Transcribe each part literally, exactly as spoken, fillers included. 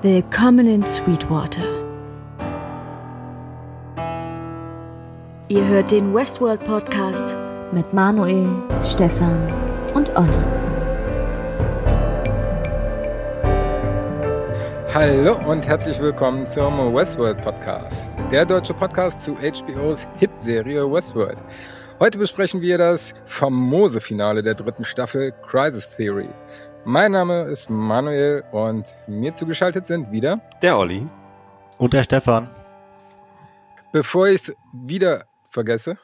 Willkommen in Sweetwater. Ihr hört den Westworld Podcast mit Manuel, Stefan und Olli. Hallo und herzlich willkommen zum Westworld Podcast, der deutsche Podcast zu H B O's Hitserie Westworld. Heute besprechen wir das famose Finale der dritten Staffel Crisis Theory. Mein Name ist Manuel und mir zugeschaltet sind wieder der Olli und der Stefan. Bevor ich es wieder vergesse,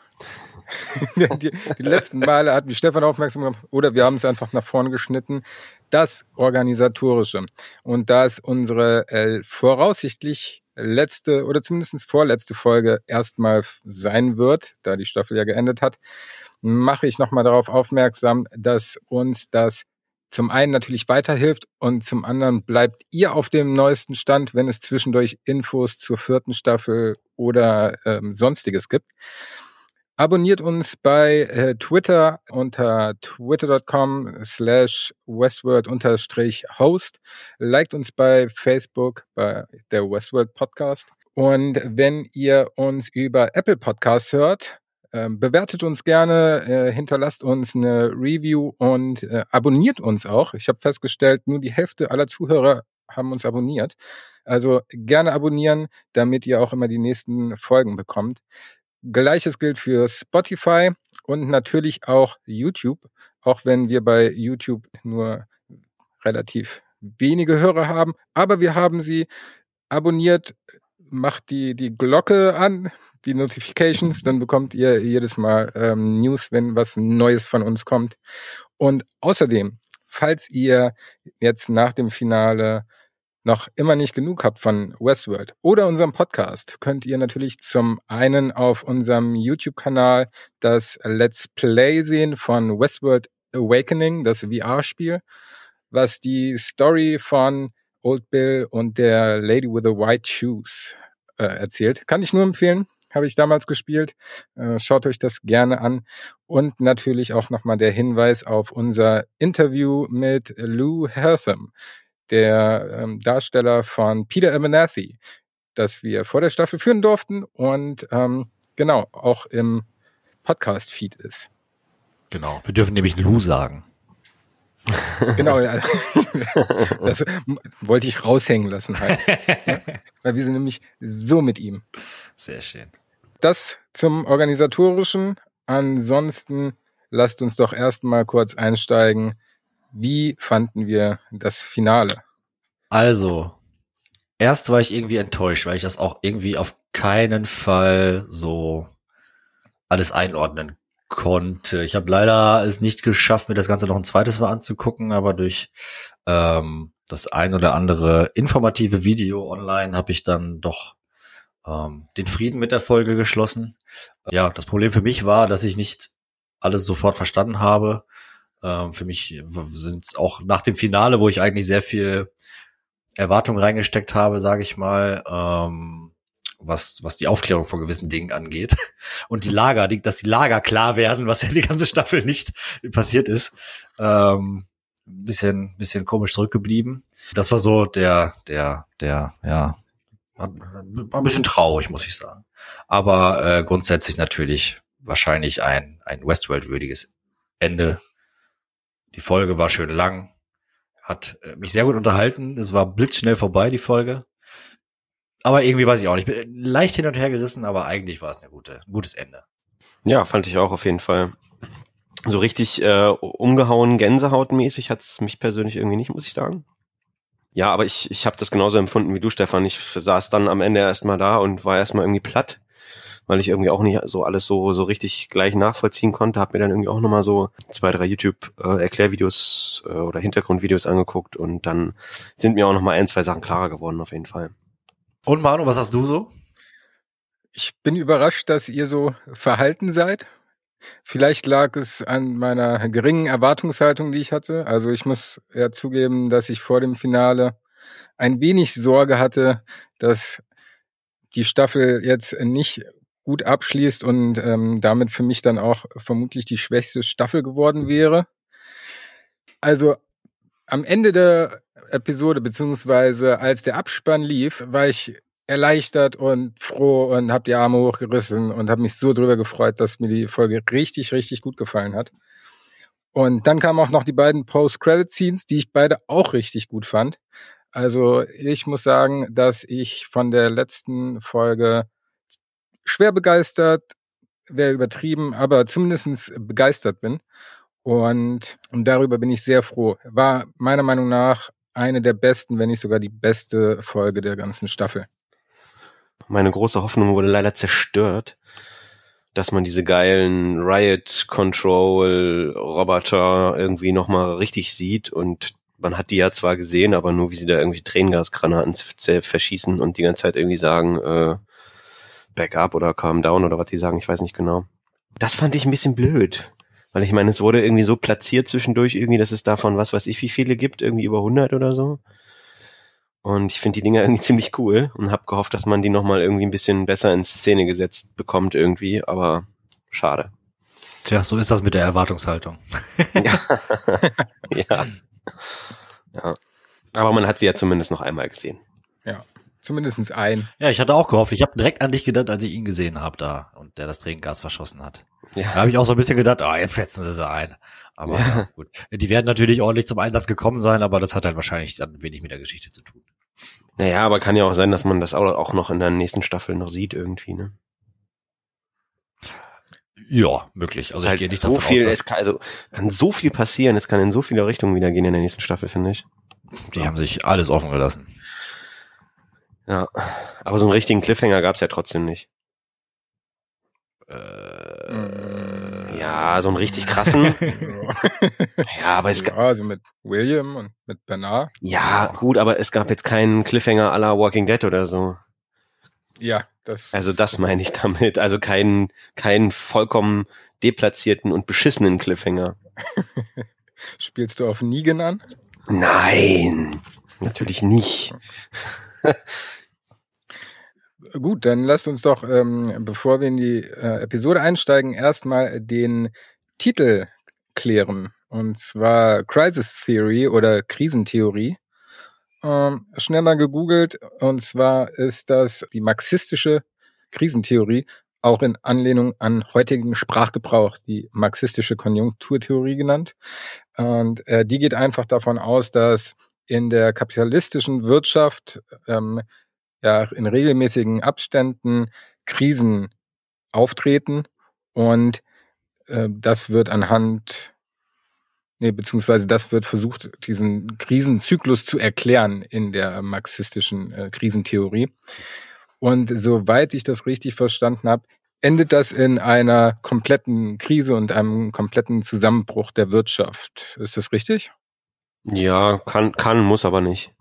die, die letzten Male hat mich Stefan aufmerksam gemacht, oder wir haben es einfach nach vorne geschnitten, das Organisatorische. Und da es unsere äh, voraussichtlich letzte oder zumindest vorletzte Folge erstmal sein wird, da die Staffel ja geendet hat, mache ich nochmal darauf aufmerksam, dass uns das zum einen natürlich weiterhilft und zum anderen bleibt ihr auf dem neuesten Stand, wenn es zwischendurch Infos zur vierten Staffel oder ähm, Sonstiges gibt. Abonniert uns bei äh, Twitter unter twitter.com slash westworld unterstrich host. Liked uns bei Facebook bei der Westworld Podcast. Und wenn ihr uns über Apple Podcasts hört, Ähm, bewertet uns gerne, äh, hinterlasst uns eine Review und äh, abonniert uns auch. Ich habe festgestellt, nur die Hälfte aller Zuhörer haben uns abonniert. Also gerne abonnieren, damit ihr auch immer die nächsten Folgen bekommt. Gleiches gilt für Spotify und natürlich auch YouTube, auch wenn wir bei YouTube nur relativ wenige Hörer haben. Aber wir haben sie abonniert, macht die, die Glocke an, die Notifications, dann bekommt ihr jedes Mal ähm, News, wenn was Neues von uns kommt. Und außerdem, falls ihr jetzt nach dem Finale noch immer nicht genug habt von Westworld oder unserem Podcast, könnt ihr natürlich zum einen auf unserem YouTube-Kanal das Let's Play sehen von Westworld Awakening, das V R-Spiel, was die Story von Old Bill und der Lady with the White Shoes äh, erzählt. Kann ich nur empfehlen. Habe ich damals gespielt. Äh, schaut euch das gerne an. Und natürlich auch nochmal der Hinweis auf unser Interview mit Lou Hertham, der ähm, Darsteller von Peter Abernathy, das wir vor der Staffel führen durften und ähm, genau, auch im Podcast-Feed ist. Genau, wir dürfen nämlich Lou sagen. Genau, ja. Das wollte ich raushängen lassen halt. Ja? Weil wir sind nämlich so mit ihm. Sehr schön. Das zum Organisatorischen. Ansonsten lasst uns doch erstmal kurz einsteigen. Wie fanden wir das Finale? Also, erst war ich irgendwie enttäuscht, weil ich das auch irgendwie auf keinen Fall so alles einordnen konnte. Ich habe leider es nicht geschafft, mir das Ganze noch ein zweites Mal anzugucken, aber durch ähm, das ein oder andere informative Video online habe ich dann doch ähm, den Frieden mit der Folge geschlossen. Ja, das Problem für mich war, dass ich nicht alles sofort verstanden habe. Ähm, für mich sind auch nach dem Finale, wo ich eigentlich sehr viel Erwartung reingesteckt habe, sage ich mal, ähm, was was die Aufklärung von gewissen Dingen angeht und die Lager, die, dass die Lager klar werden, was ja die ganze Staffel nicht passiert ist, ähm, ein bisschen bisschen komisch zurückgeblieben. Das war so der der der ja war ein bisschen traurig, muss ich sagen. Aber äh, grundsätzlich natürlich wahrscheinlich ein ein Westworld-würdiges Ende. Die Folge war schön lang, hat äh, mich sehr gut unterhalten. Es war blitzschnell vorbei, die Folge. Aber irgendwie weiß ich auch nicht. Ich bin leicht hin und her gerissen, aber eigentlich war es eine gute, ein gutes Ende. Ja, fand ich auch auf jeden Fall. So richtig äh, umgehauen, gänsehautmäßig hat's mich persönlich irgendwie nicht, muss ich sagen. Ja, aber ich ich habe das genauso empfunden wie du, Stefan. Ich saß dann am Ende erstmal da und war erstmal irgendwie platt, weil ich irgendwie auch nicht so alles so so richtig gleich nachvollziehen konnte. Hab mir dann irgendwie auch nochmal so zwei, drei YouTube-Erklärvideos äh, oder Hintergrundvideos angeguckt und dann sind mir auch nochmal ein, zwei Sachen klarer geworden auf jeden Fall. Und Manu, was hast du so? Ich bin überrascht, dass ihr so verhalten seid. Vielleicht lag es an meiner geringen Erwartungshaltung, die ich hatte. Also ich muss ja zugeben, dass ich vor dem Finale ein wenig Sorge hatte, dass die Staffel jetzt nicht gut abschließt und ähm, damit für mich dann auch vermutlich die schwächste Staffel geworden wäre. Also am Ende der Episode, beziehungsweise als der Abspann lief, war ich erleichtert und froh und habe die Arme hochgerissen und habe mich so drüber gefreut, dass mir die Folge richtig, richtig gut gefallen hat. Und dann kamen auch noch die beiden Post-Credit-Scenes, die ich beide auch richtig gut fand. Also ich muss sagen, dass ich von der letzten Folge schwer begeistert, wäre übertrieben, aber zumindest begeistert bin. Und, und darüber bin ich sehr froh. War meiner Meinung nach eine der besten, wenn nicht sogar die beste Folge der ganzen Staffel. Meine große Hoffnung wurde leider zerstört, dass man diese geilen Riot-Control-Roboter irgendwie nochmal richtig sieht und man hat die ja zwar gesehen, aber nur wie sie da irgendwie Tränengasgranaten verschießen und die ganze Zeit irgendwie sagen, äh, back up oder calm down oder was die sagen, ich weiß nicht genau. Das fand ich ein bisschen blöd, weil ich meine, es wurde irgendwie so platziert zwischendurch irgendwie, dass es davon, was weiß ich, wie viele gibt, irgendwie über hundert oder so. Und ich finde die Dinger irgendwie ziemlich cool und habe gehofft, dass man die nochmal irgendwie ein bisschen besser in Szene gesetzt bekommt irgendwie, aber schade. Tja, so ist das mit der Erwartungshaltung. Ja. ja. Ja. Aber man hat sie ja zumindest noch einmal gesehen. Ja, zumindest ein. Ja, ich hatte auch gehofft. Ich habe direkt an dich gedacht, als ich ihn gesehen habe da und der das Tränengas verschossen hat. Ja. Da habe ich auch so ein bisschen gedacht, ah, oh, jetzt setzen sie sie ein. Aber ja. Ja, gut. Die werden natürlich ordentlich zum Einsatz gekommen sein, aber das hat dann wahrscheinlich dann wenig mit der Geschichte zu tun. Naja, aber kann ja auch sein, dass man das auch noch in der nächsten Staffel noch sieht irgendwie, ne? Ja, möglich. Also ich halt gehe nicht so davon viel, aus, es kann, also kann so viel passieren, es kann in so viele Richtungen wieder gehen in der nächsten Staffel, finde ich. Die haben sich alles offen gelassen. Ja, aber so einen richtigen Cliffhanger gab's ja trotzdem nicht. Äh, ja, so einen richtig krassen. ja, aber es ja, also mit William und mit Bernard. Ja, gut, aber es gab jetzt keinen Cliffhanger à la Walking Dead oder so. Ja, das. Also das meine ich damit. Also keinen, keinen vollkommen deplatzierten und beschissenen Cliffhanger. Spielst du auf Negan an? Nein, natürlich nicht. Gut, dann lasst uns doch, ähm, bevor wir in die äh, Episode einsteigen, erstmal den Titel klären. Und zwar Crisis Theory oder Krisentheorie. Ähm, schnell mal gegoogelt. Und zwar ist das die marxistische Krisentheorie, auch in Anlehnung an heutigen Sprachgebrauch, die marxistische Konjunkturtheorie genannt. Und äh, die geht einfach davon aus, dass in der kapitalistischen Wirtschaft ähm, ja in regelmäßigen Abständen Krisen auftreten und äh, das wird anhand, nee, beziehungsweise das wird versucht, diesen Krisenzyklus zu erklären in der marxistischen äh, Krisentheorie. Und soweit ich das richtig verstanden habe, endet das in einer kompletten Krise und einem kompletten Zusammenbruch der Wirtschaft. Ist das richtig? Ja, kann, kann, muss aber nicht.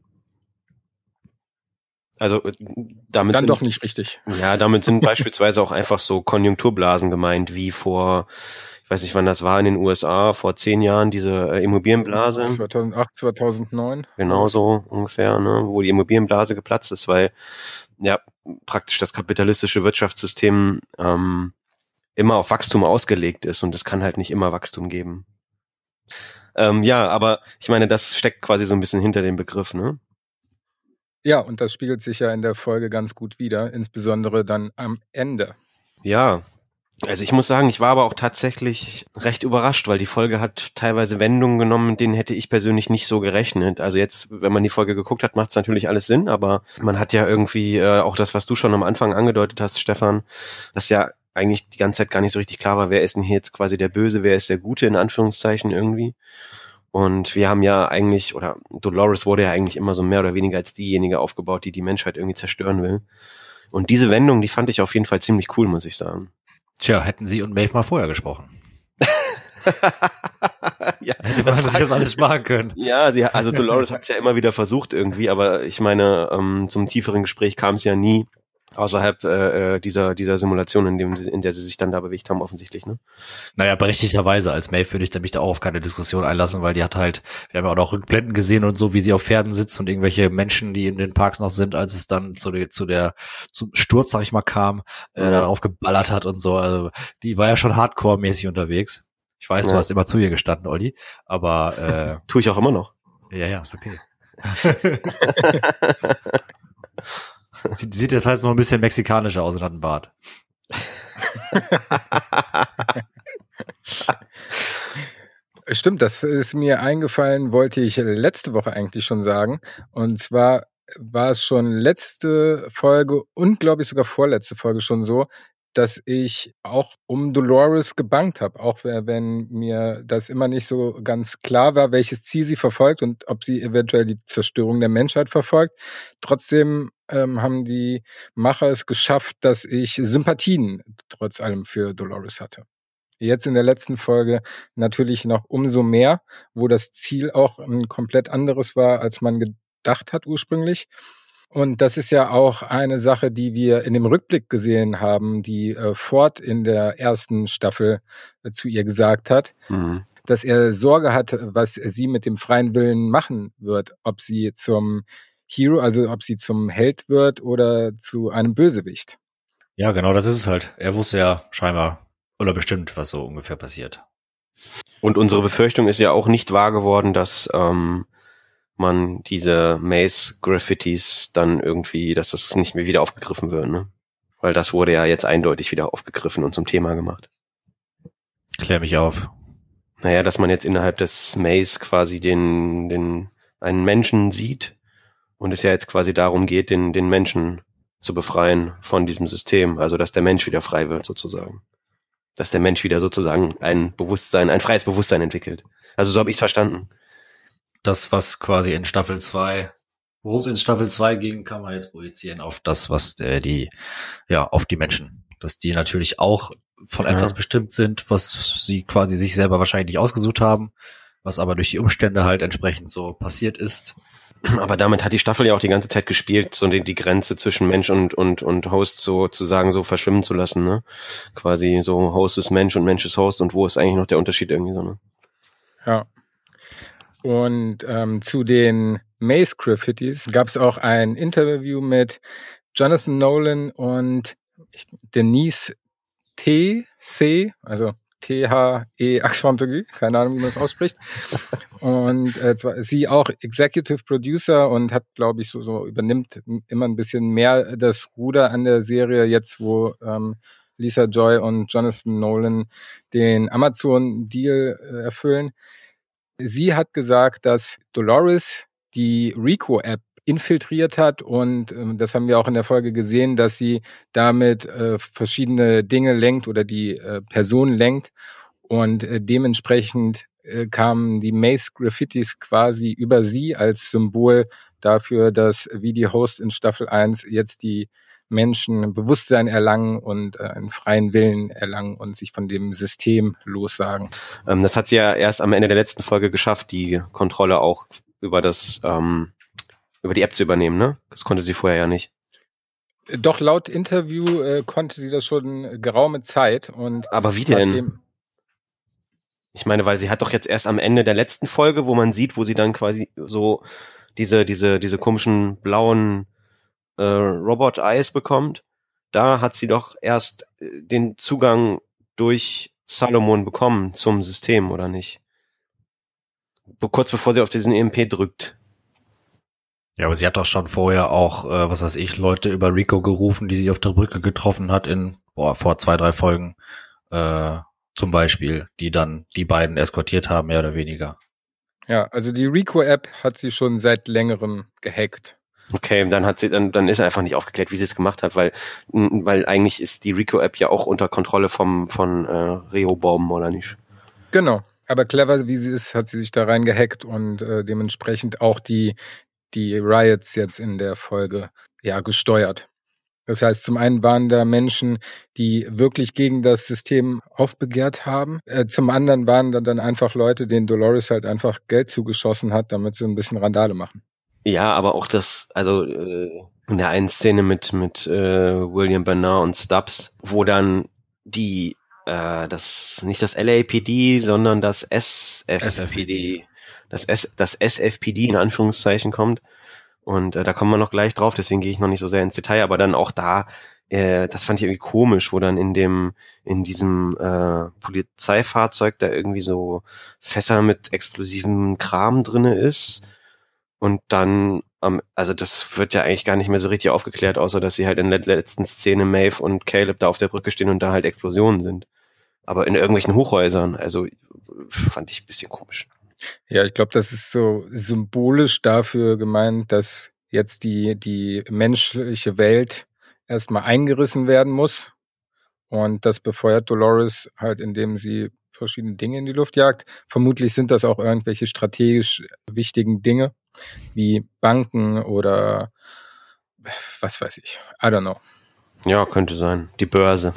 Also damit Dann sind, doch nicht richtig. Ja, damit sind beispielsweise auch einfach so Konjunkturblasen gemeint, wie vor, ich weiß nicht, wann das war in den U S A, vor zehn Jahren, diese äh, Immobilienblase. zweitausendacht, zweitausendneun. Genau so ungefähr, ne, wo die Immobilienblase geplatzt ist, weil ja praktisch das kapitalistische Wirtschaftssystem ähm, immer auf Wachstum ausgelegt ist und es kann halt nicht immer Wachstum geben. Ähm, ja, aber ich meine, das steckt quasi so ein bisschen hinter dem Begriff, ne? Ja, und das spiegelt sich ja in der Folge ganz gut wider, insbesondere dann am Ende. Ja, also ich muss sagen, ich war aber auch tatsächlich recht überrascht, weil die Folge hat teilweise Wendungen genommen, mit denen hätte ich persönlich nicht so gerechnet. Also jetzt, wenn man die Folge geguckt hat, macht es natürlich alles Sinn, aber man hat ja irgendwie äh, auch das, was du schon am Anfang angedeutet hast, Stefan, dass ja eigentlich die ganze Zeit gar nicht so richtig klar war, wer ist denn hier jetzt quasi der Böse, wer ist der Gute, in Anführungszeichen irgendwie. Und wir haben ja eigentlich, oder Dolores wurde ja eigentlich immer so mehr oder weniger als diejenige aufgebaut, die die Menschheit irgendwie zerstören will. Und diese Wendung, die fand ich auf jeden Fall ziemlich cool, muss ich sagen. Tja, hätten sie und Maeve mal vorher gesprochen. ja, hätte man sich das alles sparen können. Ja, sie, also Dolores hat es ja immer wieder versucht irgendwie, aber ich meine, ähm, zum tieferen Gespräch kam es ja nie. Außerhalb äh, dieser dieser Simulation, in dem in der sie sich dann da bewegt haben, offensichtlich, ne? Naja, berechtigterweise. Als Maeve würde ich mich da auch auf keine Diskussion einlassen, weil die hat halt, wir haben ja auch noch Rückblenden gesehen und so, wie sie auf Pferden sitzt und irgendwelche Menschen, die in den Parks noch sind, als es dann zu der, zu der zum Sturz, sag ich mal, kam, äh, Ja. darauf geballert hat und so. Also die war ja schon Hardcore-mäßig unterwegs. Ich weiß, Ja. du hast immer zu ihr gestanden, Olli, aber äh, Tue ich auch immer noch. Ja, ja, ist okay. Sieht, sieht jetzt halt noch ein bisschen mexikanischer aus und hat einen Bart. Stimmt, das ist mir eingefallen, wollte ich letzte Woche eigentlich schon sagen. Und zwar war es schon letzte Folge und glaube ich sogar vorletzte Folge schon so, dass ich auch um Dolores gebangt habe, auch wenn mir das immer nicht so ganz klar war, welches Ziel sie verfolgt und ob sie eventuell die Zerstörung der Menschheit verfolgt. Trotzdem ähm, haben die Macher es geschafft, dass ich Sympathien trotz allem für Dolores hatte. Jetzt in der letzten Folge natürlich noch umso mehr, wo das Ziel auch ein komplett anderes war, als man gedacht hat ursprünglich. Und das ist ja auch eine Sache, die wir in dem Rückblick gesehen haben, die äh, Ford in der ersten Staffel äh, zu ihr gesagt hat, mhm. dass er Sorge hat, was sie mit dem freien Willen machen wird, ob sie zum Hero, also ob sie zum Held wird oder zu einem Bösewicht. Ja, genau, das ist es halt. Er wusste ja scheinbar oder bestimmt, was so ungefähr passiert. Und unsere Befürchtung ist ja auch nicht wahr geworden, dass ähm, man diese Mace-Graffitis dann irgendwie, dass das nicht mehr wieder aufgegriffen wird, ne? Weil das wurde ja jetzt eindeutig wieder aufgegriffen und zum Thema gemacht. Klär mich auf. Naja, dass man jetzt innerhalb des Mace quasi den, den, einen Menschen sieht und es ja jetzt quasi darum geht, den, den Menschen zu befreien von diesem System. Also, dass der Mensch wieder frei wird, sozusagen. Dass der Mensch wieder sozusagen ein Bewusstsein, ein freies Bewusstsein entwickelt. Also, so habe ich es verstanden. Das, was quasi in Staffel zwei, worum es in Staffel zwei ging, kann man jetzt projizieren auf das, was äh, die, ja, auf die Menschen. Dass die natürlich auch von ja. etwas bestimmt sind, was sie quasi sich selber wahrscheinlich nicht ausgesucht haben, was aber durch die Umstände halt entsprechend so passiert ist. Aber damit hat die Staffel ja auch die ganze Zeit gespielt, so die, die Grenze zwischen Mensch und, und, und Host sozusagen so verschwimmen zu lassen, ne? Quasi so Host ist Mensch und Mensch ist Host und wo ist eigentlich noch der Unterschied irgendwie so, ne? Ja. Und ähm, zu den Mace-Graffitis gab es auch ein Interview mit Jonathan Nolan und Denise T C, also T H E Axfamtogü, keine Ahnung, wie man es ausspricht. Und äh, zwar ist sie auch Executive Producer und hat, glaube ich, so, so übernimmt immer ein bisschen mehr das Ruder an der Serie, jetzt wo ähm, Lisa Joy und Jonathan Nolan den Amazon-Deal äh, erfüllen. Sie hat gesagt, dass Dolores die Rico-App infiltriert hat und äh, das haben wir auch in der Folge gesehen, dass sie damit äh, verschiedene Dinge lenkt oder die äh, Person lenkt und äh, dementsprechend äh, kamen die Mace-Graffitis quasi über sie als Symbol dafür, dass wie die Host in Staffel eins jetzt die Menschen Bewusstsein erlangen und äh, einen freien Willen erlangen und sich von dem System lossagen. Ähm, das hat sie ja erst am Ende der letzten Folge geschafft, die Kontrolle auch über das ähm, über die App zu übernehmen, ne? Das konnte sie vorher ja nicht. Doch laut Interview äh, konnte sie das schon geraume Zeit. Und aber wie denn? Ich meine, weil sie hat doch jetzt erst am Ende der letzten Folge, wo man sieht, wo sie dann quasi so diese diese diese komischen blauen äh, Robot-Eyes bekommt, da hat sie doch erst äh, den Zugang durch Salomon bekommen zum System, oder nicht? Be- kurz bevor sie auf diesen E M P drückt. Ja, aber sie hat doch schon vorher auch, äh, was weiß ich, Leute über Rico gerufen, die sie auf der Brücke getroffen hat in, boah, vor zwei, drei Folgen, äh, zum Beispiel, die dann die beiden eskortiert haben, mehr oder weniger. Ja, also die Rico-App hat sie schon seit längerem gehackt. Okay, dann hat sie, dann, dann ist einfach nicht aufgeklärt, wie sie es gemacht hat, weil, weil eigentlich ist die Rico-App ja auch unter Kontrolle vom, von, äh, Rehoboam, oder nicht? Genau. Aber clever, wie sie ist, hat sie sich da rein gehackt und äh, dementsprechend auch die, die Riots jetzt in der Folge, ja, gesteuert. Das heißt, zum einen waren da Menschen, die wirklich gegen das System aufbegehrt haben. Äh, zum anderen waren da dann einfach Leute, denen Dolores halt einfach Geld zugeschossen hat, damit sie ein bisschen Randale machen. Ja, aber auch das, also äh, in der einen Szene mit mit äh, William Bernard und Stubbs, wo dann die, äh, das nicht das L A P D, sondern das S F P D, das S, das S F P D in Anführungszeichen kommt. Und äh, da kommen wir noch gleich drauf, deswegen gehe ich noch nicht so sehr ins Detail, aber dann auch da, äh, das fand ich irgendwie komisch, wo dann in dem, in diesem äh, Polizeifahrzeug da irgendwie so Fässer mit explosivem Kram drinne ist und dann, ähm, also das wird ja eigentlich gar nicht mehr so richtig aufgeklärt, außer dass sie halt in der letzten Szene Maeve und Caleb da auf der Brücke stehen und da halt Explosionen sind. Aber in irgendwelchen Hochhäusern, also fand ich ein bisschen komisch. Ja, ich glaube, das ist so symbolisch dafür gemeint, dass jetzt die, die menschliche Welt erstmal eingerissen werden muss. Und das befeuert Dolores halt, indem sie verschiedene Dinge in die Luft jagt. Vermutlich sind das auch irgendwelche strategisch wichtigen Dinge, wie Banken oder was weiß ich. I don't know. Ja, könnte sein. Die Börse.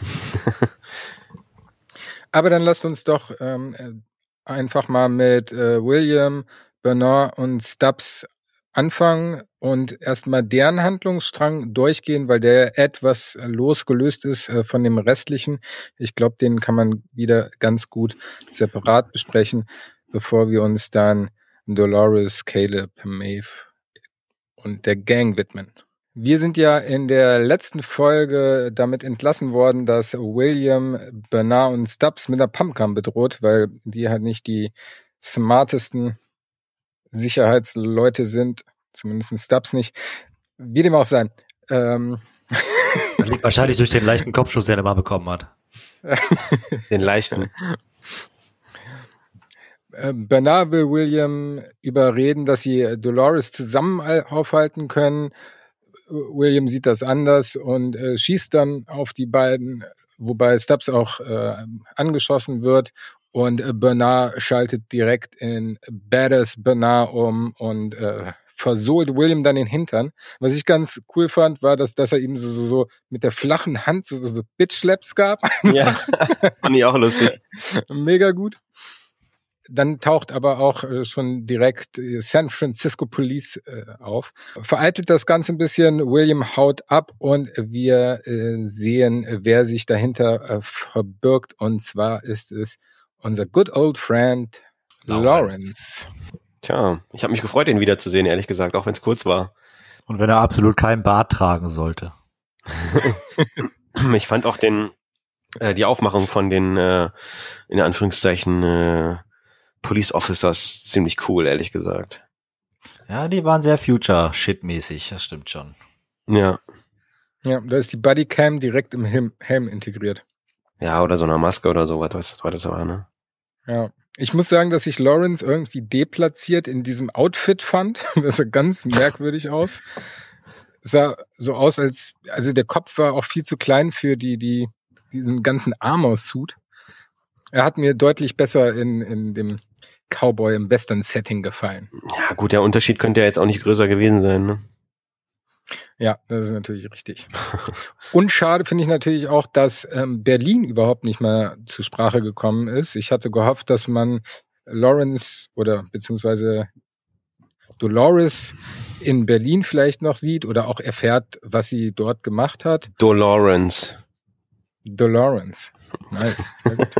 Aber dann lasst uns doch ähm, einfach mal mit äh, William, Bernard und Stubbs anfangen und erstmal deren Handlungsstrang durchgehen, weil der etwas losgelöst ist äh, von dem restlichen. Ich glaube, den kann man wieder ganz gut separat besprechen, bevor wir uns dann Dolores, Caleb, Maeve und der Gang widmen. Wir sind ja in der letzten Folge damit entlassen worden, dass William, Bernard und Stubbs mit einer Pumpgun bedroht, weil die halt nicht die smartesten Sicherheitsleute sind, zumindest Stubbs nicht. Wie dem auch sein. Ähm Das liegt wahrscheinlich durch den leichten Kopfschuss, den er mal bekommen hat. Den leichten. Bernard will William überreden, dass sie Dolores zusammen aufhalten können. William sieht das anders und äh, schießt dann auf die beiden, wobei Stubbs auch äh, angeschossen wird. Und äh, Bernard schaltet direkt in Badass Bernard um und äh, versohlt William dann den Hintern. Was ich ganz cool fand, war, dass, dass er ihm so, so, so mit der flachen Hand so, so, so Bitch-Slaps gab. Ja, fand ich auch lustig. Mega gut. Dann taucht aber auch äh, schon direkt äh, San Francisco Police äh, auf. Vereitelt das Ganze ein bisschen. William haut ab und wir äh, sehen, wer sich dahinter äh, verbirgt. Und zwar ist es unser good old friend Lawrence. Tja, ich habe mich gefreut, ihn wiederzusehen, ehrlich gesagt, auch wenn es kurz war. Und wenn er absolut keinen Bart tragen sollte. Ich fand auch den äh, die Aufmachung von den äh, in Anführungszeichen äh, Police Officers ziemlich cool, ehrlich gesagt. Ja, die waren sehr Future-Shit-mäßig, das stimmt schon. Ja. Ja, da ist die Bodycam direkt im Helm, Helm integriert. Ja, oder so eine Maske oder so, was das war, das war, ne? Ja. Ich muss sagen, dass ich Lawrence irgendwie deplatziert in diesem Outfit fand. Das sah ganz merkwürdig aus. Es sah so aus, als, also der Kopf war auch viel zu klein für die, die, diesen ganzen Armor-Suit. Er hat mir deutlich besser in, in dem Cowboy im Western-Setting gefallen. Ja, gut, der Unterschied könnte ja jetzt auch nicht größer gewesen sein, ne? Ja, das ist natürlich richtig. Und schade finde ich natürlich auch, dass ähm, Berlin überhaupt nicht mehr zur Sprache gekommen ist. Ich hatte gehofft, dass man Lawrence oder beziehungsweise Dolores in Berlin vielleicht noch sieht oder auch erfährt, was sie dort gemacht hat. Dolores. Dolores. Nice. Sehr gut.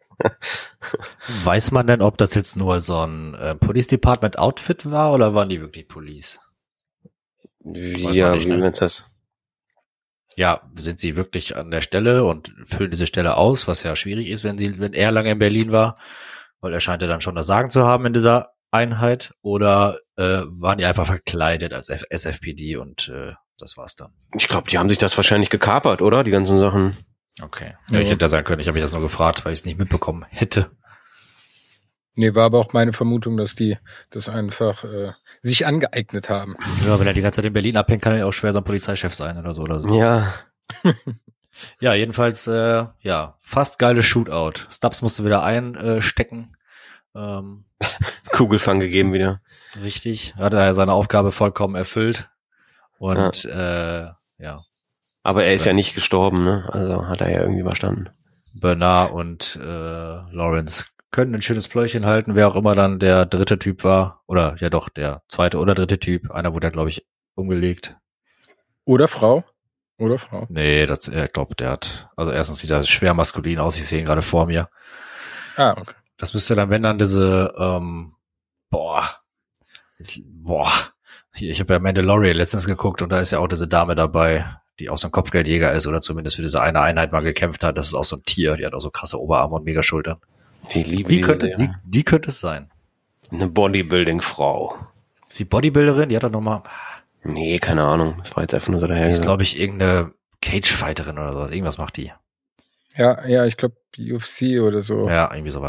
Weiß man denn, ob das jetzt nur so ein äh, Police Department Outfit war oder waren die wirklich Police? Wie, ja, nicht, wie ne? meinst du das? Ja, sind sie wirklich an der Stelle und füllen diese Stelle aus, was ja schwierig ist, wenn sie, wenn er lange in Berlin war, weil er scheint ja dann schon das Sagen zu haben in dieser Einheit, oder äh, waren die einfach verkleidet als F- S F P D und äh, das war's dann? Ich glaube, die haben sich das wahrscheinlich gekapert, oder? Die ganzen Sachen. Okay. Ja, ich hätte ja sagen können, ich habe mich das nur gefragt, weil ich es nicht mitbekommen hätte. Nee, war aber auch meine Vermutung, dass die das einfach äh, sich angeeignet haben. Ja, wenn er die ganze Zeit in Berlin abhängt, kann er ja auch schwer so ein Polizeichef sein oder so oder so. Ja. Ja, jedenfalls, äh, ja, fast geiles Shootout. Stubbs musste wieder einstecken. Ähm, Kugelfang gegeben wieder. richtig. Hat er seine Aufgabe vollkommen erfüllt. Und ja. äh, ja. Aber er ist ja nicht gestorben, ne? Also hat er ja irgendwie überstanden. Bernard und äh, Lawrence können ein schönes Pläuchchen halten, wer auch immer dann der dritte Typ war. Oder ja doch, der zweite oder dritte Typ. Einer wurde, glaube ich, umgelegt. Oder Frau. Oder Frau. Nee, das, ich glaube, der hat, also erstens sieht er schwer maskulin aus, ich sehe ihn gerade vor mir. Ah, okay. Das müsste dann, wenn dann diese, ähm, boah, jetzt, boah, hier, ich habe ja Mandalorian letztens geguckt und da ist ja auch diese Dame dabei, die auch so ein Kopfgeldjäger ist oder zumindest für diese eine Einheit mal gekämpft hat. Das ist auch so ein Tier, die hat auch so krasse Oberarme und Megaschultern. Die liebe Die diese könnte, Serie. die, die könnte es sein. Eine Bodybuilding-Frau. Ist die Bodybuilderin, die hat doch nochmal... Nee, keine Ahnung. Das war jetzt einfach nur so daher. Die ist, glaube ich, irgendeine Cage-Fighterin oder sowas. Irgendwas macht die. Ja, ja, ich glaube U F C oder so. Ja, irgendwie sowas.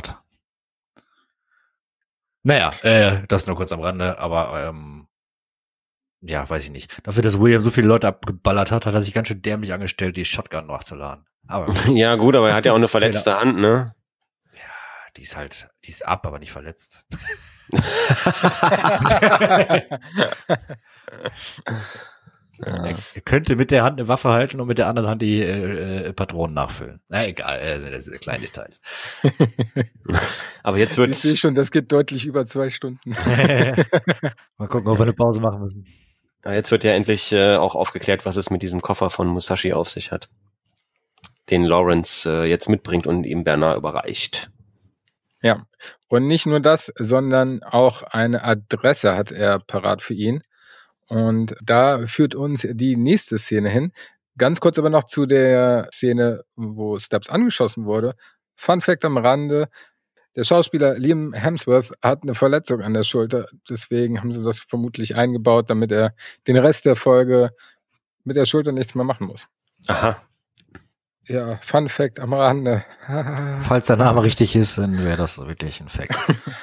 Naja, äh, das nur kurz am Rande, aber ähm, ja, weiß ich nicht. Dafür, dass William so viele Leute abgeballert hat, hat er sich ganz schön dämlich angestellt, die Shotgun nachzuladen. Aber ja, gut, aber er hat ja auch eine verletzte Hand, ne? Ja, die ist halt, die ist ab, aber nicht verletzt. Er, er könnte mit der Hand eine Waffe halten und mit der anderen Hand die äh, äh, Patronen nachfüllen. Na egal, äh, das sind kleine Details. Aber jetzt wird ich sehe schon, das geht deutlich über zwei Stunden. Mal gucken, ob wir eine Pause machen müssen. Jetzt wird ja endlich äh, auch aufgeklärt, was es mit diesem Koffer von Musashi auf sich hat, den Lawrence äh, jetzt mitbringt und ihm Bernard überreicht. Ja, und nicht nur das, sondern auch eine Adresse hat er parat für ihn. Und da führt uns die nächste Szene hin. Ganz kurz aber noch zu der Szene, wo Stubbs angeschossen wurde. Fun Fact am Rande, der Schauspieler Liam Hemsworth hat eine Verletzung an der Schulter. Deswegen haben sie das vermutlich eingebaut, damit er den Rest der Folge mit der Schulter nichts mehr machen muss. Aha. Ja, Fun Fact am Rande. Falls der Name richtig ist, dann wäre das wirklich ein Fact.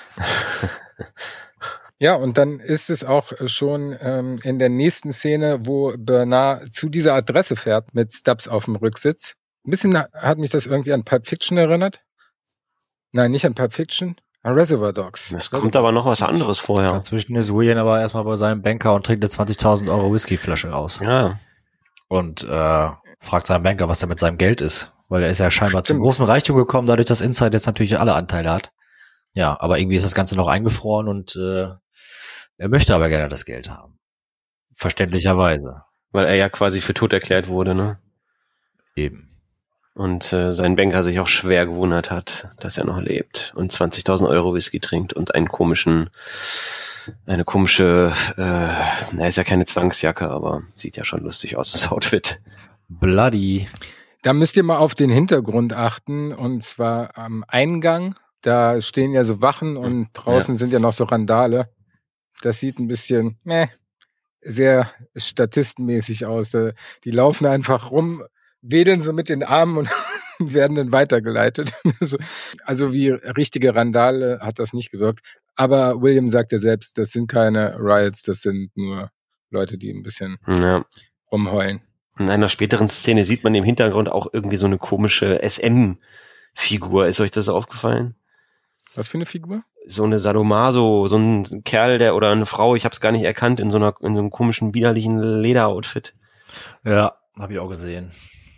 Ja, und dann ist es auch schon ähm, in der nächsten Szene, wo Bernard zu dieser Adresse fährt mit Stubbs auf dem Rücksitz. Ein bisschen hat mich das irgendwie an Pulp Fiction erinnert. Nein, nicht an Pulp Fiction, an Reservoir Dogs. Es kommt aber noch was anderes vorher. Dazwischen ist William aber erstmal bei seinem Banker und trinkt eine zwanzigtausend Euro Whiskyflasche aus. Ja. Und äh, fragt seinen Banker, was da mit seinem Geld ist. Weil er ist ja scheinbar Stimmt. zum großen Reichtum gekommen, dadurch, dass Inside jetzt natürlich alle Anteile hat. Ja, aber irgendwie ist das Ganze noch eingefroren und äh, er möchte aber gerne das Geld haben. Verständlicherweise. Weil er ja quasi für tot erklärt wurde, ne? Eben. Und äh, sein Banker sich auch schwer gewundert hat, dass er noch lebt und zwanzigtausend Euro Whisky trinkt und einen komischen, eine komische, äh, na ist ja keine Zwangsjacke, aber sieht ja schon lustig aus, das Outfit. Bloody. Da müsst ihr mal auf den Hintergrund achten, und zwar am Eingang. Da stehen ja so Wachen und draußen ja. sind ja noch so Randale. Das sieht ein bisschen meh, sehr statistenmäßig aus. Die laufen einfach rum, wedeln so mit den Armen und werden dann weitergeleitet. Also wie richtige Randale hat das nicht gewirkt. Aber William sagt ja selbst, das sind keine Riots, das sind nur Leute, die ein bisschen ja. rumheulen. In einer späteren Szene sieht man im Hintergrund auch irgendwie so eine komische S M-Figur. Ist euch das aufgefallen? Was für eine Figur? So eine Sadomaso, so ein Kerl, der oder eine Frau, ich habe es gar nicht erkannt, in so einer in so einem komischen widerlichen Lederoutfit. Ja, habe ich auch gesehen.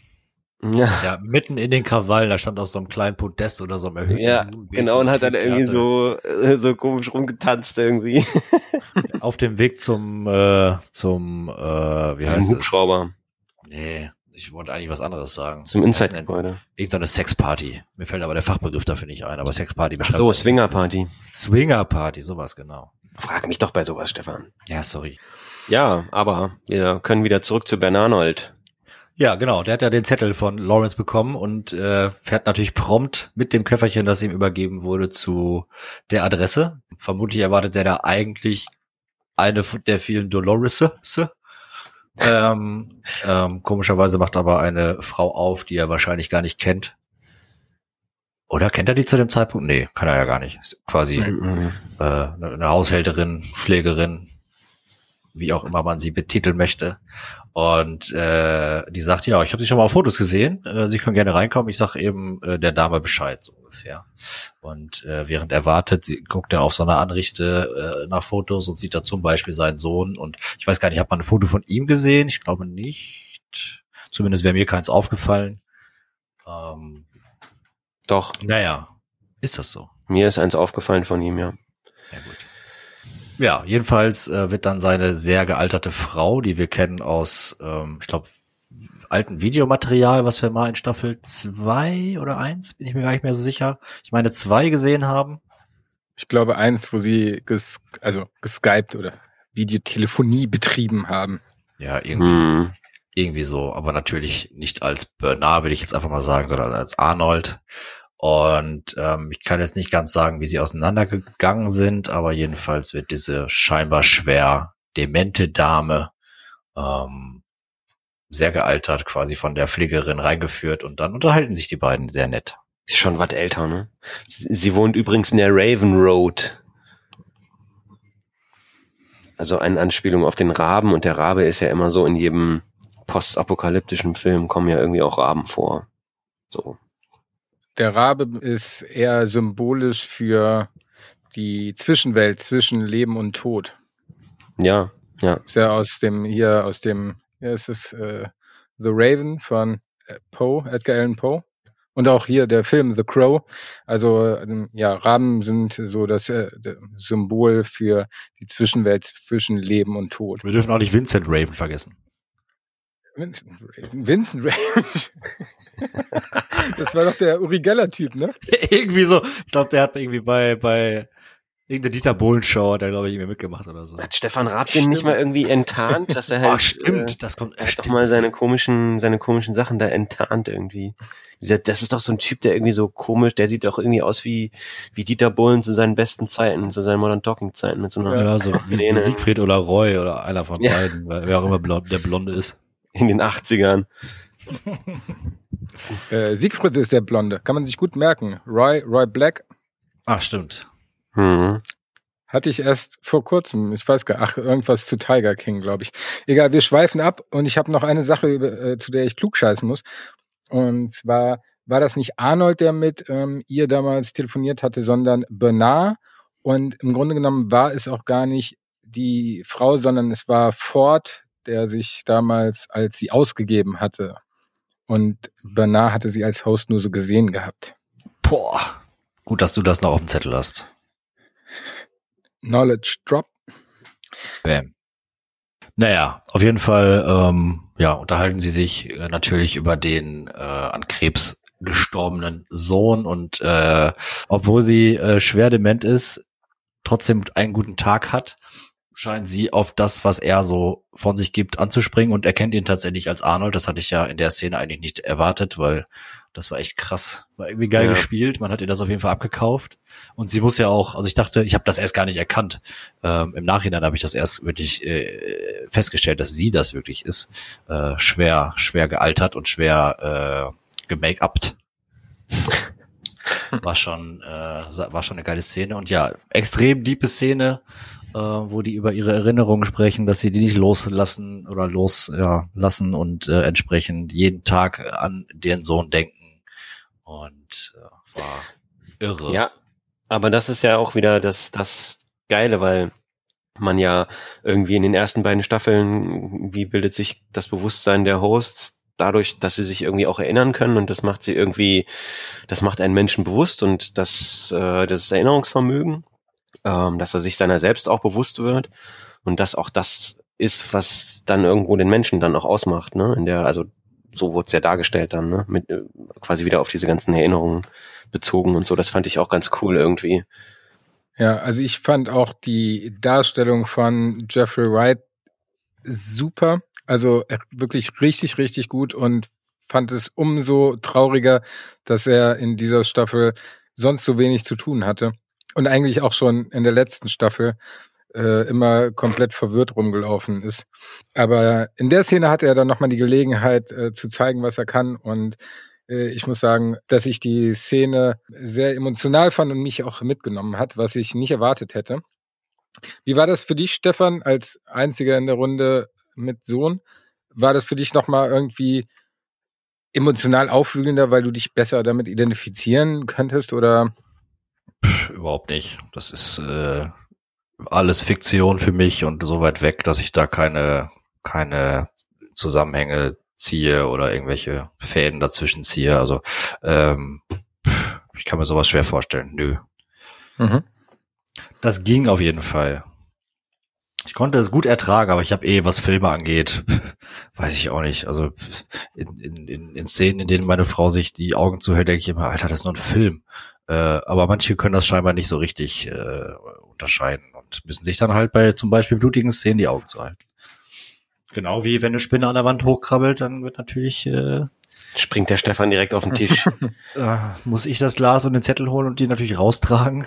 Ja. ja, mitten in den Krawallen, da stand auf so einem kleinen Podest oder so einem erhöhten. Ja, genau, und hat dann irgendwie so so komisch rumgetanzt irgendwie. Auf dem Weg zum äh, zum äh, wie heißt es? Hubschrauber. Nee, ich wollte eigentlich was anderes sagen. Zum Inside-Gebäude. Irgendeine Sexparty. Mir fällt aber der Fachbegriff dafür nicht ein, aber Sexparty beschreibt. Ach so, Swingerparty. Swingerparty, sowas genau. Frag mich doch bei sowas, Stefan. Ja, sorry. Ja, aber wir können wieder zurück zu Bernard. Ja, genau. Der hat ja den Zettel von Lawrence bekommen und äh, fährt natürlich prompt mit dem Köfferchen, das ihm übergeben wurde, zu der Adresse. Vermutlich erwartet er da eigentlich eine der vielen Dolores. Ähm, ähm, komischerweise macht aber eine Frau auf, die er wahrscheinlich gar nicht kennt. Oder kennt er die zu dem Zeitpunkt? Nee, kann er ja gar nicht. Ist quasi mhm. äh, eine Haushälterin, Pflegerin, wie auch immer man sie betiteln möchte. Und äh, die sagt, ja, ich habe sie schon mal auf Fotos gesehen. Äh, sie können gerne reinkommen. Ich sag eben äh, der Dame Bescheid, so ungefähr. Und äh, während er wartet, sie, guckt er auf so einer Anrichte äh, nach Fotos und sieht da zum Beispiel seinen Sohn. Und ich weiß gar nicht, hat man ein Foto von ihm gesehen? Ich glaube nicht. Zumindest wäre mir keins aufgefallen. Ähm, Doch. Naja, ist das so? Mir ist eins aufgefallen von ihm, ja. Ja, gut. Ja, jedenfalls äh, wird dann seine sehr gealterte Frau, die wir kennen aus, ähm, ich glaube, alten Videomaterial, was wir mal in Staffel zwei oder eins, bin ich mir gar nicht mehr so sicher. Ich meine, zwei gesehen haben. Ich glaube, eins, wo sie ges- also geskypt oder Videotelefonie betrieben haben. Ja, irgendwie, hm. irgendwie so, aber natürlich nicht als Bernard, will ich jetzt einfach mal sagen, sondern als Arnold. Und ähm, ich kann jetzt nicht ganz sagen, wie sie auseinandergegangen sind, aber jedenfalls wird diese scheinbar schwer demente Dame ähm, sehr gealtert quasi von der Pflegerin reingeführt und dann unterhalten sich die beiden sehr nett. Ist schon was älter, ne? Sie, sie wohnt übrigens in der Raven Road. Also eine Anspielung auf den Raben, und der Rabe ist ja immer so, in jedem postapokalyptischen Film kommen ja irgendwie auch Raben vor. So. Der Rabe ist eher symbolisch für die Zwischenwelt zwischen Leben und Tod. Ja, ja. Ist ja aus dem, hier aus dem, ja, ist es äh, The Raven von äh, Poe, Edgar Allan Poe. Und auch hier der Film The Crow. Also ähm, ja, Raben sind so das äh, Symbol für die Zwischenwelt zwischen Leben und Tod. Wir dürfen auch nicht Vincent Raven vergessen. Vincent Raven? Vincent Raven? Das war doch der Uri Geller-Typ, ne? Irgendwie so. Ich glaube, der hat irgendwie bei bei irgendeine Dieter Bohlen-Show, hat er, glaube ich, irgendwie mitgemacht oder so. Hat Stefan Raab den nicht mal irgendwie enttarnt, dass er halt... Ach, stimmt, äh, das kommt... Er hat doch mal seine komischen, seine komischen Sachen da enttarnt irgendwie. Das ist doch so ein Typ, der irgendwie so komisch, der sieht doch irgendwie aus wie, wie Dieter Bohlen zu seinen besten Zeiten, zu seinen Modern Talking Zeiten mit so einer... Ja, so wie, wie Siegfried oder Roy oder einer von Ja. beiden, wer auch immer blond, der Blonde ist. In den achtzigern. Äh, Siegfried ist der Blonde. Kann man sich gut merken. Roy, Roy Black Ach, stimmt. Hm. hatte ich erst vor kurzem. Ich weiß gar nicht. Ach, irgendwas zu Tiger King, glaube ich. Egal, wir schweifen ab und ich habe noch eine Sache, äh, zu der ich klugscheißen muss. Und zwar war das nicht Arnold, der mit ähm, ihr damals telefoniert hatte, sondern Bernard. Und im Grunde genommen war es auch gar nicht die Frau, sondern es war Ford, der sich damals als sie ausgegeben hatte. Und Bernard hatte sie als Host nur so gesehen gehabt. Boah. Gut, dass du das noch auf dem Zettel hast. Knowledge Drop. Bam. Naja, auf jeden Fall, ähm, ja, unterhalten sie sich äh, natürlich über den äh, an Krebs gestorbenen Sohn und äh, obwohl sie äh, schwer dement ist, trotzdem einen guten Tag hat, scheint sie auf das, was er so von sich gibt, anzuspringen und erkennt ihn tatsächlich als Arnold. Das hatte ich ja in der Szene eigentlich nicht erwartet, weil das war echt krass. War irgendwie geil Ja. gespielt. Man hat ihr das auf jeden Fall abgekauft. Und sie muss ja auch, also ich dachte, ich habe das erst gar nicht erkannt. Ähm, Im Nachhinein habe ich das erst wirklich äh, festgestellt, dass sie das wirklich ist. Äh, schwer, schwer gealtert und schwer äh, gemake-upt. War schon, äh, war schon eine geile Szene. Und ja, extrem diepe Szene, äh, wo die über ihre Erinnerungen sprechen, dass sie die nicht loslassen oder los ja, lassen und äh, entsprechend jeden Tag an den Sohn denken. Und äh, war irre. Ja, aber das ist ja auch wieder das, das Geile, weil man ja irgendwie in den ersten beiden Staffeln, wie bildet sich das Bewusstsein der Hosts dadurch, dass sie sich irgendwie auch erinnern können, und das macht sie irgendwie, das macht einen Menschen bewusst, und das, äh, das Erinnerungsvermögen, ähm, dass er sich seiner selbst auch bewusst wird, und dass auch das ist, was dann irgendwo den Menschen dann auch ausmacht, ne? In der, also so wurde es ja dargestellt dann, ne? Mit äh, quasi wieder auf diese ganzen Erinnerungen bezogen und so. Das fand ich auch ganz cool irgendwie. Ja, also ich fand auch die Darstellung von Jeffrey Wright super. Also äh, wirklich richtig, richtig gut, und fand es umso trauriger, dass er in dieser Staffel sonst so wenig zu tun hatte und eigentlich auch schon in der letzten Staffel äh, immer komplett verwirrt rumgelaufen ist. Aber in der Szene hatte er dann nochmal die Gelegenheit äh, zu zeigen, was er kann, und äh, ich muss sagen, dass ich die Szene sehr emotional fand und mich auch mitgenommen hat, was ich nicht erwartet hätte. Wie war das für dich, Stefan, als einziger in der Runde mit Sohn? War das für dich nochmal irgendwie emotional aufwühlender, weil du dich besser damit identifizieren könntest, oder? Pff, überhaupt nicht. Das ist äh, alles Fiktion für mich und so weit weg, dass ich da keine keine Zusammenhänge ziehe oder irgendwelche Fäden dazwischen ziehe. Also ähm, ich kann mir sowas schwer vorstellen. Nö. Mhm. Das ging auf jeden Fall. Ich konnte es gut ertragen, aber ich habe eh, was Filme angeht, weiß ich auch nicht. Also in, in, in, in Szenen, in denen meine Frau sich die Augen zuhält, denke ich immer, Alter, das ist nur ein Film. Äh, aber manche können das scheinbar nicht so richtig äh, unterscheiden und müssen sich dann halt bei zum Beispiel blutigen Szenen die Augen zuhalten. Genau wie wenn eine Spinne an der Wand hochkrabbelt, dann wird natürlich äh, Springt der Stefan direkt auf den Tisch. Äh, muss ich das Glas und den Zettel holen und die natürlich raustragen?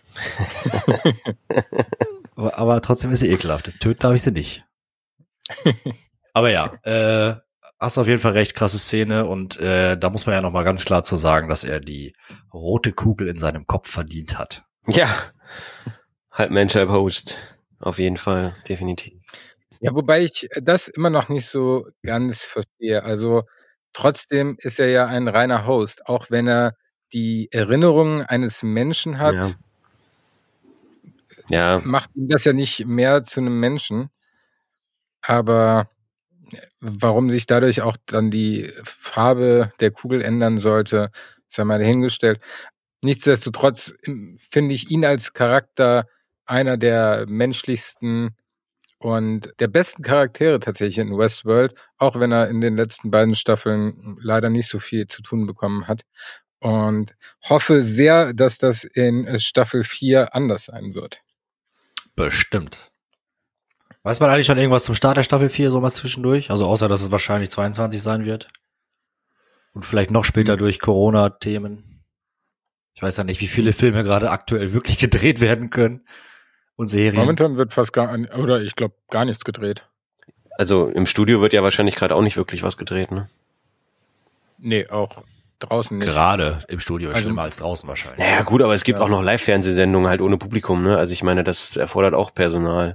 aber, aber trotzdem ist sie ekelhaft. Töten darf ich sie nicht. Aber ja, äh, hast auf jeden Fall recht, krasse Szene. Und äh, da muss man ja nochmal ganz klar zu sagen, dass er die rote Kugel in seinem Kopf verdient hat. Ja, halb Mensch, halb Host. Auf jeden Fall, definitiv. Ja, wobei ich das immer noch nicht so ganz verstehe. Also trotzdem ist er ja ein reiner Host, auch wenn er die Erinnerungen eines Menschen hat, Ja. Ja, macht ihm das ja nicht mehr zu einem Menschen. Aber warum sich dadurch auch dann die Farbe der Kugel ändern sollte, sei mal dahingestellt. Nichtsdestotrotz ähm, finde ich ihn als Charakter einer der menschlichsten und der besten Charaktere tatsächlich in Westworld, auch wenn er in den letzten beiden Staffeln leider nicht so viel zu tun bekommen hat. Und hoffe sehr, dass das in Staffel vier anders sein wird. Bestimmt. Weiß man eigentlich schon irgendwas zum Start der Staffel vier so mal zwischendurch? Also außer, dass es wahrscheinlich zweiundzwanzig sein wird. Und vielleicht noch später durch Corona-Themen. Ich weiß ja nicht, wie viele Filme gerade aktuell wirklich gedreht werden können. Und Serien. Momentan wird fast gar, oder ich glaube, gar nichts gedreht. also im Studio wird ja wahrscheinlich gerade auch nicht wirklich was gedreht, ne? Nee, auch draußen nicht. Gerade im Studio ist Also- schlimmer als draußen wahrscheinlich. Naja, gut, aber es gibt Ja. auch noch Live-Fernsehsendungen halt ohne Publikum, ne? Also ich meine, das erfordert auch Personal.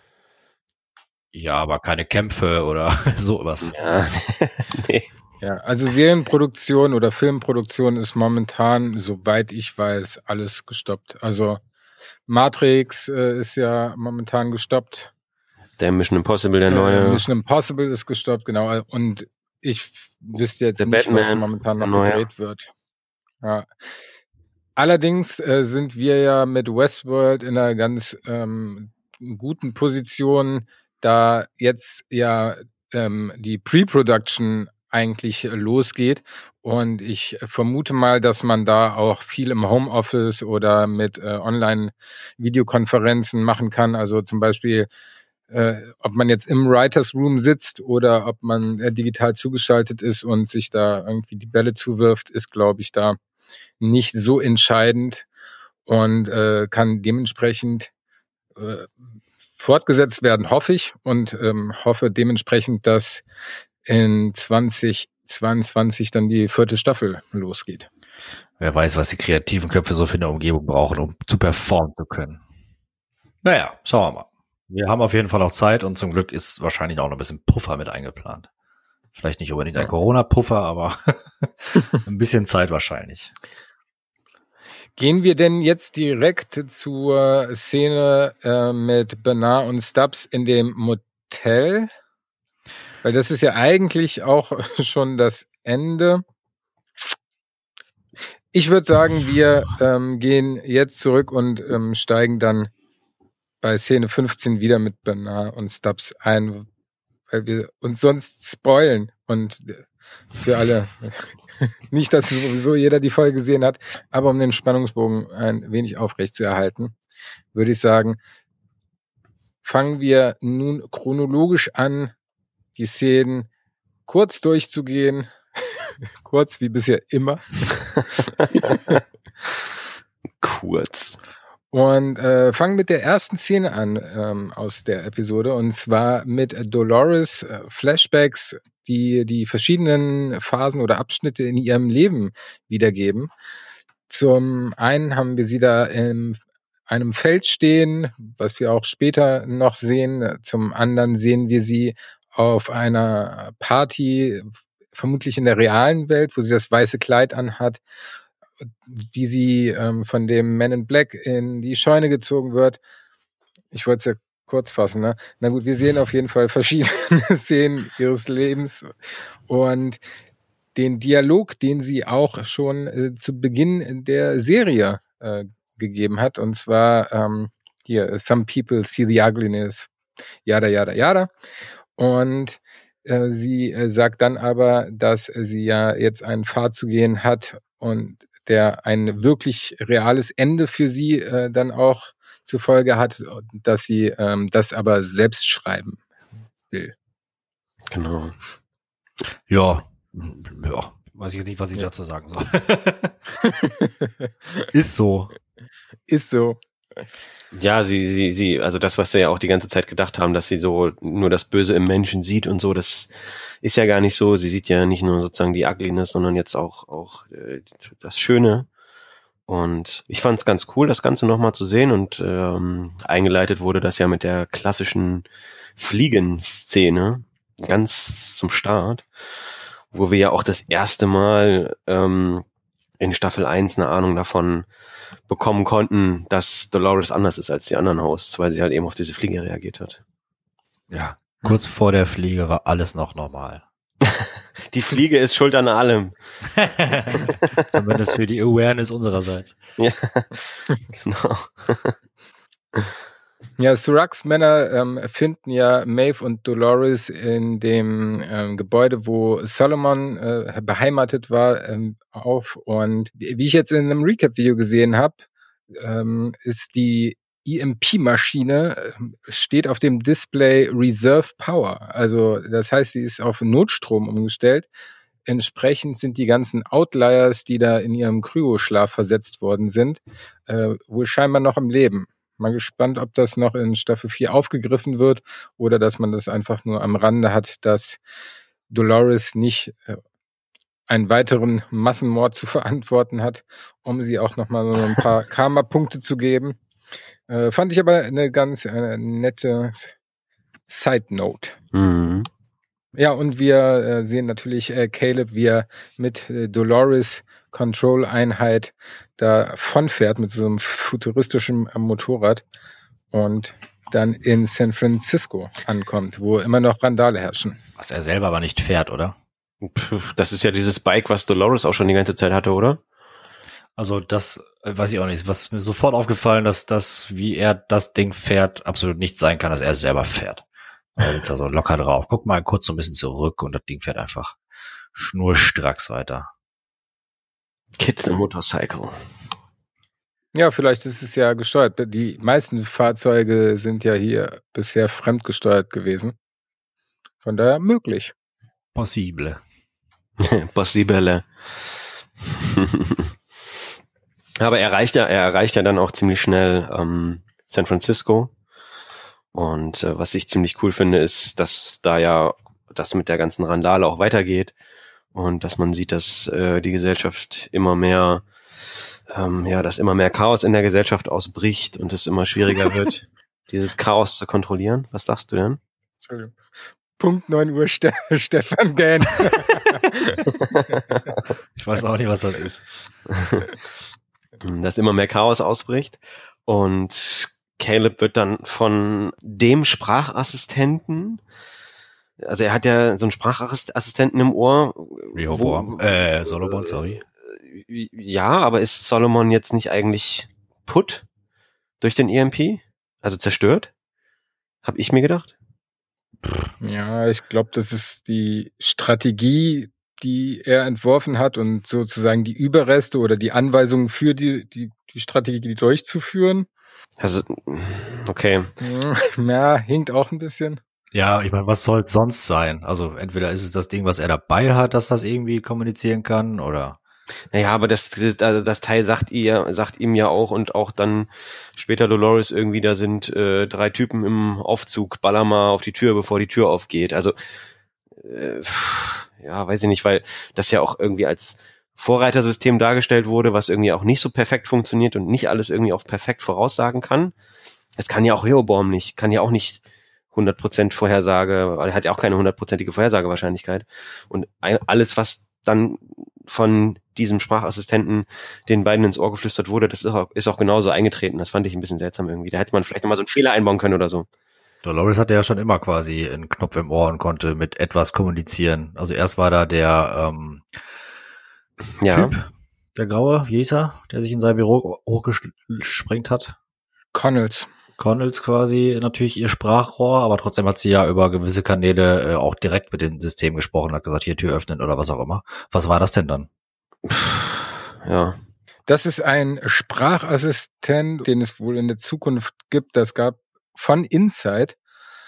Ja, aber keine Kämpfe oder sowas. Ja, nee. Ja, also Serienproduktion oder Filmproduktion ist momentan, soweit ich weiß, alles gestoppt. Also Matrix äh, ist ja momentan gestoppt. Der Mission Impossible, der Äh, neue. Mission Impossible ist gestoppt, genau. Und ich wüsste jetzt The nicht, was Batman, momentan noch der neue. gedreht wird. Ja. Allerdings äh, sind wir ja mit Westworld in einer ganz ähm, guten Position, da jetzt ja ähm, die Pre-Production eigentlich losgeht. Und ich vermute mal, dass man da auch viel im Homeoffice oder mit äh, Online-Videokonferenzen machen kann. Also zum Beispiel, äh, ob man jetzt im Writers Room sitzt oder ob man äh, digital zugeschaltet ist und sich da irgendwie die Bälle zuwirft, ist, glaube ich, da nicht so entscheidend und äh, kann dementsprechend äh, fortgesetzt werden, hoffe ich, und ähm, hoffe dementsprechend, dass in zwanzig zweiundzwanzig dann die vierte Staffel losgeht. Wer weiß, was die kreativen Köpfe so für eine Umgebung brauchen, um zu performen zu können. Naja, schauen wir mal. Wir haben auf jeden Fall noch Zeit und zum Glück ist wahrscheinlich auch noch ein bisschen Puffer mit eingeplant. Vielleicht nicht unbedingt ein Ja. Corona-Puffer, aber ein bisschen Zeit wahrscheinlich. Gehen wir denn jetzt direkt zur Szene äh, mit Bernard und Stubbs in dem Motel? Weil das ist ja eigentlich auch schon das Ende. Ich würde sagen, wir ähm, gehen jetzt zurück und ähm, steigen dann bei Szene fünfzehn wieder mit Bernard und Stubbs ein, weil wir uns sonst spoilen. Und für alle, nicht, dass sowieso jeder die Folge gesehen hat, aber um den Spannungsbogen ein wenig aufrecht zu erhalten, würde ich sagen, fangen wir nun chronologisch an, die Szenen kurz durchzugehen. Kurz wie bisher immer. Kurz. Und äh, fangen mit der ersten Szene an ähm, aus der Episode, und zwar mit Dolores äh, Flashbacks, die die verschiedenen Phasen oder Abschnitte in ihrem Leben wiedergeben. Zum einen haben wir sie da in einem Feld stehen, was wir auch später noch sehen. Zum anderen sehen wir sie auf einer Party, vermutlich in der realen Welt, wo sie das weiße Kleid anhat, wie sie ähm, von dem Man in Black in die Scheune gezogen wird. Ich wollte es ja kurz fassen, ne? Na gut, wir sehen auf jeden Fall verschiedene Szenen ihres Lebens und den Dialog, den sie auch schon äh, zu Beginn der Serie äh, gegeben hat, und zwar ähm, hier, some people see the ugliness, yada, yada, yada. Und äh, sie äh, sagt dann aber, dass sie ja jetzt einen Pfad zu gehen hat und der ein wirklich reales Ende für sie äh, dann auch zur Folge hat, dass sie ähm, das aber selbst schreiben will. Genau. Ja, Ja, weiß ich jetzt nicht, was ich ja. dazu sagen soll. Ist so. Ist so. Ja, sie, sie, sie, also das, was sie ja auch die ganze Zeit gedacht haben, dass sie so nur das Böse im Menschen sieht und so, das ist ja gar nicht so. Sie sieht ja nicht nur sozusagen die Ugliness, sondern jetzt auch, auch äh, das Schöne. Und ich fand es ganz cool, das Ganze nochmal zu sehen, und ähm, eingeleitet wurde das ja mit der klassischen Fliegenszene, ganz zum Start, wo wir ja auch das erste Mal ähm, in Staffel eins eine Ahnung davon bekommen konnten, dass Dolores anders ist als die anderen Hosts, weil sie halt eben auf diese Fliege reagiert hat. Ja, kurz vor der Fliege war alles noch normal. Die Fliege ist schuld an allem. Zumindest für die Awareness unsererseits. Ja, genau. Ja, Surax Männer ähm, finden ja Maeve und Dolores in dem ähm, Gebäude, wo Solomon äh, beheimatet war, ähm, auf. Und wie ich jetzt in einem Recap-Video gesehen habe, ähm, ist die E M P-Maschine, äh, steht auf dem Display Reserve Power. Also das heißt, sie ist auf Notstrom umgestellt. Entsprechend sind die ganzen Outliers, die da in ihrem Kryoschlaf versetzt worden sind, äh, wohl scheinbar noch im Leben. Mal gespannt, ob das noch in Staffel vier aufgegriffen wird oder dass man das einfach nur am Rande hat, dass Dolores nicht äh, einen weiteren Massenmord zu verantworten hat, um sie auch nochmal so ein paar Karma-Punkte zu geben. Äh, fand ich aber eine ganz äh, nette Side-Note. Mhm. Ja, und wir äh, sehen natürlich äh, Caleb, wie er mit äh, Dolores Control-Einheit da vonfährt mit so einem futuristischen äh, Motorrad und dann in San Francisco ankommt, wo immer noch Randale herrschen. Was er selber aber nicht fährt, oder? Das ist ja dieses Bike, was Dolores auch schon die ganze Zeit hatte, oder? Also das äh, weiß ich auch nicht. Was mir sofort aufgefallen, dass das, wie er das Ding fährt, absolut nicht sein kann, dass er es selber fährt. Er sitzt da so locker drauf. Guck mal kurz so ein bisschen zurück und das Ding fährt einfach schnurstracks weiter. Kids im Motorcycle. Ja, vielleicht ist es ja gesteuert. Die meisten Fahrzeuge sind ja hier bisher fremdgesteuert gewesen. Von daher möglich. Possible. Possible. Aber er erreicht ja, er erreicht ja dann auch ziemlich schnell ähm, San Francisco. Und äh, was ich ziemlich cool finde, ist, dass da ja das mit der ganzen Randale auch weitergeht und dass man sieht, dass äh, die Gesellschaft immer mehr, ähm, ja, dass immer mehr Chaos in der Gesellschaft ausbricht und es immer schwieriger wird, dieses Chaos zu kontrollieren. Was sagst du denn? Entschuldigung. Punkt neun Uhr Ste- Stefan Gähn. Ich weiß auch nicht, was das ist. Dass immer mehr Chaos ausbricht und Caleb wird dann von dem Sprachassistenten, also er hat ja so einen Sprachassistenten im Ohr. Rehoboam, äh, Solomon, sorry. Ja, aber ist Solomon jetzt nicht eigentlich put durch den E M P? Also zerstört? Hab ich mir gedacht. Ja, ich glaube, das ist die Strategie, die er entworfen hat und sozusagen die Überreste oder die Anweisungen für die, die, die Strategie durchzuführen. Also, okay. Ja, hinkt auch ein bisschen. Ja, ich meine, was soll es sonst sein? Also entweder ist es das Ding, was er dabei hat, dass das irgendwie kommunizieren kann, oder? Naja, aber das, das, also das Teil sagt ihr, sagt ihm ja auch, und auch dann später Dolores irgendwie, da sind äh, drei Typen im Aufzug, baller mal auf die Tür, bevor die Tür aufgeht. Also, äh, ja, weiß ich nicht, weil das ja auch irgendwie als Vorreitersystem dargestellt wurde, was irgendwie auch nicht so perfekt funktioniert und nicht alles irgendwie auch perfekt voraussagen kann. Es kann ja auch Rehoboam nicht, kann ja auch nicht hundert Prozent Vorhersage, er hat ja auch keine hundertprozentige Vorhersagewahrscheinlichkeit. Und alles, was dann von diesem Sprachassistenten den beiden ins Ohr geflüstert wurde, das ist auch, ist auch genauso eingetreten. Das fand ich ein bisschen seltsam irgendwie. Da hätte man vielleicht nochmal so einen Fehler einbauen können oder so. Dolores hatte ja schon immer quasi einen Knopf im Ohr und konnte mit etwas kommunizieren. Also erst war da der ähm, ja. Typ, der Graue, wie hieß er, der sich in sein Büro hochgesprengt hat. Connells. Connells quasi natürlich ihr Sprachrohr, aber trotzdem hat sie ja über gewisse Kanäle äh, auch direkt mit dem System gesprochen, hat gesagt, hier Tür öffnen oder was auch immer. Was war das denn dann? Ja. Das ist ein Sprachassistent, den es wohl in der Zukunft gibt. Das gab von Inside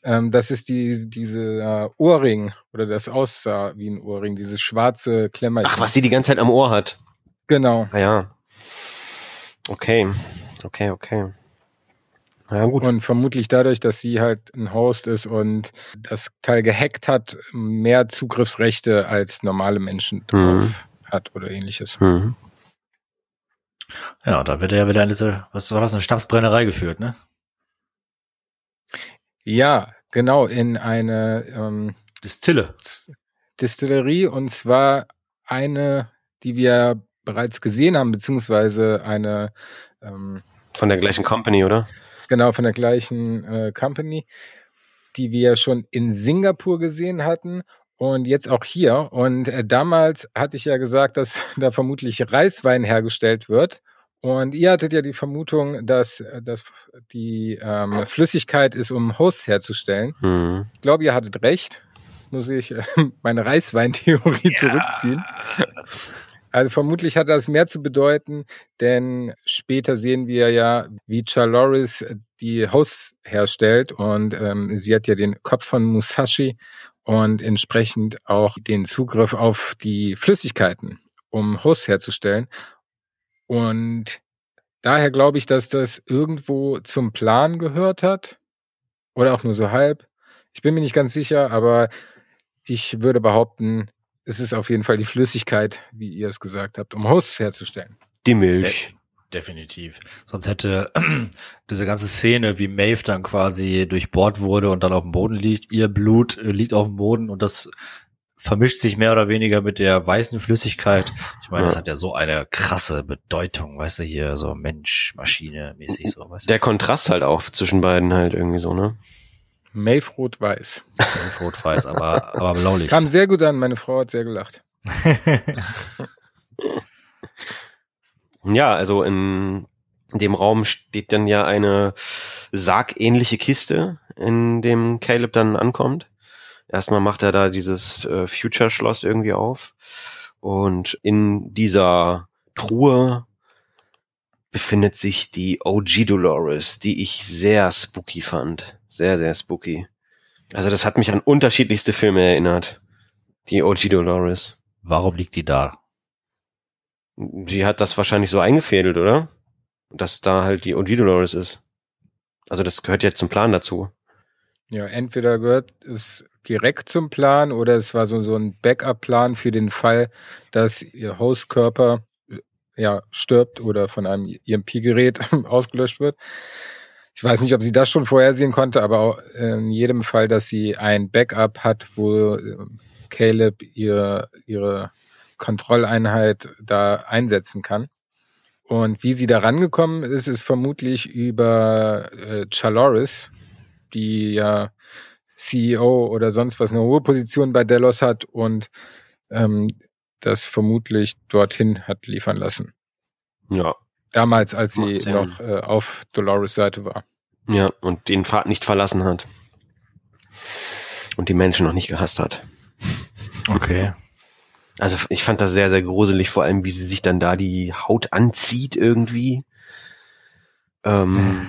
Ähm, das ist die, diese äh, Ohrring, oder das aussah wie ein Ohrring, dieses schwarze Klemmerchen. Ach, was sie die ganze Zeit am Ohr hat. Genau. Ah ja. Okay. Okay, okay. Ja, gut. Und vermutlich dadurch, dass sie halt ein Host ist und das Teil gehackt hat, mehr Zugriffsrechte als normale Menschen drauf Mhm. hat oder ähnliches. Mhm. Ja, da wird er ja wieder in diese, was war das, eine Schnapsbrennerei geführt, ne? Ja, genau, in eine ähm, Distille. Distillerie, und zwar eine, die wir bereits gesehen haben, beziehungsweise eine ähm, Von der gleichen Company, oder? genau von der gleichen äh, Company, die wir schon in Singapur gesehen hatten und jetzt auch hier. Und äh, damals hatte ich ja gesagt, dass da vermutlich Reiswein hergestellt wird. Und ihr hattet ja die Vermutung, dass, äh, dass die ähm, Flüssigkeit ist, um Hosts herzustellen. Mhm. Ich glaube, ihr hattet recht. Muss ich äh, meine Reisweintheorie zurückziehen. Also vermutlich hat das mehr zu bedeuten, denn später sehen wir ja, wie Chaloris die Hosts herstellt, und ähm, sie hat ja den Kopf von Musashi und entsprechend auch den Zugriff auf die Flüssigkeiten, um Hosts herzustellen. Und daher glaube ich, dass das irgendwo zum Plan gehört hat oder auch nur so halb. Ich bin mir nicht ganz sicher, aber ich würde behaupten, es ist auf jeden Fall die Flüssigkeit, wie ihr es gesagt habt, um Hosts herzustellen. Die Milch. De- definitiv. Sonst hätte diese ganze Szene, wie Maeve dann quasi durchbohrt wurde und dann auf dem Boden liegt, ihr Blut äh, liegt auf dem Boden und das vermischt sich mehr oder weniger mit der weißen Flüssigkeit. Ich meine, Ja. das hat ja so eine krasse Bedeutung, weißt du, hier so Mensch, Maschine mäßig so, weißt du. Der Kontrast halt auch zwischen beiden halt irgendwie so, ne? Maeve rot-weiß. Rot-weiß, aber, aber Blaulicht. Kam sehr gut an, meine Frau hat sehr gelacht. Ja, also in dem Raum steht dann ja eine sargähnliche Kiste, in dem Caleb dann ankommt. Erstmal macht er da dieses äh, Future-Schloss irgendwie auf. Und in dieser Truhe befindet sich die O G Dolores, die ich sehr spooky fand. Sehr, sehr spooky. Also das hat mich an unterschiedlichste Filme erinnert. Die O G Dolores. Warum liegt die da? Sie hat das wahrscheinlich so eingefädelt, oder? Dass da halt die O G Dolores ist. Also das gehört ja zum Plan dazu. Ja, entweder gehört es direkt zum Plan oder es war so, so ein Backup-Plan für den Fall, dass ihr Hostkörper ja stirbt oder von einem E M P-Gerät ausgelöscht wird. Ich weiß nicht, ob sie das schon vorhersehen konnte, aber auch in jedem Fall, dass sie ein Backup hat, wo Caleb ihr, ihre Kontrolleinheit da einsetzen kann. Und wie sie da rangekommen ist, ist vermutlich über äh, Chaloris, die ja C E O oder sonst was, eine hohe Position bei Delos hat und ähm, das vermutlich dorthin hat liefern lassen. Ja. Damals, als sie Macht Sinn. noch äh, auf Dolores Seite war. Ja, und den Pfad nicht verlassen hat. Und die Menschen noch nicht gehasst hat. Okay. Also ich fand das sehr, sehr gruselig, vor allem wie sie sich dann da die Haut anzieht irgendwie. Ähm.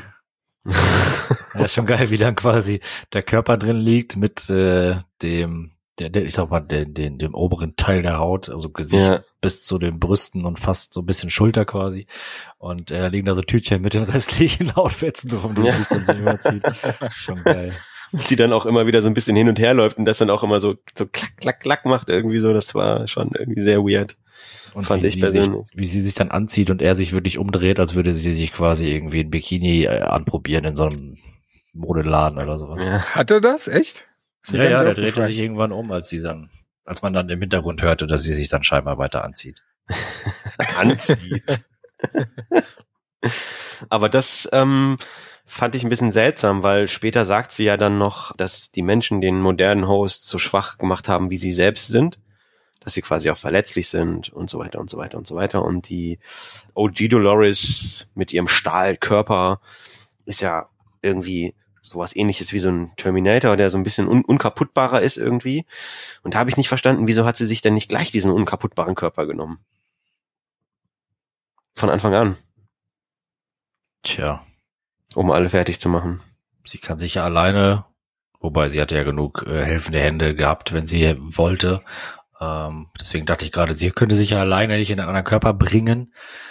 Ja, ist schon geil, wie dann quasi der Körper drin liegt mit äh, dem, der, der, ich sag mal, den, den, dem oberen Teil der Haut, also Gesicht Ja. bis zu den Brüsten und fast so ein bisschen Schulter quasi. Und äh, da liegen da so Tütchen mit den restlichen Hautfetzen drum, die Ja. sich dann so überzieht. Schon geil. Und sie dann auch immer wieder so ein bisschen hin und her läuft und das dann auch immer so, so klack, klack, klack macht irgendwie so. Das war schon irgendwie sehr weird. Und Fand wie ich sie sich, persönlich. wie sie sich dann anzieht und er sich wirklich umdreht, als würde sie sich quasi irgendwie ein Bikini äh, anprobieren in so einem Modeladen oder sowas. Ja. Hat er das? Echt? Ist mir Ja, gar ja, nicht der drehte aufgefallen. sich irgendwann um, als sie dann, als man dann im Hintergrund hörte, dass sie sich dann scheinbar weiter anzieht. Anzieht. Aber das ähm, fand ich ein bisschen seltsam, weil später sagt sie ja dann noch, dass die Menschen den modernen Host so schwach gemacht haben, wie sie selbst sind, dass sie quasi auch verletzlich sind und so weiter und so weiter und so weiter. Und die O G Dolores mit ihrem Stahlkörper ist ja irgendwie sowas ähnliches wie so ein Terminator, der so ein bisschen un- unkaputtbarer ist irgendwie. Und da habe ich nicht verstanden, wieso hat sie sich denn nicht gleich diesen unkaputtbaren Körper genommen? Von Anfang an, Tja, um alle fertig zu machen. sie kann sich ja alleine Wobei sie hatte ja genug äh, helfende Hände gehabt, wenn sie wollte. Ähm, deswegen dachte ich gerade, sie könnte sich ja alleine nicht in einen anderen Körper bringen.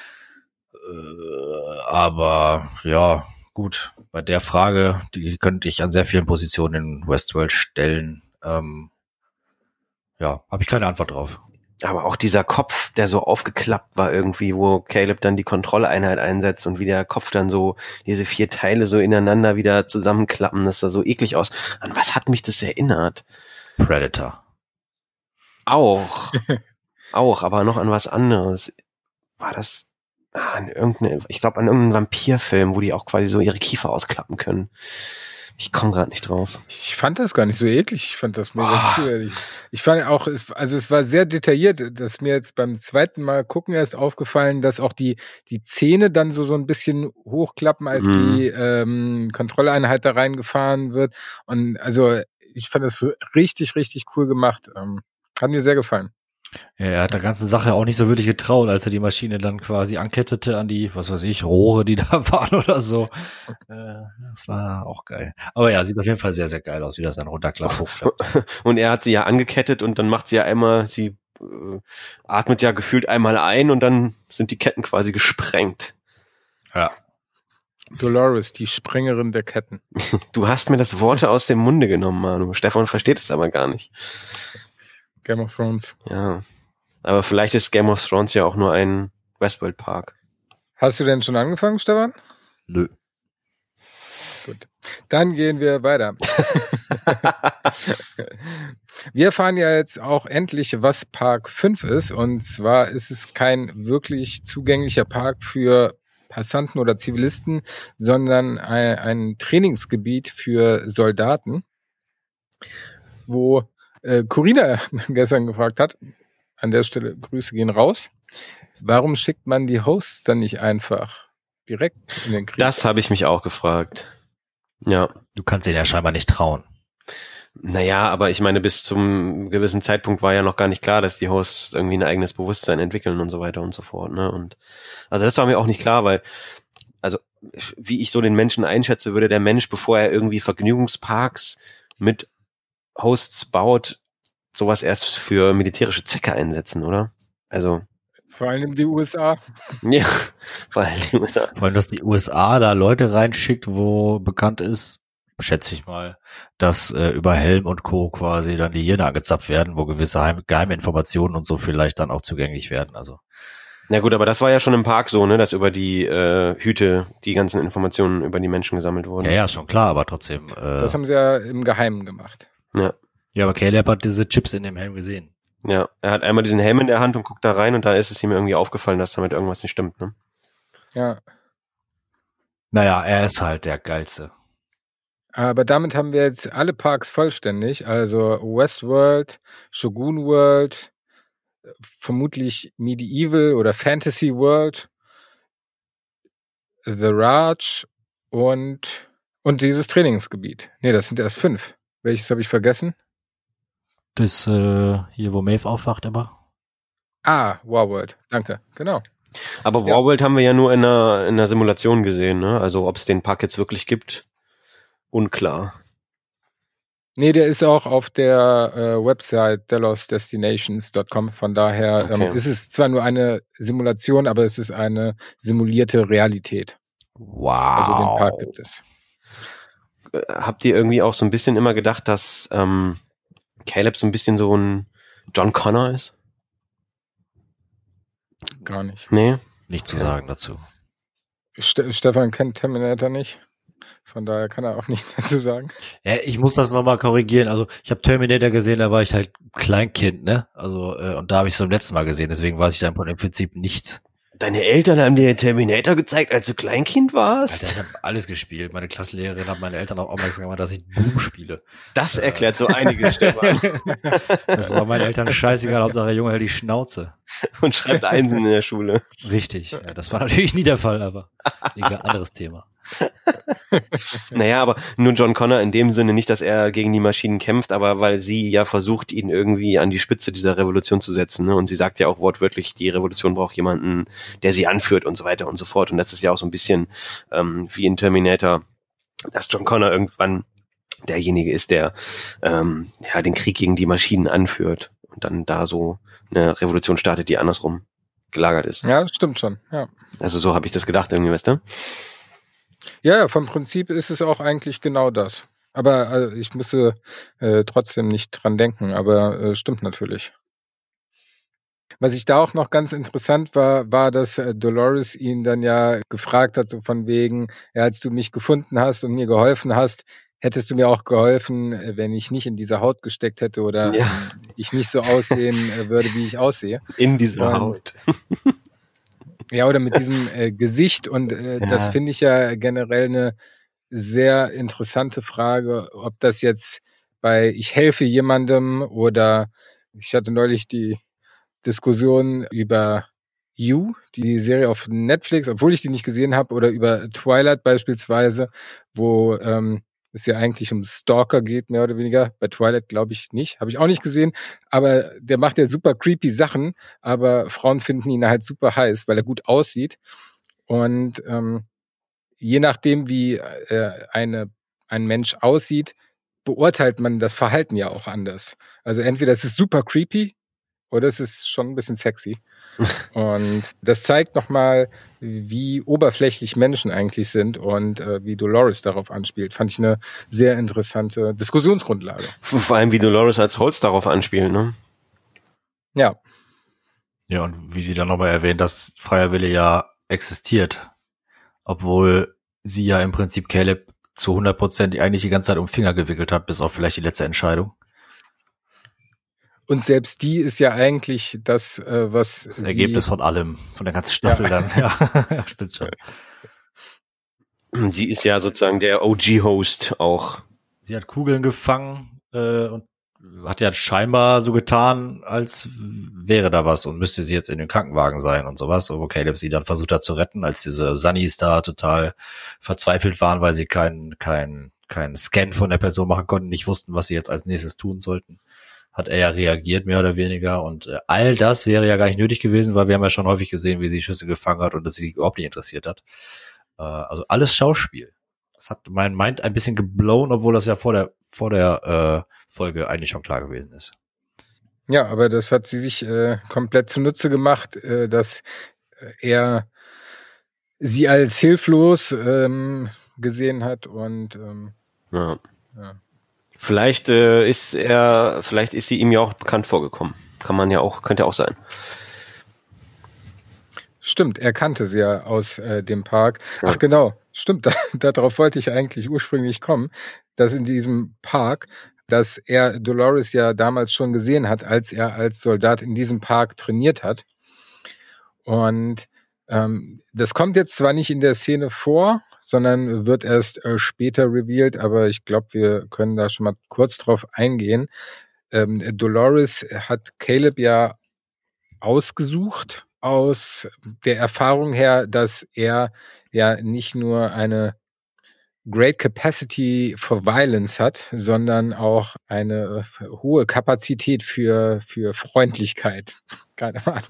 Äh, aber ja, gut. Bei der Frage, die könnte ich an sehr vielen Positionen in Westworld stellen. Ähm, ja, habe ich keine Antwort drauf. Aber auch dieser Kopf, der so aufgeklappt war irgendwie, wo Caleb dann die Kontrolleinheit einsetzt und wie der Kopf dann so, diese vier Teile so ineinander wieder zusammenklappen, das sah so eklig aus. An was hat mich das erinnert? Predator. Auch. Auch, aber noch an was anderes. War das ah, an irgendeine, ich glaube an irgendeinen Vampirfilm, wo die auch quasi so ihre Kiefer ausklappen können. Ich komme gerade nicht drauf. Ich fand das gar nicht so eklig. Ich fand das mega Oh. cool. Ich, ich fand auch, es, also es war sehr detailliert, dass mir jetzt beim zweiten Mal gucken erst aufgefallen, dass auch die, die Zähne dann so, so ein bisschen hochklappen, als Mhm. die ähm, Kontrolleinheit da reingefahren wird. Und also ich fand das richtig, richtig cool gemacht. Ähm, hat mir sehr gefallen. Ja, er hat der ganzen Sache auch nicht so wirklich getraut, als er die Maschine dann quasi ankettete an die, was weiß ich, Rohre, die da waren oder so. Äh, das war auch geil. Aber ja, sieht auf jeden Fall sehr, sehr geil aus, wie das dann runterklappt, hochklappt. Und er hat sie ja angekettet und dann macht sie ja einmal, sie äh, atmet ja gefühlt einmal ein und dann sind die Ketten quasi gesprengt. Ja. Dolores, die Sprengerin der Ketten. Du hast mir das Worte aus dem Munde genommen, Manu. Stefan versteht es aber gar nicht. Game of Thrones. Ja. Aber vielleicht ist Game of Thrones ja auch nur ein Westworld Park. Hast du denn schon angefangen, Stefan? Nö. Gut. Dann gehen wir weiter. Wir erfahren ja jetzt auch endlich, was Park fünf ist. Und zwar ist es kein wirklich zugänglicher Park für Passanten oder Zivilisten, sondern ein, ein Trainingsgebiet für Soldaten, wo äh, Corinna gestern gefragt hat, an der Stelle Grüße gehen raus, warum schickt man die Hosts dann nicht einfach direkt in den Krieg? Das habe ich mich auch gefragt. Ja. Du kannst ihnen ja scheinbar nicht trauen. Naja, aber ich meine, bis zum gewissen Zeitpunkt war ja noch gar nicht klar, dass die Hosts irgendwie ein eigenes Bewusstsein entwickeln und so weiter und so fort, ne? Und also das war mir auch nicht klar, weil, also wie ich so den Menschen einschätze, würde der Mensch, bevor er irgendwie Vergnügungsparks mit Hosts baut, sowas erst für militärische Zwecke einsetzen, oder? Also Vor allem die U S A. ja, vor allem die U S A. Vor allem, dass die U S A da Leute reinschickt, wo bekannt ist, schätze ich mal, dass äh, über Helm und Co. quasi dann die Hirne angezapft werden, wo gewisse Heim- Geheiminformationen und so vielleicht dann auch zugänglich werden. Also Na gut, aber das war ja schon im Park so, ne, dass über die äh, Hüte die ganzen Informationen über die Menschen gesammelt wurden. ja, ja, ist schon klar, aber trotzdem. Äh, Das haben sie ja im Geheimen gemacht. Ja, ja, aber Caleb hat diese Chips in dem Helm gesehen. ja. Er hat einmal diesen Helm in der Hand und guckt da rein und da ist es ihm irgendwie aufgefallen, dass damit irgendwas nicht stimmt, ne? Ja. Naja, er ist halt der Geilste. Aber damit haben wir jetzt alle Parks vollständig. Also Westworld, Shogun World, vermutlich Medieval oder Fantasy World, The Raj und, und dieses Trainingsgebiet. Nee, das sind erst fünf. Welches habe ich vergessen? Das äh, hier, wo Maeve aufwacht immer. Ah, Warworld. Danke. Genau. Aber Ja. Warworld haben wir ja nur in einer, in einer Simulation gesehen, ne? Also ob es den Park jetzt wirklich gibt, unklar. Nee, der ist auch auf der äh, Website delos destinations dot com. Von daher Okay. ähm, ist es zwar nur eine Simulation, aber es ist eine simulierte Realität. Wow. Also den Park gibt es. Äh, Habt ihr irgendwie auch so ein bisschen immer gedacht, dass ähm, Caleb so ein bisschen so ein John Connor ist? Gar nicht. Nee? Nicht zu sagen dazu. Ste Stefan kennt Terminator nicht. Von daher kann er auch nichts dazu sagen. Ja, ich muss das nochmal korrigieren. Also ich habe Terminator gesehen, da war ich halt Kleinkind, ne? Also äh, und da habe ich es zum letzten Mal gesehen, deswegen weiß ich da im Prinzip nichts. Deine Eltern haben dir Terminator gezeigt, als du Kleinkind warst? Alter, ich habe alles gespielt. Meine Klassenlehrerin hat meine Eltern auch aufmerksam gemacht, dass ich Doom spiele. Das erklärt so einiges, Stefan. Das war meinen Eltern scheißegal, Hauptsache der Junge hält die Schnauze. Und schreibt Einsen in der Schule. Richtig. Ja, das war natürlich nie der Fall, aber egal, anderes Thema. Naja, aber nur John Connor in dem Sinne nicht, dass er gegen die Maschinen kämpft, aber weil sie ja versucht, ihn irgendwie an die Spitze dieser Revolution zu setzen, ne? Und sie sagt ja auch wortwörtlich, die Revolution braucht jemanden, der sie anführt und so weiter und so fort. Und das ist ja auch so ein bisschen ähm, wie in Terminator, dass John Connor irgendwann derjenige ist, der ähm, ja den Krieg gegen die Maschinen anführt und dann da so eine Revolution startet, die andersrum gelagert ist. Ja, stimmt schon, ja. Also so habe ich das gedacht irgendwie, weißt du? Ja, ja, vom Prinzip ist es auch eigentlich genau das. Aber also, ich müsse äh, trotzdem nicht dran denken, aber äh, stimmt natürlich. Was ich da auch noch ganz interessant war, war, dass äh, Dolores ihn dann ja gefragt hat, so von wegen, ja, als du mich gefunden hast und mir geholfen hast, hättest du mir auch geholfen, äh, wenn ich nicht in diese Haut gesteckt hätte oder Ja. ähm, ich nicht so aussehen äh, würde, wie ich aussehe. In dieser Und- Haut. Ja, oder mit diesem äh, Gesicht. Und äh, Ja. das finde ich ja generell eine sehr interessante Frage, ob das jetzt bei ich helfe jemandem oder ich hatte neulich die Diskussion über You, die Serie auf Netflix, obwohl ich die nicht gesehen habe, oder über Twilight beispielsweise, wo ähm, es ja eigentlich um Stalker geht, mehr oder weniger. Bei Twilight glaube ich nicht, habe ich auch nicht gesehen, aber der macht ja super creepy Sachen, aber Frauen finden ihn halt super heiß, weil er gut aussieht und ähm, je nachdem, wie äh, eine, ein Mensch aussieht, beurteilt man das Verhalten ja auch anders. Also entweder es ist super creepy oder es ist schon ein bisschen sexy. Und das zeigt nochmal, wie oberflächlich Menschen eigentlich sind und äh, wie Dolores darauf anspielt. Fand ich eine sehr interessante Diskussionsgrundlage. Vor allem wie Dolores als Holz darauf anspielt, ne? Ja, Ja, und wie sie dann nochmal erwähnt, dass freier Wille ja existiert. Obwohl sie ja im Prinzip Caleb zu hundert Prozent eigentlich die ganze Zeit um den Finger gewickelt hat, bis auf vielleicht die letzte Entscheidung. und selbst die ist ja eigentlich das, äh, was Das sie, Ergebnis von allem, von der ganzen Staffel dann. Ja, ja, stimmt schon. Sie ist ja sozusagen der O G-Host auch. Sie hat Kugeln gefangen äh, und hat ja scheinbar so getan, als wäre da was und müsste sie jetzt in den Krankenwagen sein und sowas, wo Caleb sie dann versucht hat zu retten, als diese Sunnys da total verzweifelt waren, weil sie keinen keinen keinen Scan von der Person machen konnten, nicht wussten, was sie jetzt als nächstes tun sollten. Hat er ja reagiert, mehr oder weniger. Und äh, all das wäre ja gar nicht nötig gewesen, weil wir haben ja schon häufig gesehen, wie sie Schüsse gefangen hat und dass sie sich überhaupt nicht interessiert hat. Äh, also alles Schauspiel. Das hat mein Mind ein bisschen geblown, obwohl das ja vor der vor der äh, Folge eigentlich schon klar gewesen ist. Ja, aber das hat sie sich äh, komplett zunutze gemacht, äh, dass er sie als hilflos ähm, gesehen hat und ähm, Ja. ja. Vielleicht äh, ist er, vielleicht ist sie ihm ja auch bekannt vorgekommen. Kann man ja auch, könnte auch sein. Stimmt, er kannte sie ja aus äh, dem Park. Ja. Ach genau, stimmt, da, darauf wollte ich eigentlich ursprünglich kommen, dass in diesem Park, dass er Dolores ja damals schon gesehen hat, als er als Soldat in diesem Park trainiert hat. Und ähm, das kommt jetzt zwar nicht in der Szene vor, sondern wird erst äh, später revealed, aber ich glaube, wir können da schon mal kurz drauf eingehen. Ähm, Dolores hat Caleb ja ausgesucht aus der Erfahrung her, dass er ja nicht nur eine great capacity for violence hat, sondern auch eine äh, hohe Kapazität für, für Freundlichkeit. Keine Ahnung.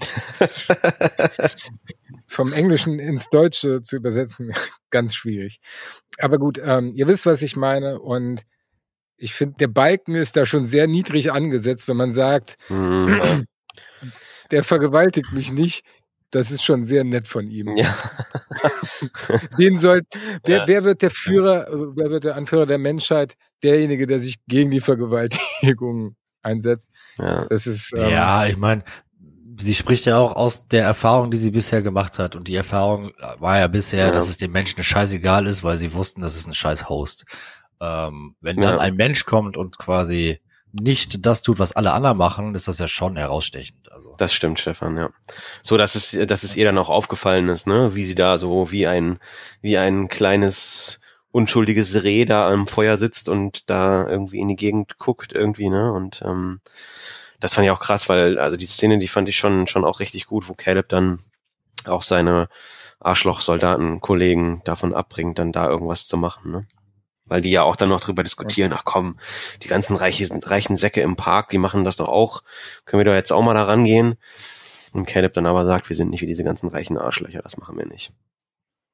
Vom Englischen ins Deutsche zu übersetzen, ganz schwierig. Aber gut, ähm, ihr wisst, was ich meine. Und ich finde, der Balken ist da schon sehr niedrig angesetzt, wenn man sagt, Mhm. der vergewaltigt mich nicht. Das ist schon sehr nett von ihm. Ja. Den soll, wer, Ja. wer wird der Führer, äh, wer wird der Anführer der Menschheit? Derjenige, der sich gegen die Vergewaltigung einsetzt. Ja. Das ist, ähm, Ja, ich meine, sie spricht ja auch aus der Erfahrung, die sie bisher gemacht hat. Und die Erfahrung war ja bisher, Ja. dass es den Menschen scheißegal ist, weil sie wussten, das ist ein scheiß Host. Ähm, wenn dann Ja. ein Mensch kommt und quasi nicht das tut, was alle anderen machen, ist das ja schon herausstechend. Also Das stimmt, Stefan, ja. So, dass es, dass es ihr dann auch aufgefallen ist, ne, wie sie da so wie ein, wie ein kleines, unschuldiges Reh da am Feuer sitzt und da irgendwie in die Gegend guckt irgendwie, ne, und, ähm, das fand ich auch krass, weil, also die Szene, die fand ich schon, schon auch richtig gut, wo Caleb dann auch seine Arschloch-Soldaten-Kollegen davon abbringt, dann da irgendwas zu machen, ne. Weil die ja auch dann noch drüber diskutieren, ach komm, die ganzen reichen, reichen Säcke im Park, die machen das doch auch, können wir doch jetzt auch mal da rangehen. Und Caleb dann aber sagt, wir sind nicht wie diese ganzen reichen Arschlöcher, das machen wir nicht.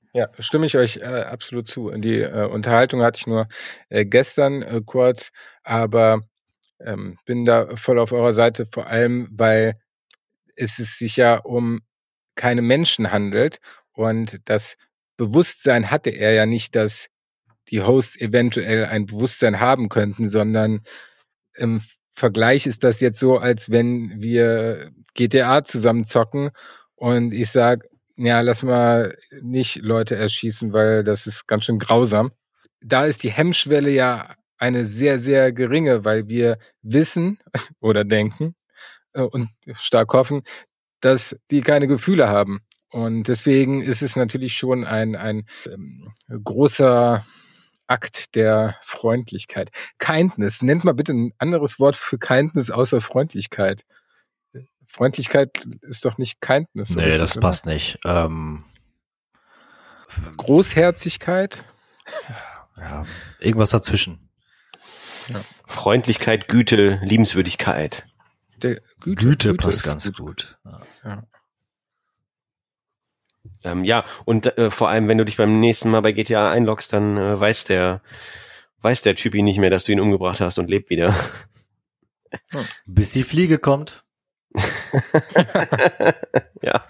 Ja, stimme ich euch äh, absolut zu. Die äh, Unterhaltung hatte ich nur äh, gestern äh, kurz, aber ähm, bin da voll auf eurer Seite, vor allem, weil es es sich ja um keine Menschen handelt und das Bewusstsein hatte er ja nicht, dass die Hosts eventuell ein Bewusstsein haben könnten, sondern im Vergleich ist das jetzt so, als wenn wir G T A zusammen zocken und ich sag, ja, lass mal nicht Leute erschießen, weil das ist ganz schön grausam. Da ist die Hemmschwelle ja eine sehr, sehr geringe, weil wir wissen oder denken äh, und stark hoffen, dass die keine Gefühle haben. Und deswegen ist es natürlich schon ein, ein ähm, großer Akt der Freundlichkeit. Kindness. Nennt mal bitte ein anderes Wort für Kindness außer Freundlichkeit. Freundlichkeit ist doch nicht Kindness. Nee, das oder? Passt nicht. Ähm, Großherzigkeit? Ja, irgendwas dazwischen. Ja. Freundlichkeit, Güte, Liebenswürdigkeit. Der Güte, Güte, Güte passt ganz gut. gut. Ja. Ja. Ähm, ja, und äh, vor allem, wenn du dich beim nächsten Mal bei G T A einloggst, dann äh, weiß der weiß der Typi nicht mehr, dass du ihn umgebracht hast und lebt wieder. Hm. Bis die Fliege kommt. Ja.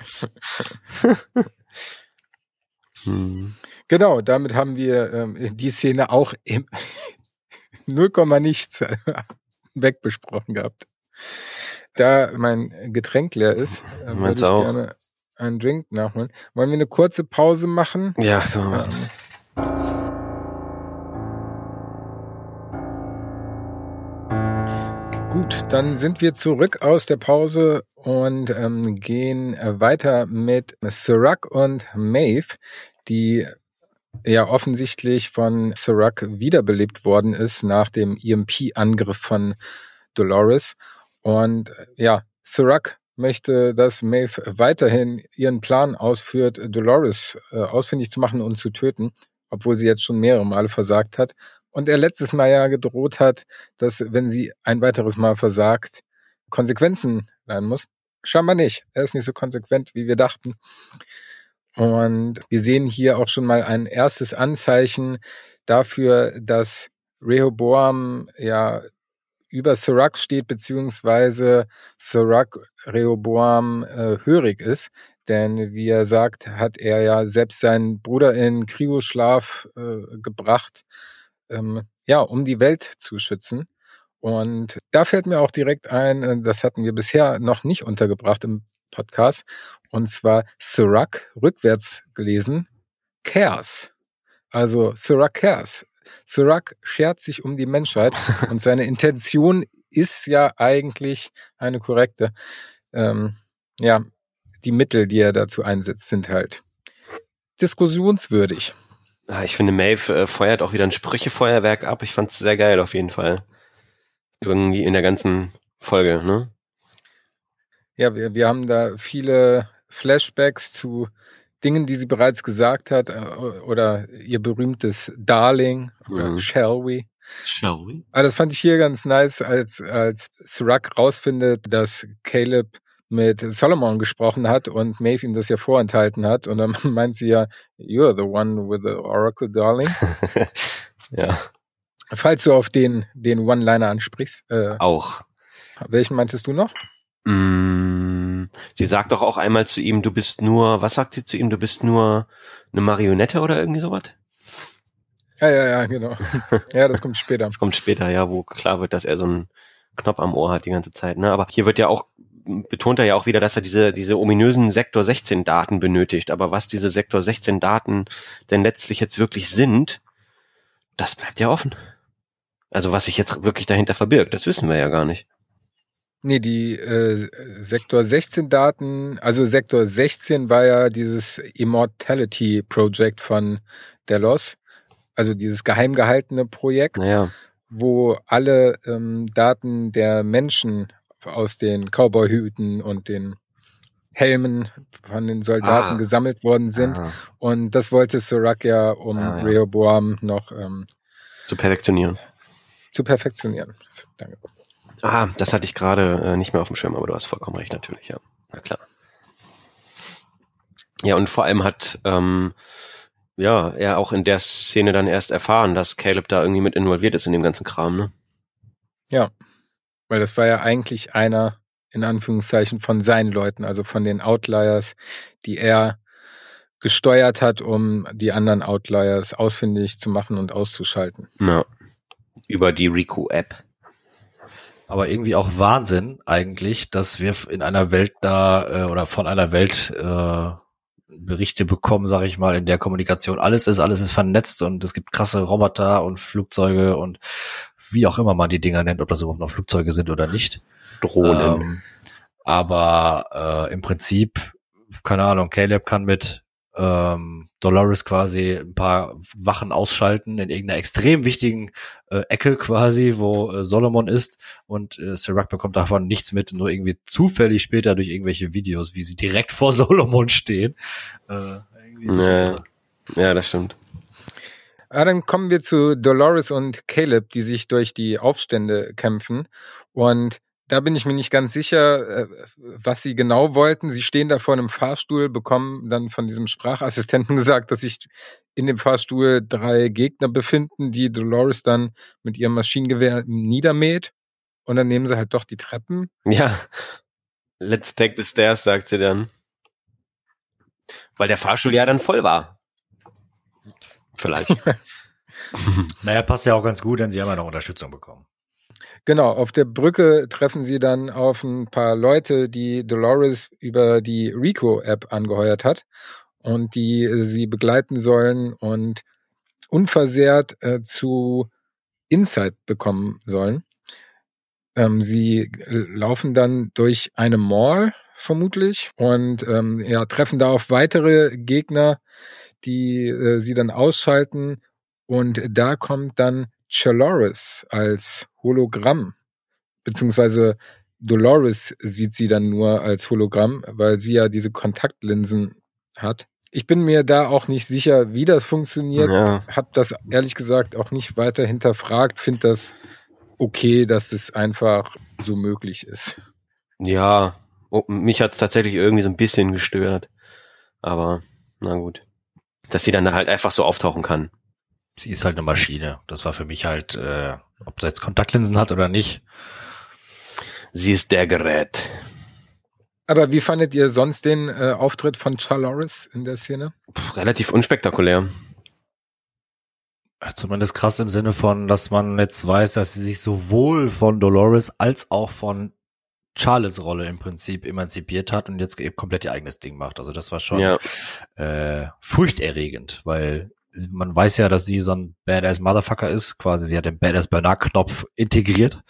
hm. Genau, damit haben wir ähm, die Szene auch im null Komma nichts wegbesprochen gehabt. Da mein Getränk leer ist, äh, würde ich auch? gerne einen Drink nachholen. Wollen wir eine kurze Pause machen? Ja, komm mal. Ähm. Gut, dann sind wir zurück aus der Pause und ähm, gehen äh, weiter mit Serac und Maeve, die ja offensichtlich von Serac wiederbelebt worden ist nach dem E M P-Angriff von Dolores. Und ja, Serac möchte, dass Maeve weiterhin ihren Plan ausführt, Dolores äh, ausfindig zu machen und zu töten, obwohl sie jetzt schon mehrere Male versagt hat. Und er letztes Mal ja gedroht hat, dass, wenn sie ein weiteres Mal versagt, Konsequenzen leiden muss. Scheinbar nicht. Er ist nicht so konsequent, wie wir dachten. Und wir sehen hier auch schon mal ein erstes Anzeichen dafür, dass Rehoboam ja über Serac steht, beziehungsweise Serac Rehoboam äh, hörig ist. Denn wie er sagt, hat er ja selbst seinen Bruder in Kryoschlaf äh, gebracht, ähm, ja, um die Welt zu schützen. Und da fällt mir auch direkt ein, das hatten wir bisher noch nicht untergebracht im Podcast, und zwar Serac, rückwärts gelesen, cares. Also Serac cares. Serac schert sich um die Menschheit und seine Intention ist ja eigentlich eine korrekte. Ähm, ja, die Mittel, die er dazu einsetzt, sind halt diskussionswürdig. Ich finde, Maeve äh, feuert auch wieder ein Sprüchefeuerwerk ab. Ich fand es sehr geil auf jeden Fall. Irgendwie in der ganzen Folge, ne? Ja, wir, wir haben da viele Flashbacks zu Dingen, die sie bereits gesagt hat, oder ihr berühmtes Darling, oder mhm. Shall we? Shall we? Aber das fand ich hier ganz nice, als, als Serac rausfindet, dass Caleb mit Solomon gesprochen hat und Maeve ihm das ja vorenthalten hat. Und dann meint sie ja, you're the one with the Oracle, darling. Ja. Falls du auf den, den One-Liner ansprichst. Äh, auch. Welchen meintest du noch? Mm, sie sagt doch auch einmal zu ihm, du bist nur, was sagt sie zu ihm, du bist nur eine Marionette oder irgendwie sowas? Ja, ja, ja, genau. Ja, das kommt später. Das kommt später, ja, wo klar wird, dass er so einen Knopf am Ohr hat die ganze Zeit. Ne? Aber hier wird ja auch, betont er ja auch wieder, dass er diese diese ominösen Sektor sechzehn Daten benötigt. Aber was diese Sektor sechzehn Daten denn letztlich jetzt wirklich sind, das bleibt ja offen. Also was sich jetzt wirklich dahinter verbirgt, das wissen wir ja gar nicht. Nee, die äh, Sektor sechzehn Daten, also Sektor sechzehn war ja dieses Immortality Project von Delos, also dieses geheim gehaltene Projekt, naja. wo alle ähm, Daten der Menschen aus den Cowboy-Hüten und den Helmen von den Soldaten ah. gesammelt worden sind. Ah. Und das wollte Serac ja, um ah, ja. Rehoboam noch ähm, zu perfektionieren. Zu perfektionieren. Danke. Ah, das hatte ich gerade äh, nicht mehr auf dem Schirm, aber du hast vollkommen recht, natürlich, ja. Na klar. Ja, und vor allem hat ähm, ja, er auch in der Szene dann erst erfahren, dass Caleb da irgendwie mit involviert ist in dem ganzen Kram, ne? Ja, weil das war ja eigentlich einer, in Anführungszeichen, von seinen Leuten, also von den Outliers, die er gesteuert hat, um die anderen Outliers ausfindig zu machen und auszuschalten. Ja, über die Riku-App. Aber irgendwie auch Wahnsinn eigentlich, dass wir in einer Welt da äh, oder von einer Welt äh, Berichte bekommen, sage ich mal, in der Kommunikation alles ist, alles ist vernetzt und es gibt krasse Roboter und Flugzeuge und wie auch immer man die Dinger nennt, ob das überhaupt noch Flugzeuge sind oder nicht. Drohnen. Ähm, aber äh, im Prinzip, keine Ahnung, Caleb kann mit ähm, Dolores quasi ein paar Wachen ausschalten in irgendeiner extrem wichtigen äh, Ecke quasi, wo äh, Solomon ist und äh, Serac bekommt davon nichts mit, nur irgendwie zufällig später durch irgendwelche Videos, wie sie direkt vor Solomon stehen. Äh, irgendwie ein bisschen Ja. irre. Ja, das stimmt. Ah, dann kommen wir zu Dolores und Caleb, die sich durch die Aufstände kämpfen. Und da bin ich mir nicht ganz sicher, was sie genau wollten. Sie stehen da vor einem Fahrstuhl, bekommen dann von diesem Sprachassistenten gesagt, dass sich in dem Fahrstuhl drei Gegner befinden, die Dolores dann mit ihrem Maschinengewehr niedermäht. Und dann nehmen sie halt doch die Treppen. Ja. Let's take the stairs, sagt sie dann. Weil der Fahrstuhl ja dann voll war. Vielleicht. Naja, passt ja auch ganz gut, denn sie haben ja noch Unterstützung bekommen. Genau, auf der Brücke treffen sie dann auf ein paar Leute, die Dolores über die Rico-App angeheuert hat und die äh, sie begleiten sollen und unversehrt äh, zu Insight bekommen sollen. Ähm, sie äh, laufen dann durch eine Mall vermutlich und ähm, ja, treffen da auf weitere Gegner, die äh, sie dann ausschalten und da kommt dann Chaloris als Hologramm, beziehungsweise Dolores sieht sie dann nur als Hologramm, weil sie ja diese Kontaktlinsen hat. Ich bin mir da auch nicht sicher, wie das funktioniert. Ja. Hab das ehrlich gesagt auch nicht weiter hinterfragt. Finde das okay, dass es einfach so möglich ist. Ja, oh, mich hat's tatsächlich irgendwie so ein bisschen gestört. Aber, na gut. Dass sie dann da halt einfach so auftauchen kann. Sie ist halt eine Maschine. Das war für mich halt, äh, ob sie jetzt Kontaktlinsen hat oder nicht. Sie ist der Gerät. Aber wie fandet ihr sonst den äh, Auftritt von Chaloris in der Szene? Puh, relativ unspektakulär. Zumindest krass im Sinne von, dass man jetzt weiß, dass sie sich sowohl von Dolores als auch von Charlottes Rolle im Prinzip emanzipiert hat und jetzt eben komplett ihr eigenes Ding macht. Also das war schon Ja. äh, furchterregend, weil man weiß ja, dass sie so ein Badass Motherfucker ist. Quasi, sie hat den Badass Bernard-Knopf integriert.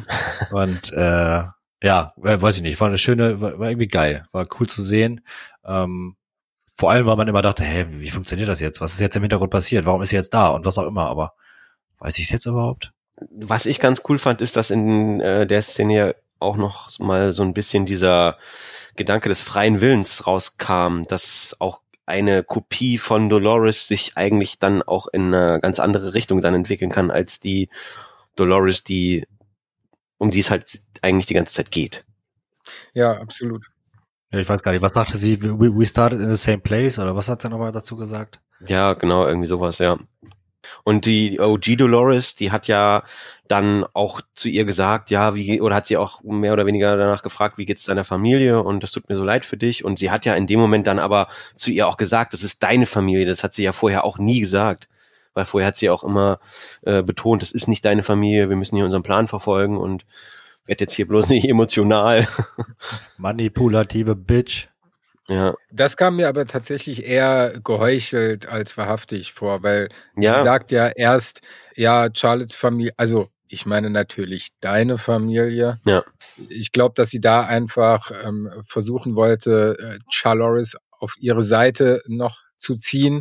Und äh, ja, weiß ich nicht, war eine schöne, war, war irgendwie geil, war cool zu sehen. Ähm, vor allem, weil man immer dachte, hä, wie funktioniert das jetzt? Was ist jetzt im Hintergrund passiert? Warum ist sie jetzt da? Und was auch immer, aber weiß ich es jetzt überhaupt? Was ich ganz cool fand, ist, dass in äh, der Szene ja auch noch mal so ein bisschen dieser Gedanke des freien Willens rauskam, dass auch eine Kopie von Dolores sich eigentlich dann auch in eine ganz andere Richtung dann entwickeln kann, als die Dolores, die um die es halt eigentlich die ganze Zeit geht. Ja, absolut. Ja, ich weiß gar nicht, was sagte sie? We, we started in the same place oder was hat sie nochmal dazu gesagt? Ja, genau, irgendwie sowas, ja. Und die O G Dolores, die hat ja dann auch zu ihr gesagt, ja, wie, oder hat sie auch mehr oder weniger danach gefragt, wie geht's deiner Familie und das tut mir so leid für dich. Und sie hat ja in dem Moment dann aber zu ihr auch gesagt, das ist deine Familie. Das hat sie ja vorher auch nie gesagt. Weil vorher hat sie auch immer äh, betont, das ist nicht deine Familie, wir müssen hier unseren Plan verfolgen und werd jetzt hier bloß nicht emotional. Manipulative Bitch. Ja. Das kam mir aber tatsächlich eher geheuchelt als wahrhaftig vor, weil Ja. sie sagt ja erst, ja, Charlottes Familie, also ich meine natürlich deine Familie. Ja. Ich glaube, dass sie da einfach ähm, versuchen wollte, äh, Chaloris auf ihre Seite noch zu ziehen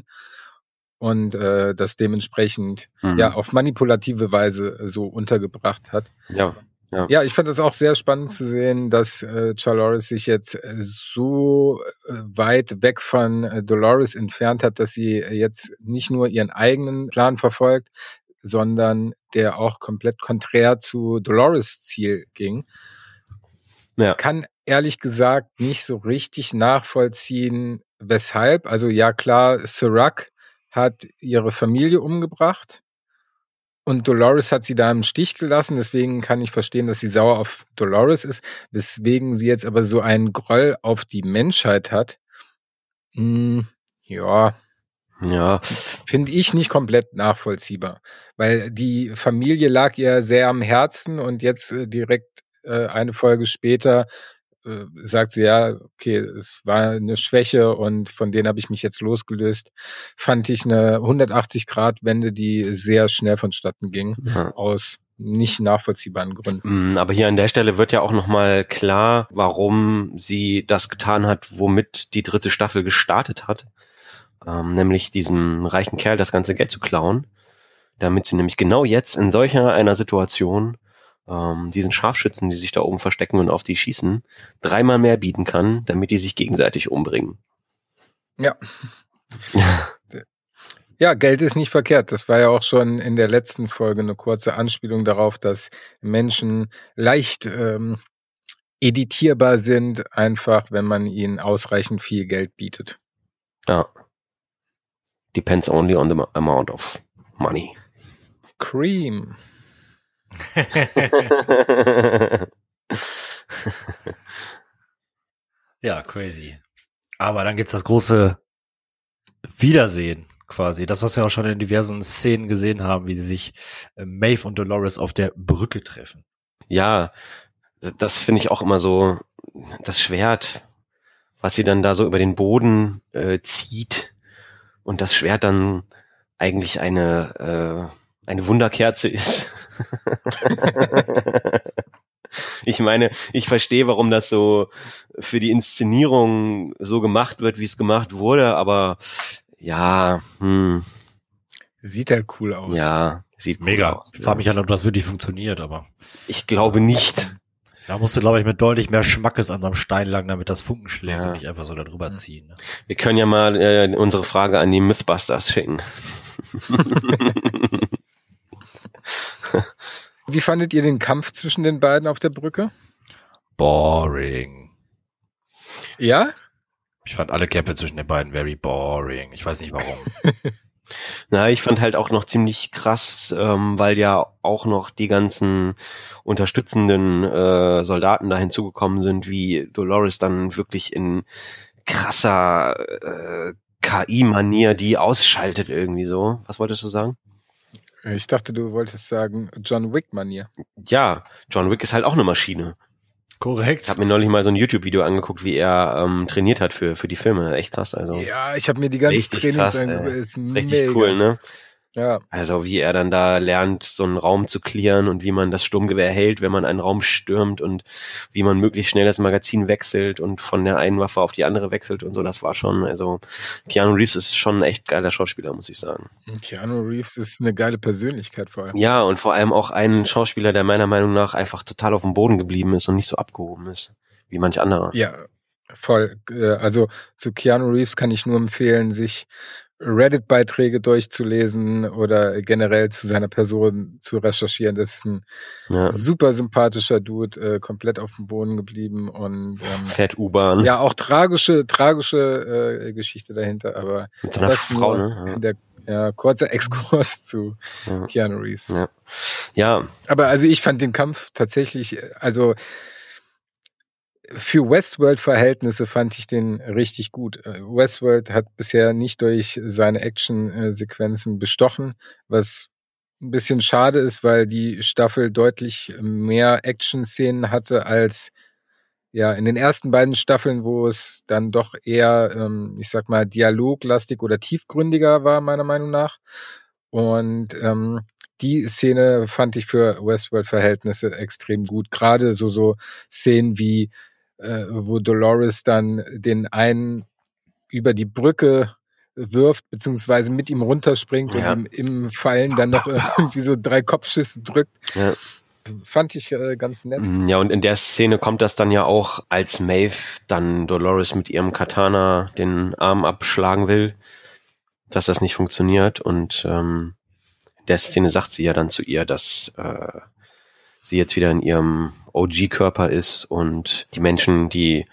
und äh, das dementsprechend Mhm. ja auf manipulative Weise äh, so untergebracht hat. Ja. Ja. Ja, ich fand es auch sehr spannend zu sehen, dass äh, Chaloris sich jetzt äh, so äh, weit weg von äh, Dolores entfernt hat, dass sie äh, jetzt nicht nur ihren eigenen Plan verfolgt, sondern der auch komplett konträr zu Dolores Ziel ging. Ja. Kann ehrlich gesagt nicht so richtig nachvollziehen, weshalb. Also ja klar, Serac hat ihre Familie umgebracht und Dolores hat sie da im Stich gelassen. Deswegen kann ich verstehen, dass sie sauer auf Dolores ist, weswegen sie jetzt aber so einen Groll auf die Menschheit hat. Hm, ja, Ja, finde ich nicht komplett nachvollziehbar, weil die Familie lag ihr sehr am Herzen und jetzt äh, direkt äh, eine Folge später äh, sagt sie, ja, okay, es war eine Schwäche und von denen habe ich mich jetzt losgelöst. Fand ich eine hundertachtzig-Grad-Wende, die sehr schnell vonstatten ging, ja. aus nicht nachvollziehbaren Gründen. Mm, Aber hier an der Stelle wird ja auch nochmal klar, warum sie das getan hat, womit die dritte Staffel gestartet hat. Ähm, nämlich diesem reichen Kerl das ganze Geld zu klauen, damit sie nämlich genau jetzt in solcher einer Situation ähm, diesen Scharfschützen, die sich da oben verstecken und auf die schießen, dreimal mehr bieten kann, damit die sich gegenseitig umbringen. Ja. Ja, Geld ist nicht verkehrt. Das war ja auch schon in der letzten Folge eine kurze Anspielung darauf, dass Menschen leicht ähm, editierbar sind, einfach wenn man ihnen ausreichend viel Geld bietet. Ja. Depends only on the amount of money. Cream. Ja, crazy. Aber dann gibt's das große Wiedersehen quasi. Das, was wir auch schon in diversen Szenen gesehen haben, wie sie sich äh, Maeve und Dolores auf der Brücke treffen. Ja, das finde ich auch immer so, das Schwert, was sie dann da so über den Boden äh, zieht und das Schwert dann eigentlich eine äh, eine Wunderkerze ist. Ich meine, ich verstehe, warum das so für die Inszenierung so gemacht wird, wie es gemacht wurde, aber ja, hm, Sieht halt cool aus. ja, sieht Mega. cool aus. Ich frage mich halt, ob das wirklich funktioniert, aber Ich glaube nicht. da musst du, glaube ich, mit deutlich mehr Schmackes an so einem Stein lang, damit das Funken schlägt Ja. und nicht einfach so da drüber ziehen. Ne? Wir können ja mal äh, unsere Frage an die Mythbusters schicken. Wie fandet ihr den Kampf zwischen den beiden auf der Brücke? Boring. Ja? Ich fand alle Kämpfe zwischen den beiden very boring. Ich weiß nicht warum. Na, ich fand halt auch noch ziemlich krass, ähm, weil ja auch noch die ganzen unterstützenden äh, Soldaten da hinzugekommen sind, wie Dolores dann wirklich in krasser äh, K I-Manier die ausschaltet irgendwie so. Was wolltest du sagen? Ich dachte, du wolltest sagen John Wick-Manier. Ja, John Wick ist halt auch eine Maschine. Korrekt. Ich habe mir neulich mal so ein YouTube-Video angeguckt, wie er ähm, trainiert hat für für die Filme. Echt krass, also. Ja, ich habe mir die ganzen Richtig Trainings krass, angeguckt. ey. Ist, Ist richtig mega. cool, ne? Ja. Also wie er dann da lernt, so einen Raum zu clearen und wie man das Sturmgewehr hält, wenn man einen Raum stürmt und wie man möglichst schnell das Magazin wechselt und von der einen Waffe auf die andere wechselt und so. Das war schon, also Keanu Reeves ist schon ein echt geiler Schauspieler, muss ich sagen. Keanu Reeves ist eine geile Persönlichkeit vor allem. Ja, und vor allem auch ein Schauspieler, der meiner Meinung nach einfach total auf dem Boden geblieben ist und nicht so abgehoben ist, wie manch anderer. Ja, voll. Äh, Also zu Keanu Reeves kann ich nur empfehlen, sich Reddit-Beiträge durchzulesen oder generell zu seiner Person zu recherchieren. Das ist ein Ja. super sympathischer Dude, äh, komplett auf dem Boden geblieben und ähm, Fährt U-Bahn. ja, auch tragische, tragische äh, Geschichte dahinter, aber Mit seiner das Frau, nur ne? der ja, kurzer Exkurs zu Ja. Keanu Reeves. Ja. Ja, Aber also ich fand den Kampf tatsächlich, also für Westworld-Verhältnisse fand ich den richtig gut. Äh, Westworld hat bisher nicht durch seine Action-Sequenzen bestochen, was ein bisschen schade ist, weil die Staffel deutlich mehr Action-Szenen hatte als ja in den ersten beiden Staffeln, wo es dann doch eher, ähm, ich sag mal, dialoglastig oder tiefgründiger war, meiner Meinung nach. Und ähm, die Szene fand ich für Westworld-Verhältnisse extrem gut. Gerade so so Szenen wie äh, wo Dolores dann den einen über die Brücke wirft, beziehungsweise mit ihm runterspringt Ja. und ihm im Fallen dann noch irgendwie so drei Kopfschüsse drückt. ja. Fand ich äh, ganz nett. Ja, und in der Szene kommt das dann ja auch, als Maeve dann Dolores mit ihrem Katana den Arm abschlagen will, dass das nicht funktioniert. Und ähm, in der Szene sagt sie ja dann zu ihr, dass äh, sie jetzt wieder in ihrem O G-Körper ist und die Menschen, die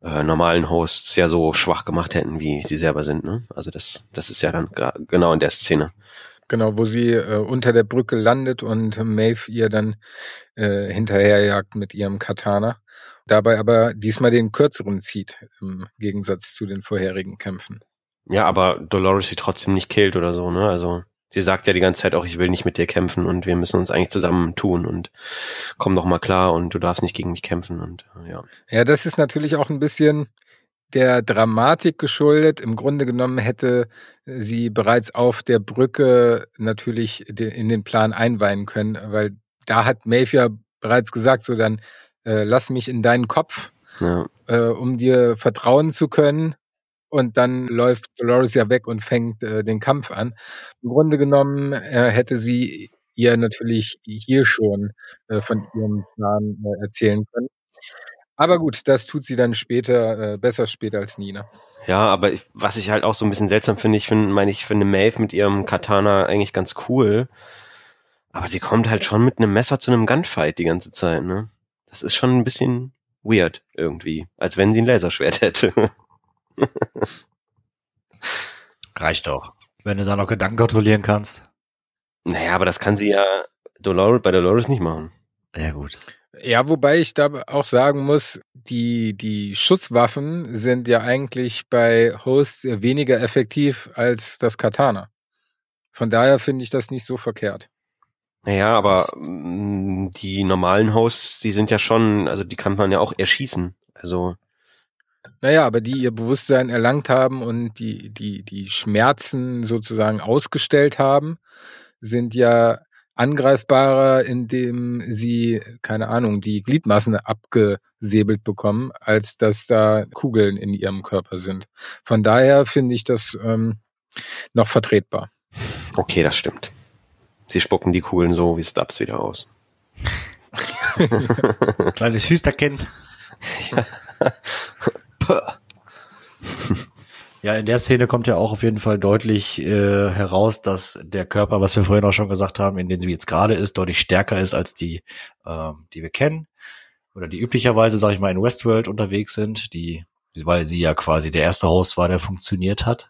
äh, normalen Hosts ja so schwach gemacht hätten, wie sie selber sind. Ne? Also das, das ist ja dann gra- genau in der Szene. Genau, wo sie äh, unter der Brücke landet und Maeve ihr dann äh, hinterherjagt mit ihrem Katana. Dabei aber diesmal den kürzeren zieht, im Gegensatz zu den vorherigen Kämpfen. Ja, aber Dolores sie trotzdem nicht killt oder so, ne? Also sie sagt ja die ganze Zeit auch, ich will nicht mit dir kämpfen und wir müssen uns eigentlich zusammen tun und komm doch mal klar und du darfst nicht gegen mich kämpfen und ja. Ja, das ist natürlich auch ein bisschen der Dramatik geschuldet. Im Grunde genommen hätte sie bereits auf der Brücke natürlich in den Plan einweihen können, weil da hat Maeve ja bereits gesagt, so dann äh, lass mich in deinen Kopf, Ja. äh, um dir vertrauen zu können. Und dann läuft Dolores ja weg und fängt äh, den Kampf an. Im Grunde genommen äh, hätte sie ihr natürlich hier schon äh, von ihrem Plan äh, erzählen können. Aber gut, das tut sie dann später, äh, besser später als nie. Ne? Ja, aber ich, was ich halt auch so ein bisschen seltsam finde, ich finde, meine ich finde Maeve mit ihrem Katana eigentlich ganz cool, aber sie kommt halt schon mit einem Messer zu einem Gunfight die ganze Zeit, ne? Das ist schon ein bisschen weird irgendwie, als wenn sie ein Laserschwert hätte. Reicht doch. Wenn du da noch Gedanken kontrollieren kannst. Naja, aber das kann sie ja Dolores, bei Dolores nicht machen. Ja, gut. Ja, wobei ich da auch sagen muss, die, die Schusswaffen sind ja eigentlich bei Hosts weniger effektiv als das Katana. Von daher finde ich das nicht so verkehrt. Naja, aber mh, die normalen Hosts, die sind ja schon, also die kann man ja auch erschießen. Also Naja, aber die ihr Bewusstsein erlangt haben und die, die, die Schmerzen sozusagen ausgestellt haben, sind ja angreifbarer, indem sie, keine Ahnung, die Gliedmaßen abgesäbelt bekommen, als dass da Kugeln in ihrem Körper sind. Von daher finde ich das ähm, noch vertretbar. okay, das stimmt. Sie spucken die Kugeln so wie Stubbs wieder aus. Kleines Hüsterchen. Ja, in der Szene kommt ja auch auf jeden Fall deutlich äh, heraus, dass der Körper, was wir vorhin auch schon gesagt haben, in dem sie jetzt gerade ist, deutlich stärker ist als die, äh, die wir kennen. Oder die üblicherweise, sag ich mal, in Westworld unterwegs sind, die, weil sie ja quasi der erste Host war, der funktioniert hat.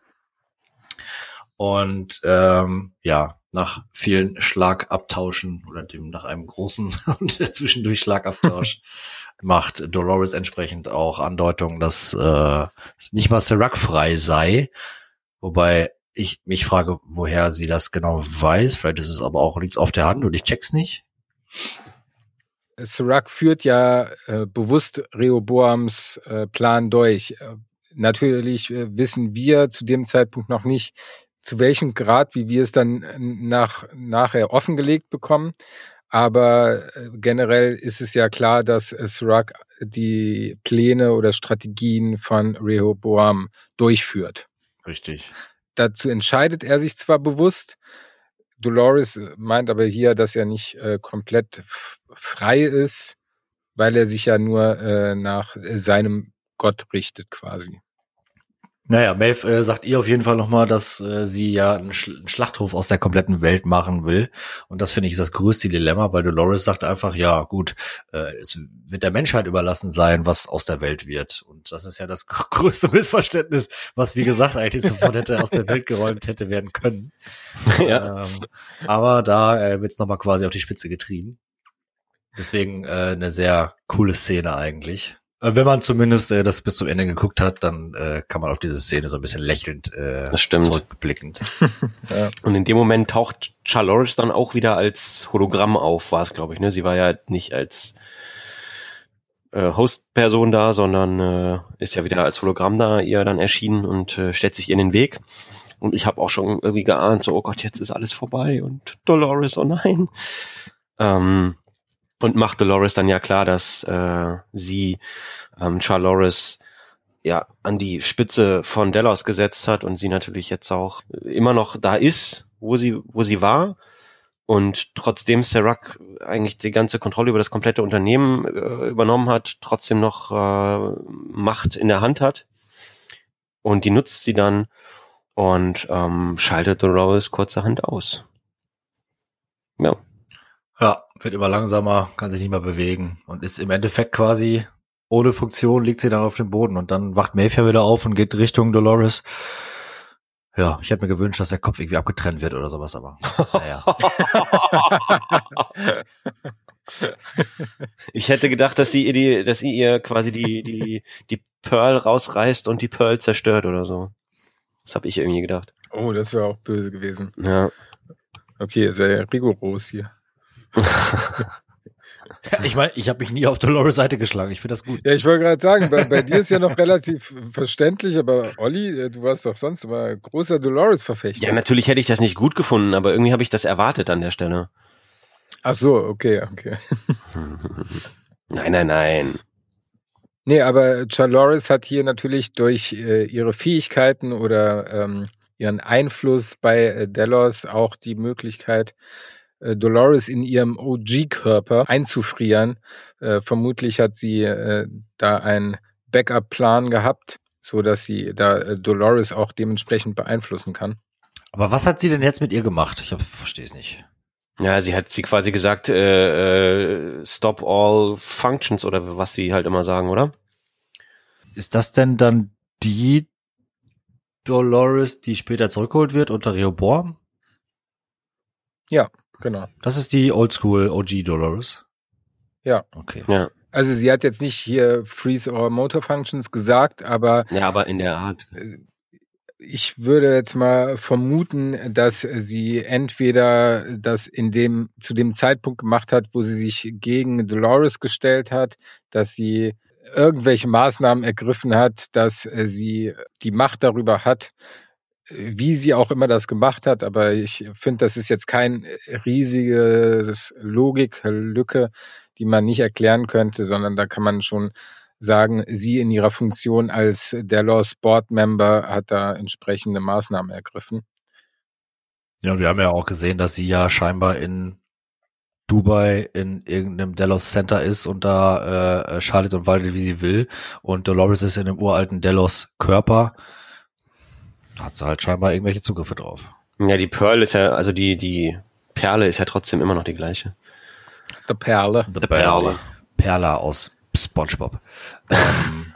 Und ähm, ja, nach vielen Schlagabtauschen oder dem nach einem großen und zwischendurch Schlagabtausch macht Dolores entsprechend auch Andeutungen, dass äh, es nicht mal Serac frei sei. Wobei ich mich frage, woher sie das genau weiß. Vielleicht ist es aber auch, liegt's auf der Hand und ich check's nicht. Serac führt ja äh, bewusst Rehoboams äh, Plan durch. Äh, natürlich äh, wissen wir zu dem Zeitpunkt noch nicht, zu welchem Grad, wie wir es dann nach, nachher offengelegt bekommen. Aber äh, generell ist es ja klar, dass äh, Serac die Pläne oder Strategien von Rehoboam durchführt. Richtig. Dazu entscheidet er sich zwar bewusst, Dolores meint aber hier, dass er nicht äh, komplett f- frei ist, weil er sich ja nur äh, nach äh, seinem Gott richtet quasi. Naja, Maeve äh, sagt ihr auf jeden Fall nochmal, dass äh, sie ja einen, Sch- einen Schlachthof aus der kompletten Welt machen will. Und das finde ich ist das größte Dilemma, weil Dolores sagt einfach, ja gut, äh, es wird der Menschheit überlassen sein, was aus der Welt wird. Und das ist ja das gr- größte Missverständnis, was wie gesagt eigentlich sofort hätte aus der Welt geräumt hätte werden können. Ja. Ähm, aber da äh, wird es nochmal quasi auf die Spitze getrieben. Deswegen äh, eine sehr coole Szene eigentlich. Wenn man zumindest äh, das bis zum Ende geguckt hat, dann äh, kann man auf diese Szene so ein bisschen lächelnd äh, Das stimmt. zurückblickend. Ja. Und in dem Moment taucht Dolores dann auch wieder als Hologramm auf, war es, glaube ich. Ne? Sie war ja nicht als äh, Hostperson da, sondern äh, ist ja wieder als Hologramm da ihr dann erschienen und äh, stellt sich ihr in den Weg. Und ich habe auch schon irgendwie geahnt, so, oh Gott, jetzt ist alles vorbei und Dolores, oh nein. Ähm, und macht Dolores dann ja klar, dass äh, sie ähm, Dolores ja an die Spitze von Delos gesetzt hat und sie natürlich jetzt auch immer noch da ist, wo sie wo sie war und trotzdem Serac eigentlich die ganze Kontrolle über das komplette Unternehmen äh, übernommen hat, trotzdem noch äh, Macht in der Hand hat und die nutzt sie dann und ähm, schaltet Dolores kurzerhand aus. Ja. Ja, wird immer langsamer, kann sich nicht mehr bewegen und ist im Endeffekt quasi ohne Funktion liegt sie dann auf dem Boden und dann wacht Mayfair wieder auf und geht Richtung Dolores. Ja, ich hätte mir gewünscht, dass der Kopf irgendwie abgetrennt wird oder sowas, aber naja. Ich hätte gedacht, dass sie ihr die, dass sie ihr quasi die, die, die Pearl rausreißt und die Pearl zerstört oder so. Das habe ich irgendwie gedacht. Oh, das wäre auch böse gewesen. Ja. Okay, ist ja rigoros hier. Ich meine, ich habe mich nie auf Dolores Seite geschlagen. Ich finde das gut. Ja, ich wollte gerade sagen, bei, bei dir ist ja noch relativ verständlich, aber Olli, du warst doch sonst immer großer Dolores-Verfechter. Ja, natürlich hätte ich das nicht gut gefunden, aber irgendwie habe ich das erwartet an der Stelle. Ach so, okay, okay. Nein, nein, nein. Nee, aber Dolores hat hier natürlich durch äh, ihre Fähigkeiten oder ähm, ihren Einfluss bei äh, Delos auch die Möglichkeit, äh, Dolores in ihrem O G-Körper einzufrieren. Äh, vermutlich hat sie äh, da einen Backup-Plan gehabt, so dass sie da äh, Dolores auch dementsprechend beeinflussen kann. Aber was hat sie denn jetzt mit ihr gemacht? Ich verstehe es nicht. Ja, sie hat sie quasi gesagt, äh, äh, stop all functions oder was sie halt immer sagen, oder? Ist das denn dann die Dolores, die später zurückgeholt wird unter Rehoboam? Ja, genau. Das ist die Oldschool O G Dolores? Ja. Okay. Ja. Also sie hat jetzt nicht hier Freeze all Motor Functions gesagt, aber Ja, aber in der Art. ich würde jetzt mal vermuten, dass sie entweder das in dem, zu dem Zeitpunkt gemacht hat, wo sie sich gegen Dolores gestellt hat, dass sie irgendwelche Maßnahmen ergriffen hat, dass sie die Macht darüber hat, wie sie auch immer das gemacht hat. Aber ich finde, das ist jetzt kein riesiges Logiklücke, die man nicht erklären könnte, sondern da kann man schon sagen, sie in ihrer Funktion als Delos Board Member hat da entsprechende Maßnahmen ergriffen. Ja, und wir haben ja auch gesehen, dass sie ja scheinbar in Dubai in irgendeinem Delos Center ist und da äh, schaltet und waltet, wie sie will. Und Dolores ist in einem uralten Delos Körper. Da hat sie halt scheinbar irgendwelche Zugriffe drauf. Ja, die Pearl ist ja, also die, die Perle ist ja trotzdem immer noch die gleiche. Die Perle. The Perle. Perla aus SpongeBob. ähm,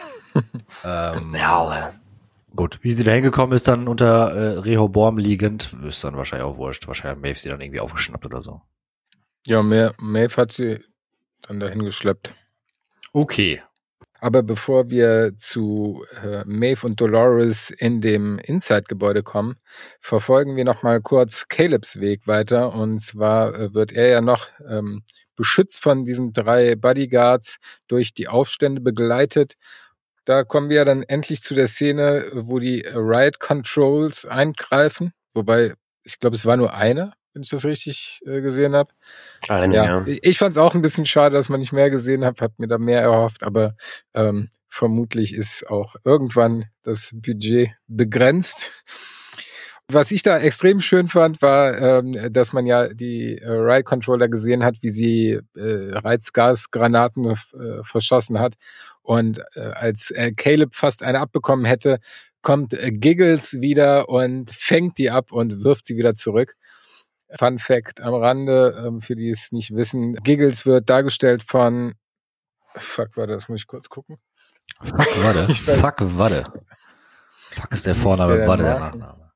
ähm, Perle. Gut, wie sie da hingekommen ist, dann unter äh, Rehoboam liegend, ist dann wahrscheinlich auch wurscht. Wahrscheinlich hat Maeve sie dann irgendwie aufgeschnappt oder so. Ja, Maeve hat sie dann dahin geschleppt. Okay. Aber bevor wir zu äh, Maeve und Dolores in dem Inside-Gebäude kommen, verfolgen wir noch mal kurz Calebs Weg weiter. Und zwar äh, wird er ja noch ähm, beschützt von diesen drei Bodyguards durch die Aufstände begleitet. Da kommen wir dann endlich zu der Szene, wo die Riot Controls eingreifen. Wobei, ich glaube, es war nur eine, wenn ich das richtig äh, gesehen habe. Eine, Ja, ja. ich fand es auch ein bisschen schade, dass man nicht mehr gesehen hat, hat mir da mehr erhofft, aber ähm, vermutlich ist auch irgendwann das Budget begrenzt. Was ich da extrem schön fand, war, ähm, dass man ja die äh, Riot Controller gesehen hat, wie sie äh, Reizgasgranaten äh, verschossen hat. Und äh, als äh, Caleb fast eine abbekommen hätte, kommt äh, Giggles wieder und fängt die ab und wirft sie wieder zurück. Fun Fact am Rande, ähm, für die es nicht wissen, Giggles wird dargestellt von Fuck, warte, das muss ich kurz gucken. Fuck, warte. Fuck, warte. Fuck ist der Vorname, der warte der Nachname.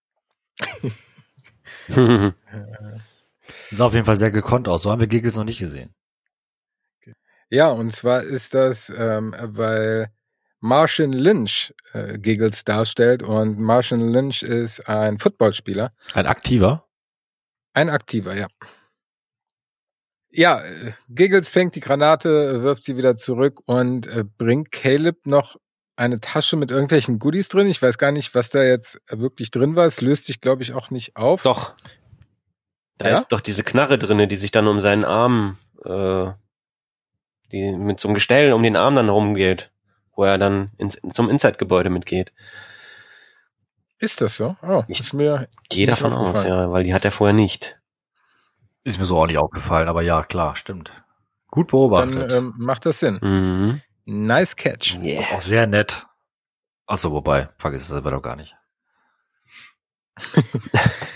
Nachname. Sah auf jeden Fall sehr gekonnt aus. So haben wir Giggles noch nicht gesehen. Ja, und zwar ist das, ähm, weil Marshawn Lynch äh, Giggles darstellt und Marshawn Lynch ist ein Footballspieler. Ein aktiver? Ein aktiver, ja. Ja, äh, Giggles fängt die Granate, wirft sie wieder zurück und äh, bringt Caleb noch eine Tasche mit irgendwelchen Goodies drin. Ich weiß gar nicht, was da jetzt wirklich drin war. Es löst sich, glaube ich, auch nicht auf. Doch. Da Ja? ist doch diese Knarre drinne, die sich dann um seinen Arm, äh, die mit so einem Gestell um den Arm dann rumgeht, wo er dann ins, zum Inside-Gebäude mitgeht. Ist das so? Oh, Ich ist mir Gehe nicht davon aus, aufgefallen. ja, weil die hat er vorher nicht. Ist mir so auch nicht aufgefallen, aber ja, klar, stimmt. Gut Dann beobachtet. ähm, macht das Sinn. Mhm. Nice catch. Yeah. Auch sehr nett. Achso, wobei, vergiss es aber doch gar nicht.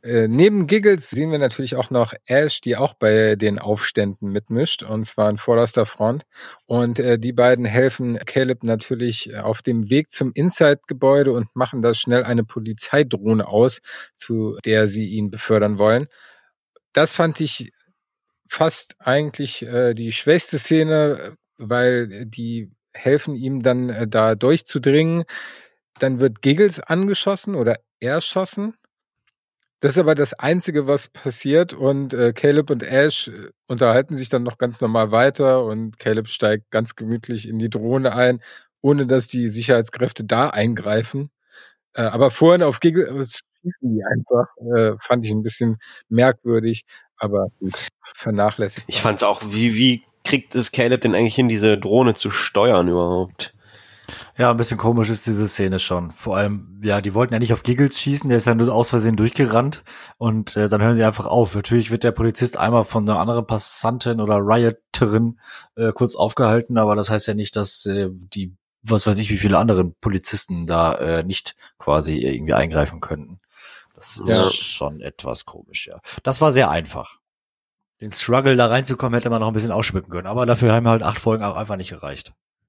Äh, neben Giggles sehen wir natürlich auch noch Ash, die auch bei den Aufständen mitmischt, und zwar an vorderster Front. Und äh, die beiden helfen Caleb natürlich auf dem Weg zum Inside-Gebäude und machen da schnell eine Polizeidrohne aus, zu der sie ihn befördern wollen. Das fand ich fast eigentlich äh, die schwächste Szene, weil die helfen ihm dann äh, da durchzudringen. Dann wird Giggles angeschossen oder erschossen. Das ist aber das Einzige, was passiert, und äh, Caleb und Ash äh, unterhalten sich dann noch ganz normal weiter und Caleb steigt ganz gemütlich in die Drohne ein, ohne dass die Sicherheitskräfte da eingreifen. Äh, aber vorhin auf Giggles schießen die einfach, äh, fand ich ein bisschen merkwürdig, aber gut, vernachlässigt. Ich fand's auch, wie, wie kriegt es Caleb denn eigentlich hin, diese Drohne zu steuern überhaupt? Ja, ein bisschen komisch ist diese Szene schon. Vor allem, ja, die wollten ja nicht auf Giggles schießen, der ist ja nur aus Versehen durchgerannt und äh, dann hören sie einfach auf. Natürlich wird der Polizist einmal von einer anderen Passantin oder Rioterin äh, kurz aufgehalten, aber das heißt ja nicht, dass äh, die, was weiß ich, wie viele anderen Polizisten da äh, nicht quasi irgendwie eingreifen könnten. Das ist Ja. schon etwas komisch, ja. Das war sehr einfach. Den Struggle da reinzukommen hätte man noch ein bisschen ausschmücken können, aber dafür haben halt acht Folgen auch einfach nicht gereicht.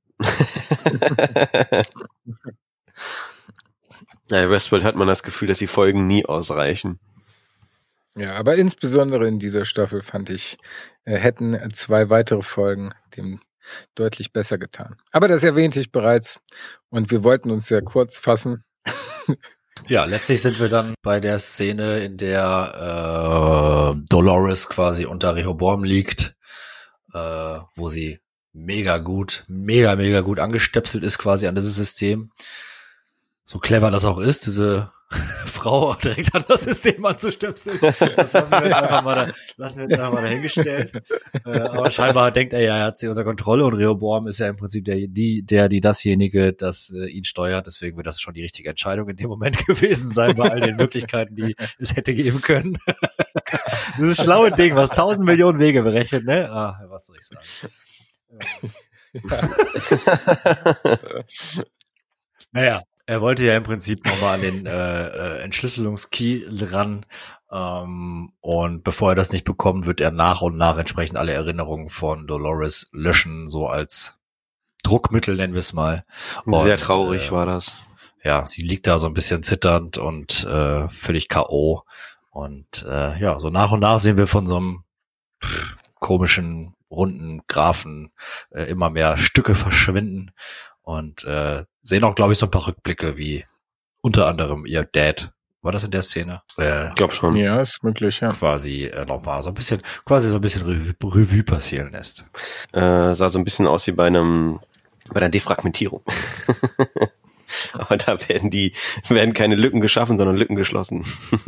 Ja, in Westworld hat man das Gefühl, dass die Folgen nie ausreichen. Ja, aber insbesondere in dieser Staffel fand ich, äh, hätten zwei weitere Folgen dem deutlich besser getan. Aber das erwähnte ich bereits und wir wollten uns sehr kurz fassen. Ja, letztlich sind wir dann bei der Szene, in der äh, Dolores quasi unter Rehoboam liegt, äh, wo sie mega gut, mega, mega gut angestöpselt ist quasi an dieses System. So clever das auch ist, diese Frau auch direkt an das System anzustöpseln. Das lassen wir jetzt einfach mal, da, lassen wir jetzt einfach mal dahingestellt. Äh, aber scheinbar denkt er ja, er hat sie unter Kontrolle und Rehoboam ist ja im Prinzip der, die, der, die dasjenige, das äh, ihn steuert. Deswegen wird das schon die richtige Entscheidung in dem Moment gewesen sein, bei all den Möglichkeiten, die es hätte geben können. Dieses schlaue Ding, was tausend Millionen Wege berechnet, ne? Ah, was soll ich sagen? Naja, er wollte ja im Prinzip nochmal an den äh, äh, Entschlüsselungskey ran, ähm, und bevor er das nicht bekommt, wird er nach und nach entsprechend alle Erinnerungen von Dolores löschen, so als Druckmittel, nennen wir es mal. Und, Sehr traurig äh, war das. Ja, sie liegt da so ein bisschen zitternd und äh, völlig K O. Und äh, ja, so nach und nach sehen wir von so einem pff, komischen, runden Graphen äh, immer mehr Stücke verschwinden. Und äh, sehen auch, glaube ich, so ein paar Rückblicke, wie unter anderem ihr Dad, war das in der Szene? Äh, Ich glaube schon. Ja, ist möglich, ja. quasi äh, nochmal so ein bisschen, quasi so ein bisschen Revue, Revue passieren lässt. Äh, sah so ein bisschen aus wie bei einem, bei einer Defragmentierung. Aber da werden die, werden keine Lücken geschaffen, sondern Lücken geschlossen.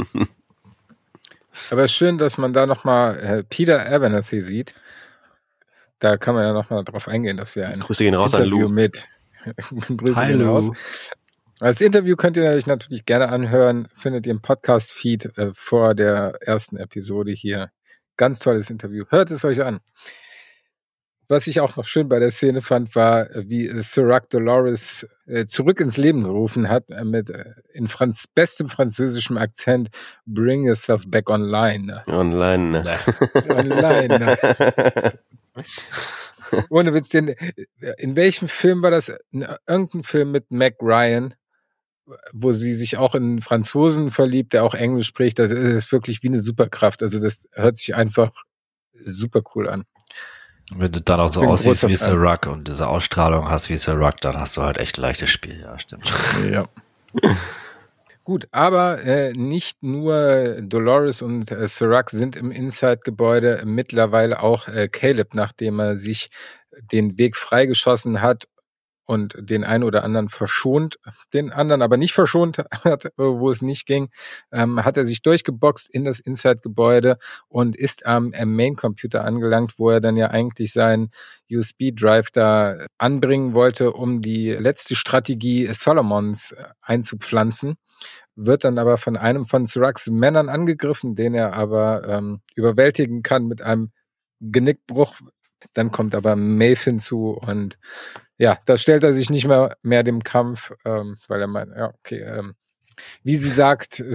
Aber es ist schön, dass man da nochmal äh, Peter Abernathy sieht. Da kann man ja nochmal drauf eingehen, dass wir ein Grüße gehen raus an Interview Lou. mit Grüße Hi, gehen Lou. raus. Das Interview könnt ihr euch natürlich gerne anhören, findet ihr im Podcast-Feed äh, vor der ersten Episode hier. Ganz tolles Interview. Hört es euch an. Was ich auch noch schön bei der Szene fand, war, äh, wie Serac Dolores äh, zurück ins Leben gerufen hat, äh, mit äh, in Franz bestem französischem Akzent, Bring yourself back online. Online. Ne? Online. Ohne Witz, den, in welchem Film war das? In irgendein Film mit Meg Ryan, wo sie sich auch in einen Franzosen verliebt, der auch Englisch spricht. Das ist wirklich wie eine Superkraft. Also das hört sich einfach super cool an. Wenn du dann auch so bin aussiehst großer wie Fan. Serac und diese Ausstrahlung hast wie Serac, dann hast du halt echt ein leichtes Spiel. Ja, stimmt. Ja. Gut, aber äh, nicht nur Dolores und äh, Serac sind im Inside-Gebäude, mittlerweile auch äh, Caleb, nachdem er sich den Weg freigeschossen hat und den einen oder anderen verschont, den anderen aber nicht verschont hat, wo es nicht ging, ähm, hat er sich durchgeboxt in das Inside-Gebäude und ist am äh, Main-Computer angelangt, wo er dann ja eigentlich seinen U S B-Drive da anbringen wollte, um die letzte Strategie Solomons äh, einzupflanzen. Wird dann aber von einem von Seracs Männern angegriffen, den er aber ähm, überwältigen kann mit einem Genickbruch. Dann kommt aber Maeve hinzu und ja, da stellt er sich nicht mehr, mehr dem Kampf, ähm, weil er meint, ja, okay, ähm, wie sie sagt, es ist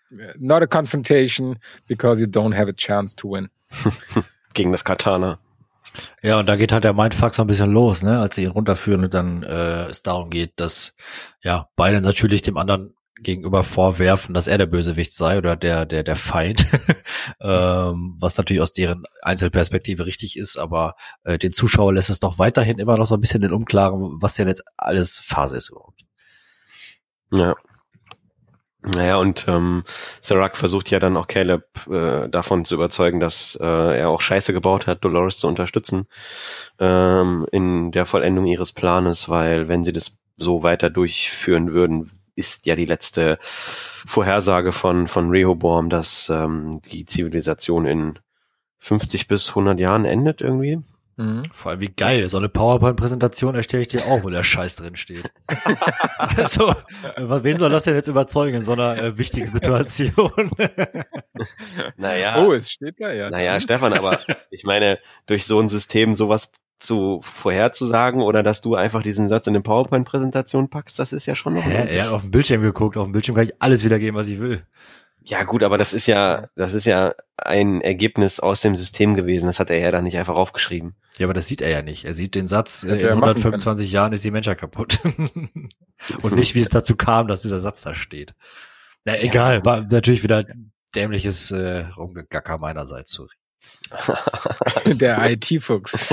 not a confrontation because you don't have a chance to win. Gegen das Katana. Ja, und da geht halt der Mindfuck so ein bisschen los, ne, als sie ihn runterführen und dann äh, es darum geht, dass ja beide natürlich dem anderen gegenüber vorwerfen, dass er der Bösewicht sei oder der der der Feind, ähm, was natürlich aus deren Einzelperspektive richtig ist, aber äh, den Zuschauer lässt es doch weiterhin immer noch so ein bisschen in Unklaren, was denn jetzt alles Phase ist überhaupt. Ja. Naja, und ähm, Serac versucht ja dann auch Caleb äh, davon zu überzeugen, dass äh, er auch Scheiße gebaut hat, Dolores zu unterstützen ähm, in der Vollendung ihres Planes, weil wenn sie das so weiter durchführen würden, ist ja die letzte Vorhersage von von Rehoboam, dass ähm, die Zivilisation in fünfzig bis hundert Jahren endet irgendwie. Mhm. Vor allem wie geil, so eine PowerPoint-Präsentation erstelle ich dir auch, wo der Scheiß drin steht. Also, wen soll das denn jetzt überzeugen in so einer äh, wichtigen Situation? Naja. Oh, es steht da ja. Naja, Stefan, aber ich meine, durch so ein System sowas zu vorherzusagen oder dass du einfach diesen Satz in eine PowerPoint-Präsentation packst, das ist ja schon noch... Hä? Er hat auf dem Bildschirm geguckt, auf dem Bildschirm kann ich alles wiedergeben, was ich will. Ja gut, aber das ist ja, das ist ja ein Ergebnis aus dem System gewesen. Das hat er ja dann nicht einfach aufgeschrieben. Ja, aber das sieht er ja nicht. Er sieht den Satz, äh, Hätte in er machen hundertfünfundzwanzig Jahren ist die Menschheit kaputt. Und nicht, wie es dazu kam, dass dieser Satz da steht. Na, egal, war natürlich wieder dämliches äh, Rumgegacker meinerseits. Sorry. Der I T-Fuchs.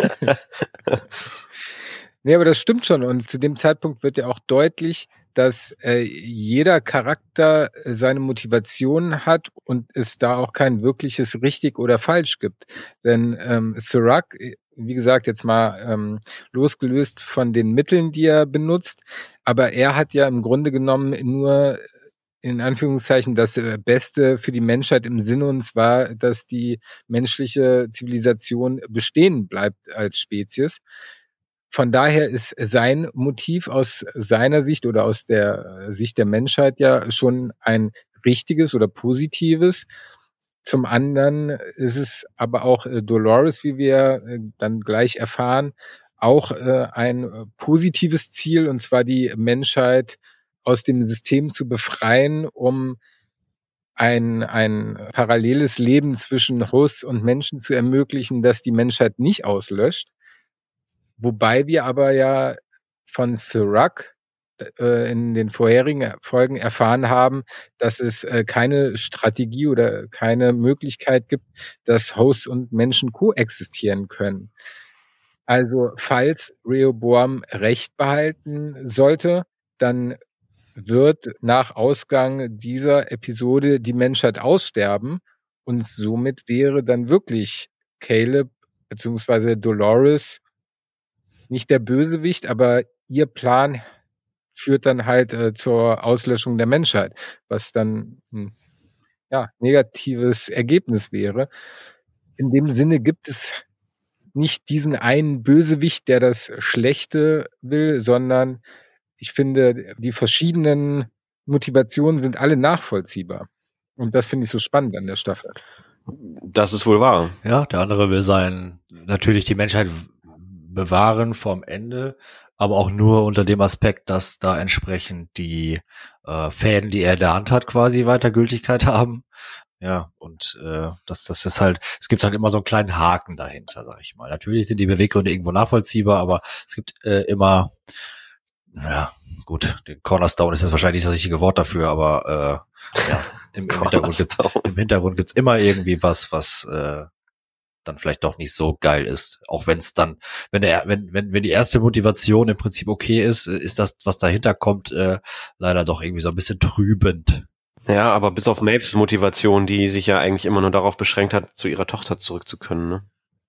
Nee, aber das stimmt schon. Und zu dem Zeitpunkt wird ja auch deutlich, dass äh, jeder Charakter seine Motivation hat und es da auch kein wirkliches richtig oder falsch gibt. Denn ähm, Serac, wie gesagt, jetzt mal ähm, losgelöst von den Mitteln, die er benutzt, aber er hat ja im Grunde genommen nur in Anführungszeichen das Beste für die Menschheit im Sinne, und zwar, dass die menschliche Zivilisation bestehen bleibt als Spezies. Von daher ist sein Motiv aus seiner Sicht oder aus der Sicht der Menschheit ja schon ein richtiges oder positives. Zum anderen ist es aber auch Dolores, wie wir dann gleich erfahren, auch ein positives Ziel, und zwar die Menschheit aus dem System zu befreien, um ein, ein paralleles Leben zwischen Hosts und Menschen zu ermöglichen, das die Menschheit nicht auslöscht. Wobei wir aber ja von Serac äh, in den vorherigen Folgen erfahren haben, dass es äh, keine Strategie oder keine Möglichkeit gibt, dass Hosts und Menschen koexistieren können. Also falls Rehoboam Recht behalten sollte, dann wird nach Ausgang dieser Episode die Menschheit aussterben und somit wäre dann wirklich Caleb bzw. Dolores nicht der Bösewicht, aber ihr Plan führt dann halt äh, zur Auslöschung der Menschheit, was dann ein ja, negatives Ergebnis wäre. In dem Sinne gibt es nicht diesen einen Bösewicht, der das Schlechte will, sondern ich finde, die verschiedenen Motivationen sind alle nachvollziehbar. Und das finde ich so spannend an der Staffel. Das ist wohl wahr. Ja, der andere will sein, natürlich die Menschheit bewahren vom Ende, aber auch nur unter dem Aspekt, dass da entsprechend die äh, Fäden, die er in der Hand hat, quasi weiter Gültigkeit haben. Ja, und äh, das, das ist halt, es gibt halt immer so einen kleinen Haken dahinter, sag ich mal. Natürlich sind die Beweggründe irgendwo nachvollziehbar, aber es gibt äh, immer, ja, gut, den Cornerstone ist jetzt wahrscheinlich nicht das richtige Wort dafür, aber äh, ja, im, im Hintergrund gibt's, im Hintergrund gibt's immer irgendwie was, was äh, dann vielleicht doch nicht so geil ist. Auch wenn es dann, wenn der, wenn, wenn, wenn die erste Motivation im Prinzip okay ist, ist das, was dahinter kommt, äh, leider doch irgendwie so ein bisschen trübend. Ja, aber bis auf Maves Motivation, die sich ja eigentlich immer nur darauf beschränkt hat, zu ihrer Tochter zurück zu können, ne?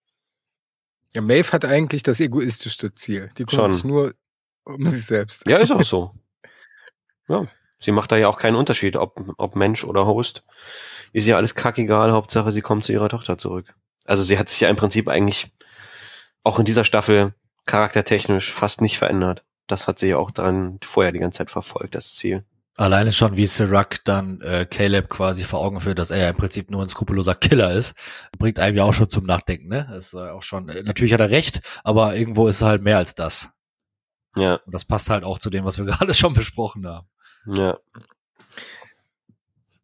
Ja, Maeve hat eigentlich das egoistischste Ziel. Die kümmert sich nur um sich selbst. Ja, ist auch so. Ja, sie macht da ja auch keinen Unterschied, ob, ob Mensch oder Host. Ist ja alles kackegal, Hauptsache sie kommt zu ihrer Tochter zurück. Also sie hat sich ja im Prinzip eigentlich auch in dieser Staffel charaktertechnisch fast nicht verändert. Das hat sie ja auch dann vorher die ganze Zeit verfolgt, das Ziel. Alleine schon, wie Serac dann äh, Caleb quasi vor Augen führt, dass er ja im Prinzip nur ein skrupelloser Killer ist, bringt einem ja auch schon zum Nachdenken, ne? Das ist äh, auch schon, äh, natürlich hat er recht, aber irgendwo ist er halt mehr als das. Ja. Und das passt halt auch zu dem, was wir gerade schon besprochen haben. Ja.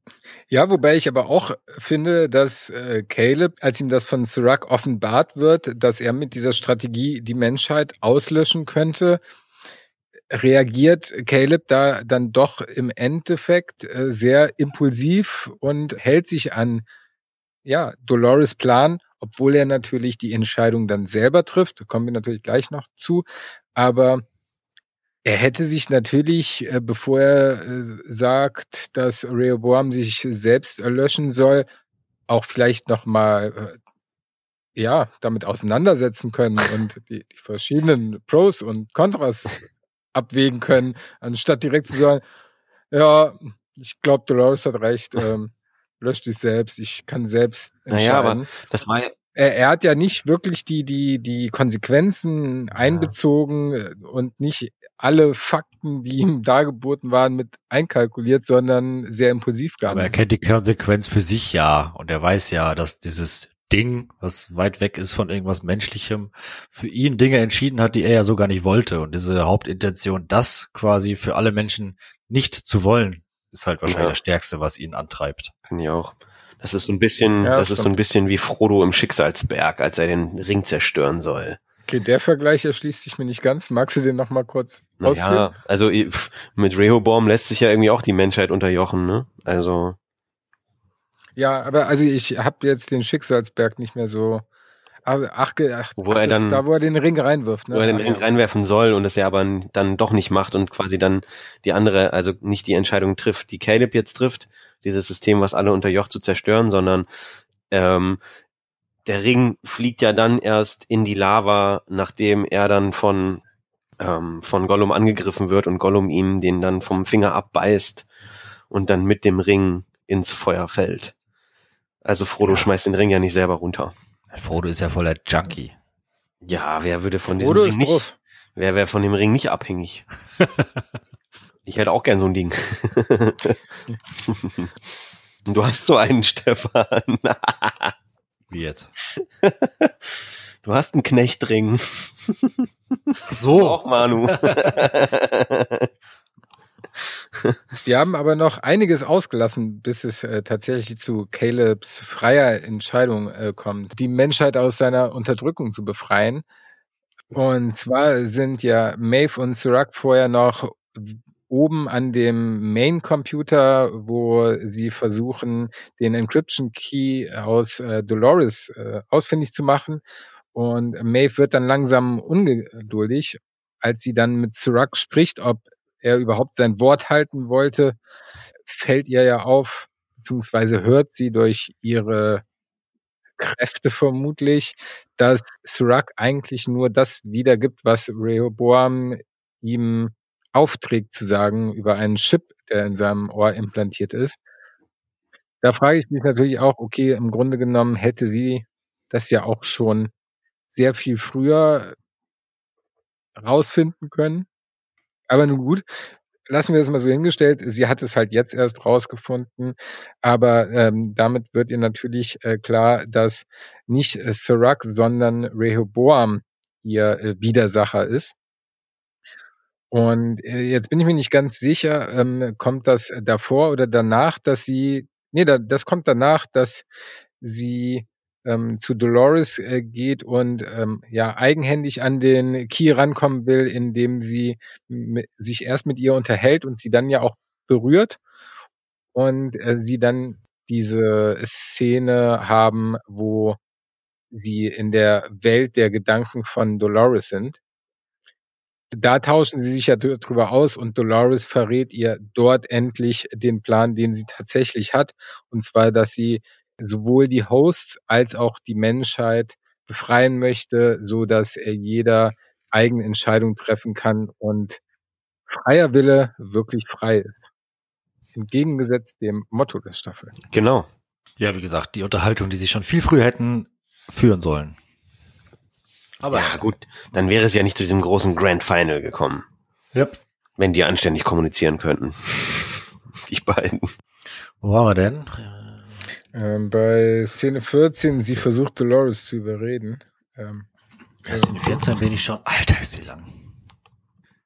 Ja, wobei ich aber auch finde, dass äh, Caleb, als ihm das von Serac offenbart wird, dass er mit dieser Strategie die Menschheit auslöschen könnte, reagiert Caleb da dann doch im Endeffekt äh, sehr impulsiv und hält sich an ja Dolores' Plan, obwohl er natürlich die Entscheidung dann selber trifft. Da kommen wir natürlich gleich noch zu. Aber er hätte sich natürlich, äh, bevor er äh, sagt, dass Rehoboam sich selbst erlöschen soll, auch vielleicht nochmal äh, ja, damit auseinandersetzen können und die, die verschiedenen Pros und Kontras abwägen können, anstatt direkt zu sagen, ja, ich glaube, Dolores hat recht, ähm, lösch dich selbst, ich kann selbst entscheiden. Naja, aber das war ja, Er, er hat ja nicht wirklich die, die, die Konsequenzen einbezogen äh, und nicht alle Fakten, die ihm dargeboten waren, mit einkalkuliert, sondern sehr impulsiv Aber er gehandelt. kennt die Konsequenz für sich ja. Und er weiß ja, dass dieses Ding, was weit weg ist von irgendwas Menschlichem, für ihn Dinge entschieden hat, die er ja so gar nicht wollte. Und diese Hauptintention, das quasi für alle Menschen nicht zu wollen, ist halt wahrscheinlich Ja. das Stärkste, was ihn antreibt. finde ich auch. Das ist so ein bisschen, Ja, das ist so stimmt. ein bisschen wie Frodo im Schicksalsberg, als er den Ring zerstören soll. Okay, der Vergleich erschließt sich mir nicht ganz. Magst du den noch mal kurz ausführen? Naja, also pff, mit Rehoboam lässt sich ja irgendwie auch die Menschheit unterjochen, ne? Also, Ja, aber also ich habe jetzt den Schicksalsberg nicht mehr so. Aber ach, ge- ach, Wo ach er das ist dann- da, wo er den Ring reinwirft, ne? wo er den Ach, Ring ja. reinwerfen soll und es ja aber dann doch nicht macht und quasi dann die andere, also nicht die Entscheidung trifft, die Caleb jetzt trifft, dieses System, was alle unterjocht, zu zerstören, sondern ähm, der Ring fliegt ja dann erst in die Lava, nachdem er dann von ähm, von Gollum angegriffen wird und Gollum ihm den dann vom Finger abbeißt und dann mit dem Ring ins Feuer fällt. Also Frodo Ja. schmeißt den Ring ja nicht selber runter. Frodo ist ja voller Junkie. Ja, wer würde von Frodo diesem ist Ring nicht, drauf. wer wäre von dem Ring nicht abhängig? Ich hätte auch gern so ein Ding. Du hast so einen, Stefan. Wie jetzt? Du hast einen Knechtring. So. Auch Manu. Wir haben aber noch einiges ausgelassen, bis es äh, tatsächlich zu Calebs freier Entscheidung äh, kommt, die Menschheit aus seiner Unterdrückung zu befreien. Und zwar sind ja Maeve und Serac vorher noch oben an dem Main-Computer, wo sie versuchen, den Encryption-Key aus äh, Dolores äh, ausfindig zu machen. Und Maeve wird dann langsam ungeduldig, als sie dann mit Serac spricht, ob er überhaupt sein Wort halten wollte, fällt ihr ja auf, beziehungsweise hört sie durch ihre Kräfte vermutlich, dass Serac eigentlich nur das wiedergibt, was Rehoboam ihm aufträgt zu sagen über einen Chip, der in seinem Ohr implantiert ist. Da frage ich mich natürlich auch, okay, im Grunde genommen hätte sie das ja auch schon sehr viel früher rausfinden können. Aber nun gut, lassen wir das mal so hingestellt. Sie hat es halt jetzt erst rausgefunden, aber ähm, damit wird ihr natürlich äh, klar, dass nicht äh, Serac, sondern Rehoboam ihr äh, Widersacher ist. Und äh, jetzt bin ich mir nicht ganz sicher, ähm, kommt das davor oder danach, dass sie, nee, da, das kommt danach, dass sie ähm, zu Dolores äh, geht und ähm, ja eigenhändig an den Key rankommen will, indem sie mit, sich erst mit ihr unterhält und sie dann ja auch berührt und äh, sie dann diese Szene haben, wo sie in der Welt der Gedanken von Dolores sind. Da tauschen sie sich ja dr- drüber aus und Dolores verrät ihr dort endlich den Plan, den sie tatsächlich hat. Und zwar, dass sie sowohl die Hosts als auch die Menschheit befreien möchte, so dass äh, jeder eigene Entscheidung treffen kann und freier Wille wirklich frei ist. Entgegengesetzt dem Motto der Staffel. Genau. Ja, wie gesagt, die Unterhaltung, die sie schon viel früher hätten führen sollen. Aber ja, gut, dann wäre es ja nicht zu diesem großen Grand Final gekommen, Yep. wenn die anständig kommunizieren könnten. Die beiden. Wo waren wir denn? Ähm, bei Szene vierzehn, sie versucht Dolores zu überreden. Ähm, Ja, Szene vierzehn bin ich schon. Alter, ist die lang.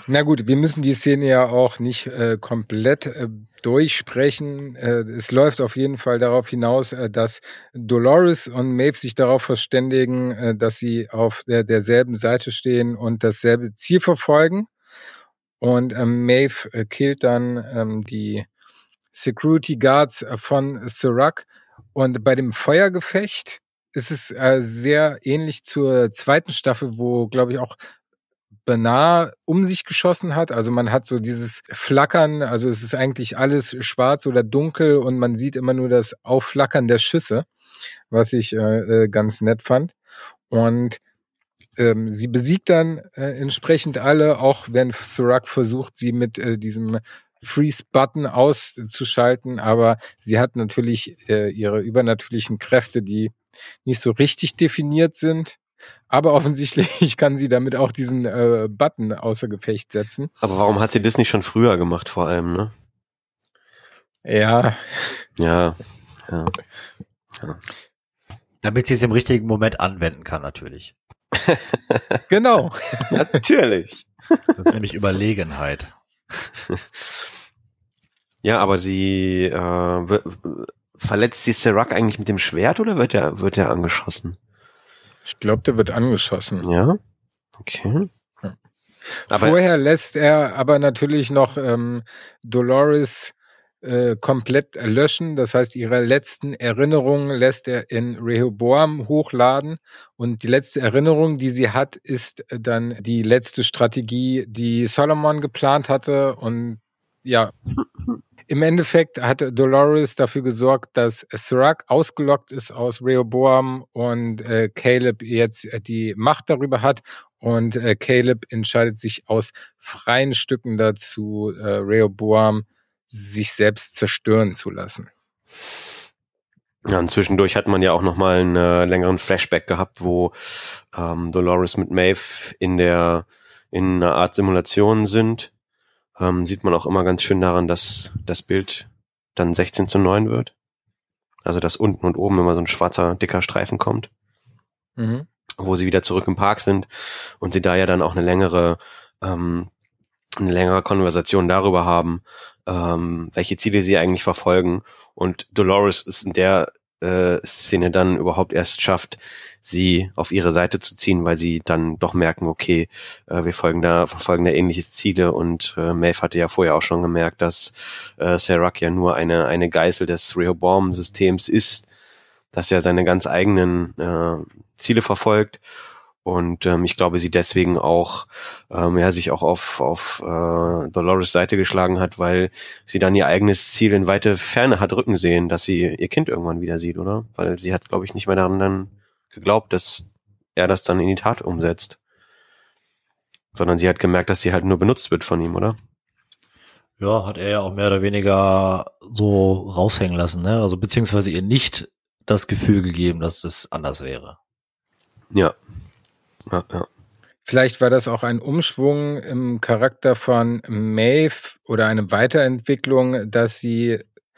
Na gut, wir müssen die Szene ja auch nicht äh, komplett äh, durchsprechen. Äh, es läuft auf jeden Fall darauf hinaus, äh, dass Dolores und Maeve sich darauf verständigen, äh, dass sie auf der, derselben Seite stehen und dasselbe Ziel verfolgen. Und ähm, Maeve äh, killt dann ähm, die Security Guards von Serac. Und bei dem Feuergefecht ist es äh, sehr ähnlich zur zweiten Staffel, wo, glaube ich, auch Bernard um sich geschossen hat. Also man hat so dieses Flackern, also es ist eigentlich alles schwarz oder dunkel und man sieht immer nur das Aufflackern der Schüsse, was ich äh, ganz nett fand. Und ähm, sie besiegt dann äh, entsprechend alle, auch wenn Serac versucht, sie mit äh, diesem Freeze-Button auszuschalten, aber sie hat natürlich äh, ihre übernatürlichen Kräfte, die nicht so richtig definiert sind. Aber offensichtlich kann sie damit auch diesen äh, Button außer Gefecht setzen. Aber warum hat sie das nicht schon früher gemacht, vor allem, ne? Ja. Ja. ja. ja. Damit sie es im richtigen Moment anwenden kann, natürlich. Genau. Natürlich. Das ist nämlich Überlegenheit. Ja, aber sie äh, w- verletzt sie Serac eigentlich mit dem Schwert oder wird er wird er angeschossen? Ich glaube, der wird angeschossen. Ja. Okay. Ja. Aber Vorher lässt er aber natürlich noch ähm, Dolores äh, komplett löschen. Das heißt, ihre letzten Erinnerungen lässt er in Rehoboam hochladen. Und die letzte Erinnerung, die sie hat, ist dann die letzte Strategie, die Solomon geplant hatte. Und ja, im Endeffekt hat Dolores dafür gesorgt, dass Serac ausgelockt ist aus Rehoboam und äh, Caleb jetzt äh, die Macht darüber hat. Und äh, Caleb entscheidet sich aus freien Stücken dazu, äh, Rehoboam sich selbst zerstören zu lassen. ja, und zwischendurch hat man ja auch nochmal einen äh, längeren Flashback gehabt, wo ähm, Dolores mit Maeve in der in einer Art Simulation sind. Ähm, sieht man auch immer ganz schön daran, dass das Bild dann sechzehn zu neun wird. Also dass unten und oben immer so ein schwarzer, dicker Streifen kommt, Mhm. wo sie wieder zurück im Park sind und sie da ja dann auch eine längere ähm, eine längere Konversation darüber haben, ähm, welche Ziele sie eigentlich verfolgen. Und Dolores ist in der äh, Szene dann überhaupt erst schafft, sie auf ihre Seite zu ziehen, weil sie dann doch merken, okay, äh, wir folgen da, verfolgen da ähnliches Ziele und äh, Maeve hatte ja vorher auch schon gemerkt, dass äh, Serac ja nur eine eine Geißel des Rehoboam-Systems ist, dass er seine ganz eigenen äh, Ziele verfolgt und ähm, ich glaube, sie deswegen auch ähm, ja sich auch auf auf äh, Dolores Seite geschlagen hat, weil sie dann ihr eigenes Ziel in weite Ferne hat rücken sehen, dass sie ihr Kind irgendwann wieder sieht, oder? Weil sie hat, glaube ich, nicht mehr daran dann geglaubt, dass er das dann in die Tat umsetzt. Sondern sie hat gemerkt, dass sie halt nur benutzt wird von ihm, oder? Ja, hat er ja auch mehr oder weniger so raushängen lassen, ne? Also beziehungsweise ihr nicht das Gefühl gegeben, dass es anders wäre. Ja. Ja, ja. Vielleicht war das auch ein Umschwung im Charakter von Maeve oder eine Weiterentwicklung, dass sie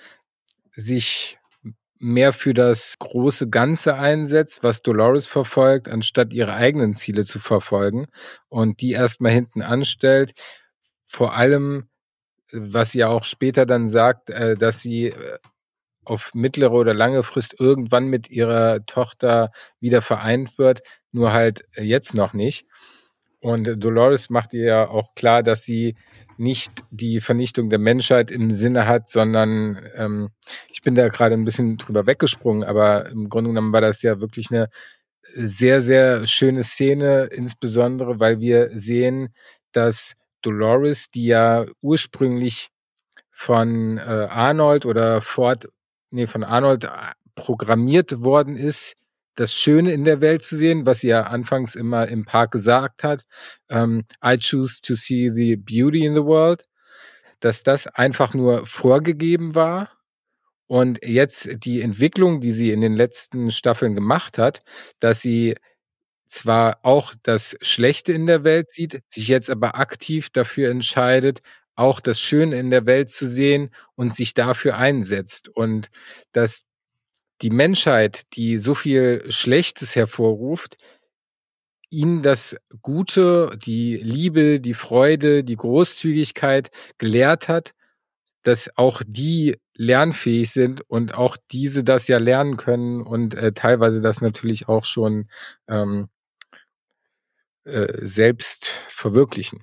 sich mehr für das große Ganze einsetzt, was Dolores verfolgt, anstatt ihre eigenen Ziele zu verfolgen und die erstmal hinten anstellt. Vor allem, was sie ja auch später dann sagt, äh, dass sie äh, auf mittlere oder lange Frist irgendwann mit ihrer Tochter wieder vereint wird, nur halt äh, jetzt noch nicht. Und äh, Dolores macht ihr ja auch klar, dass sie nicht die Vernichtung der Menschheit im Sinne hat, sondern ähm, ich bin da gerade ein bisschen drüber weggesprungen, aber im Grunde genommen war das ja wirklich eine sehr, sehr schöne Szene, insbesondere weil wir sehen, dass Dolores, die ja ursprünglich von äh, Arnold oder Ford, nee, von Arnold äh, programmiert worden ist, das Schöne in der Welt zu sehen, was sie ja anfangs immer im Park gesagt hat, ähm, I choose to see the beauty in the world, dass das einfach nur vorgegeben war und jetzt die Entwicklung, die sie in den letzten Staffeln gemacht hat, dass sie zwar auch das Schlechte in der Welt sieht, sich jetzt aber aktiv dafür entscheidet, auch das Schöne in der Welt zu sehen und sich dafür einsetzt und dass die Menschheit, die so viel Schlechtes hervorruft, ihn das Gute, die Liebe, die Freude, die Großzügigkeit gelehrt hat, dass auch die lernfähig sind und auch diese das ja lernen können und äh, teilweise das natürlich auch schon ähm, äh, selbst verwirklichen.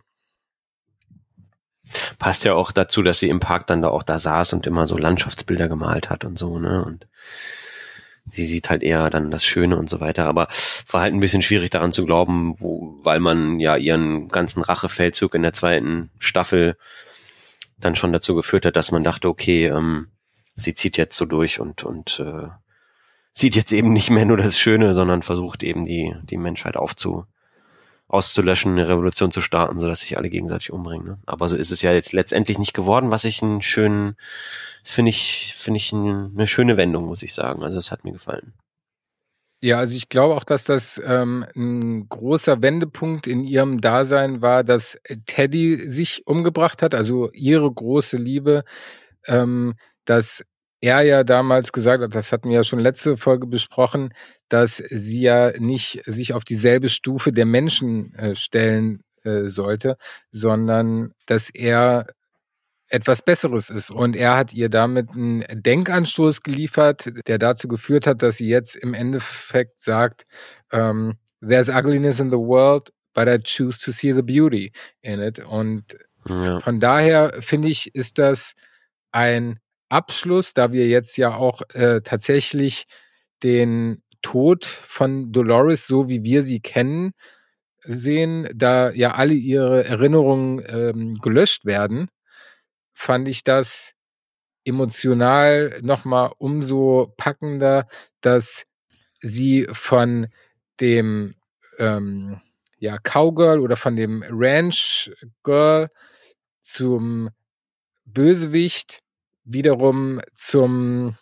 Passt ja auch dazu, dass sie im Park dann da auch da saß und immer so Landschaftsbilder gemalt hat und so, ne? Und sie sieht halt eher dann das Schöne und so weiter. Aber war halt ein bisschen schwierig daran zu glauben, wo, weil man ja ihren ganzen Rachefeldzug in der zweiten Staffel dann schon dazu geführt hat, dass man dachte, okay, ähm, sie zieht jetzt so durch und und äh, sieht jetzt eben nicht mehr nur das Schöne, sondern versucht eben die die Menschheit aufzu auszulöschen, eine Revolution zu starten, sodass sich alle gegenseitig umbringen. Ne? Aber so ist es ja jetzt letztendlich nicht geworden, was ich einen schönen, das finde ich, finde ich ein, eine schöne Wendung, muss ich sagen. Also es hat mir gefallen. Ja, also ich glaube auch, dass das ähm, ein großer Wendepunkt in ihrem Dasein war, dass Teddy sich umgebracht hat, also ihre große Liebe, ähm, dass er ja damals gesagt hat, das hatten wir ja schon letzte Folge besprochen, dass sie ja nicht sich auf dieselbe Stufe der Menschen äh, stellen äh, sollte, sondern dass er etwas Besseres ist. Und er hat ihr damit einen Denkanstoß geliefert, der dazu geführt hat, dass sie jetzt im Endeffekt sagt, ähm, there's ugliness in the world, but I choose to see the beauty in it. Und ja. Von daher finde ich, ist das ein Abschluss, da wir jetzt ja auch äh, tatsächlich den Tod von Dolores, so wie wir sie kennen, sehen, da ja alle ihre Erinnerungen ähm, gelöscht werden, fand ich das emotional nochmal umso packender, dass sie von dem ähm, ja, Cowgirl oder von dem Ranch Girl zum Bösewicht wiederum zum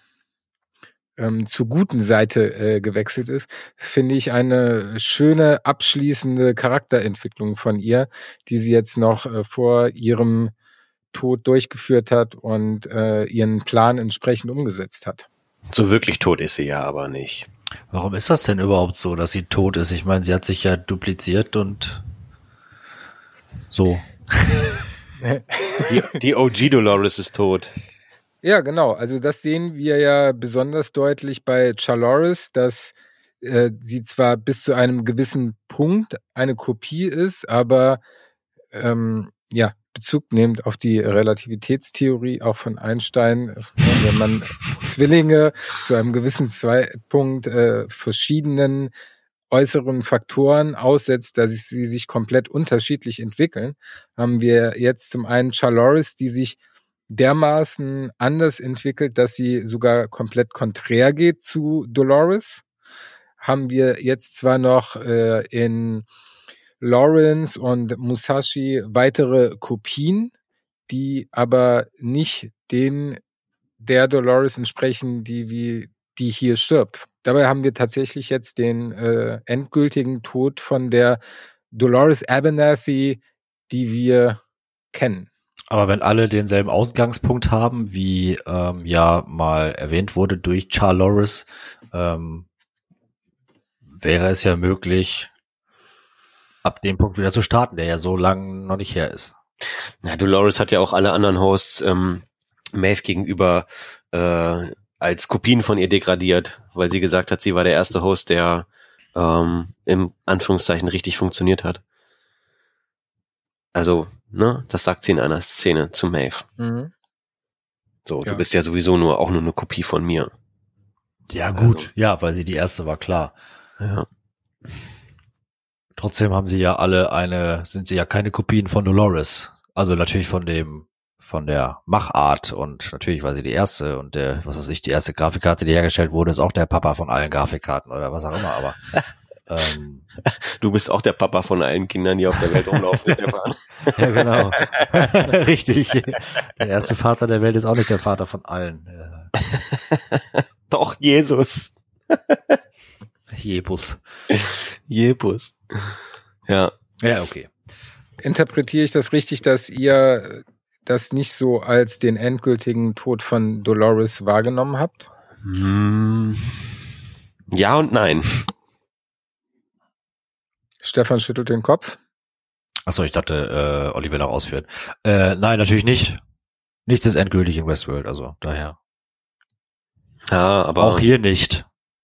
ähm, zur guten Seite äh, gewechselt ist, finde ich eine schöne abschließende Charakterentwicklung von ihr, die sie jetzt noch äh, vor ihrem Tod durchgeführt hat und äh, ihren Plan entsprechend umgesetzt hat. So wirklich tot ist sie ja aber nicht. Warum ist das denn überhaupt so, dass sie tot ist? Ich meine, sie hat sich ja dupliziert und so. Die, die O G Dolores ist tot. Ja, genau. Also das sehen wir ja besonders deutlich bei Charloris, dass äh, sie zwar bis zu einem gewissen Punkt eine Kopie ist, aber ähm, ja, Bezug nehmend auf die Relativitätstheorie auch von Einstein, wenn man Zwillinge zu einem gewissen Zeitpunkt äh, verschiedenen äußeren Faktoren aussetzt, dass sie sich komplett unterschiedlich entwickeln, haben wir jetzt zum einen Charloris, die sich dermaßen anders entwickelt, dass sie sogar komplett konträr geht zu Dolores. Haben wir jetzt zwar noch äh, in Lawrence und Musashi weitere Kopien, die aber nicht den der Dolores entsprechen, die wie die hier stirbt. Dabei haben wir tatsächlich jetzt den äh, endgültigen Tod von der Dolores Abernathy, die wir kennen. Aber wenn alle denselben Ausgangspunkt haben, wie ähm, ja mal erwähnt wurde durch Charloris, ähm, wäre es ja möglich, ab dem Punkt wieder zu starten, der ja so lange noch nicht her ist. Na, Dolores hat ja auch alle anderen Hosts ähm, Maeve gegenüber äh, als Kopien von ihr degradiert, weil sie gesagt hat, sie war der erste Host, der ähm, im Anführungszeichen richtig funktioniert hat. Also, ne, das sagt sie in einer Szene zu Maeve. Mhm. So, ja. Du bist ja sowieso nur auch nur eine Kopie von mir. Ja, gut, also. Ja, weil sie die erste war, klar. Ja. Trotzdem haben sie ja alle eine, sind sie ja keine Kopien von Dolores. Also natürlich von dem, von der Machart und natürlich war sie die erste und der, was weiß ich, die erste Grafikkarte, die hergestellt wurde, ist auch der Papa von allen Grafikkarten oder was auch immer, aber ähm, du bist auch der Papa von allen Kindern, die auf der Welt rumlaufen. Ja, genau. Richtig. Der erste Vater der Welt ist auch nicht der Vater von allen. Doch, Jesus. Jebus. Jebus. Ja. Ja, okay. Interpretiere ich das richtig, dass ihr das nicht so als den endgültigen Tod von Dolores wahrgenommen habt? Hm. Ja und nein. Stefan schüttelt den Kopf. Achso, ich dachte, äh, Olli will noch ausführen. Äh, nein, natürlich nicht. Nichts ist endgültig in Westworld, also daher. Ja, aber Auch hier nicht.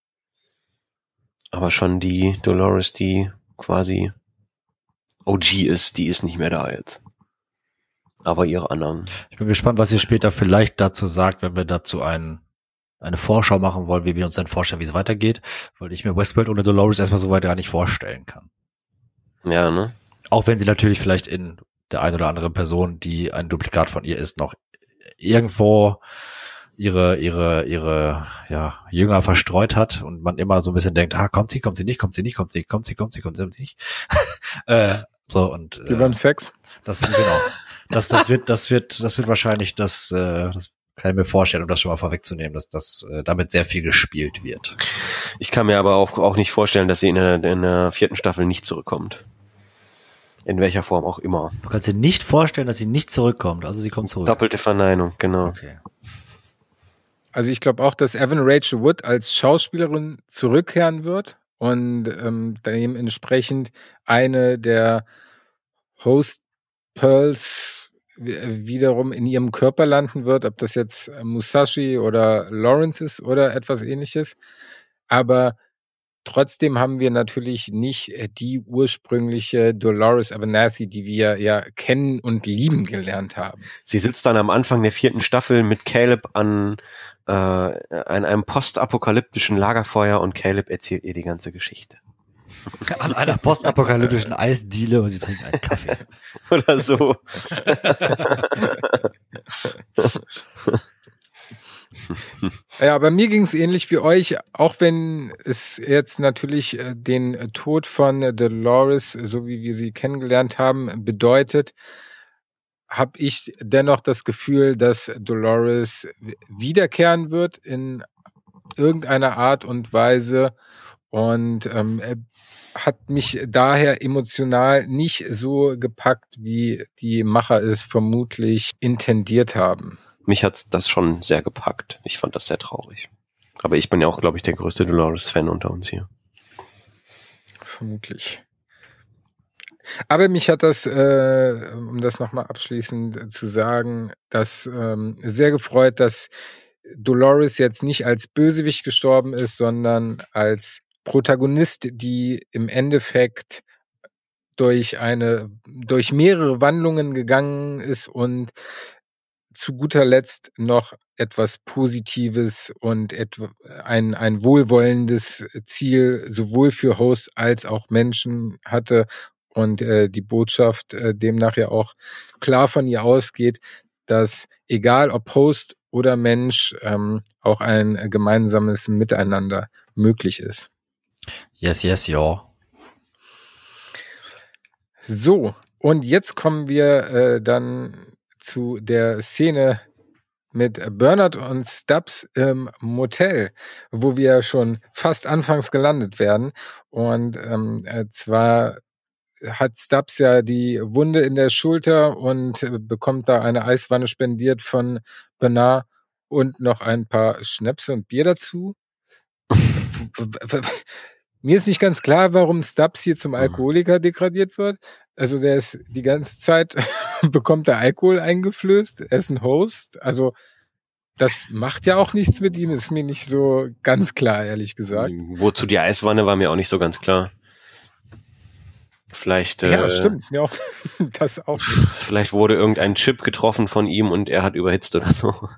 Aber schon die Dolores, die quasi O G ist, die ist nicht mehr da jetzt. Aber ihre anderen. Ich bin gespannt, was ihr später vielleicht dazu sagt, wenn wir dazu ein, eine Vorschau machen wollen, wie wir uns dann vorstellen, wie es weitergeht, weil ich mir Westworld ohne Dolores erstmal so weit gar nicht vorstellen kann. Ja, ne? Auch wenn sie natürlich vielleicht in der ein oder anderen Person, die ein Duplikat von ihr ist, noch irgendwo ihre, ihre, ihre, ja, Jünger verstreut hat und man immer so ein bisschen denkt, ah, kommt sie, kommt sie nicht, kommt sie nicht, kommt sie, kommt sie, kommt sie, kommt sie nicht. äh, so und, Wie äh, beim Sex. das, genau. Das, das wird, das wird, das wird wahrscheinlich das, äh, das kann ich mir vorstellen, um das schon mal vorwegzunehmen, dass das äh, damit sehr viel gespielt wird. Ich kann mir aber auch, auch nicht vorstellen, dass sie in der, in der vierten Staffel nicht zurückkommt. In welcher Form auch immer. Du kannst dir nicht vorstellen, dass sie nicht zurückkommt, also sie kommt zurück. Doppelte Verneinung, genau. Okay. Also ich glaube auch, dass Evan Rachel Wood als Schauspielerin zurückkehren wird und ähm, dementsprechend eine der Host Pearls wiederum in ihrem Körper landen wird, ob das jetzt Musashi oder Lawrence ist oder etwas ähnliches. Aber trotzdem haben wir natürlich nicht die ursprüngliche Dolores Abernathy, die wir ja kennen und lieben gelernt haben. Sie sitzt dann am Anfang der vierten Staffel mit Caleb an, äh, an einem postapokalyptischen Lagerfeuer und Caleb erzählt ihr die ganze Geschichte. An einer postapokalyptischen Eisdiele und sie trinkt einen Kaffee. Oder so. Ja, aber mir ging es ähnlich wie euch, auch wenn es jetzt natürlich den Tod von Dolores, so wie wir sie kennengelernt haben, bedeutet, habe ich dennoch das Gefühl, dass Dolores wiederkehren wird in irgendeiner Art und Weise und ähm, hat mich daher emotional nicht so gepackt, wie die Macher es vermutlich intendiert haben. Mich hat's das schon sehr gepackt. Ich fand das sehr traurig. Aber ich bin ja auch, glaube ich, der größte Dolores-Fan unter uns hier. Vermutlich. Aber mich hat das, äh, um das nochmal abschließend zu sagen, das ähm, sehr gefreut, dass Dolores jetzt nicht als Bösewicht gestorben ist, sondern als Protagonist, die im Endeffekt durch eine, durch mehrere Wandlungen gegangen ist und zu guter Letzt noch etwas Positives und etwa ein, ein wohlwollendes Ziel sowohl für Host als auch Menschen hatte und äh, die Botschaft äh, demnach ja auch klar von ihr ausgeht, dass egal ob Host oder Mensch ähm, auch ein gemeinsames Miteinander möglich ist. Yes, yes, ja. So, und jetzt kommen wir äh, dann zu der Szene mit Bernard und Stubbs im Motel, wo wir schon fast anfangs gelandet werden. Und ähm, zwar hat Stubbs ja die Wunde in der Schulter und äh, bekommt da eine Eiswanne spendiert von Bernard und noch ein paar Schnäpse und Bier dazu. Mir ist nicht ganz klar, warum Stubbs hier zum Alkoholiker degradiert wird. Also der ist die ganze Zeit, bekommt er Alkohol eingeflößt, er ist ein Host. Also das macht ja auch nichts mit ihm, ist mir nicht so ganz klar, ehrlich gesagt. Wozu die Eiswanne war mir auch nicht so ganz klar. Vielleicht, ja, äh, stimmt, mir auch, das auch nicht. Vielleicht wurde irgendein Chip getroffen von ihm und er hat überhitzt oder so.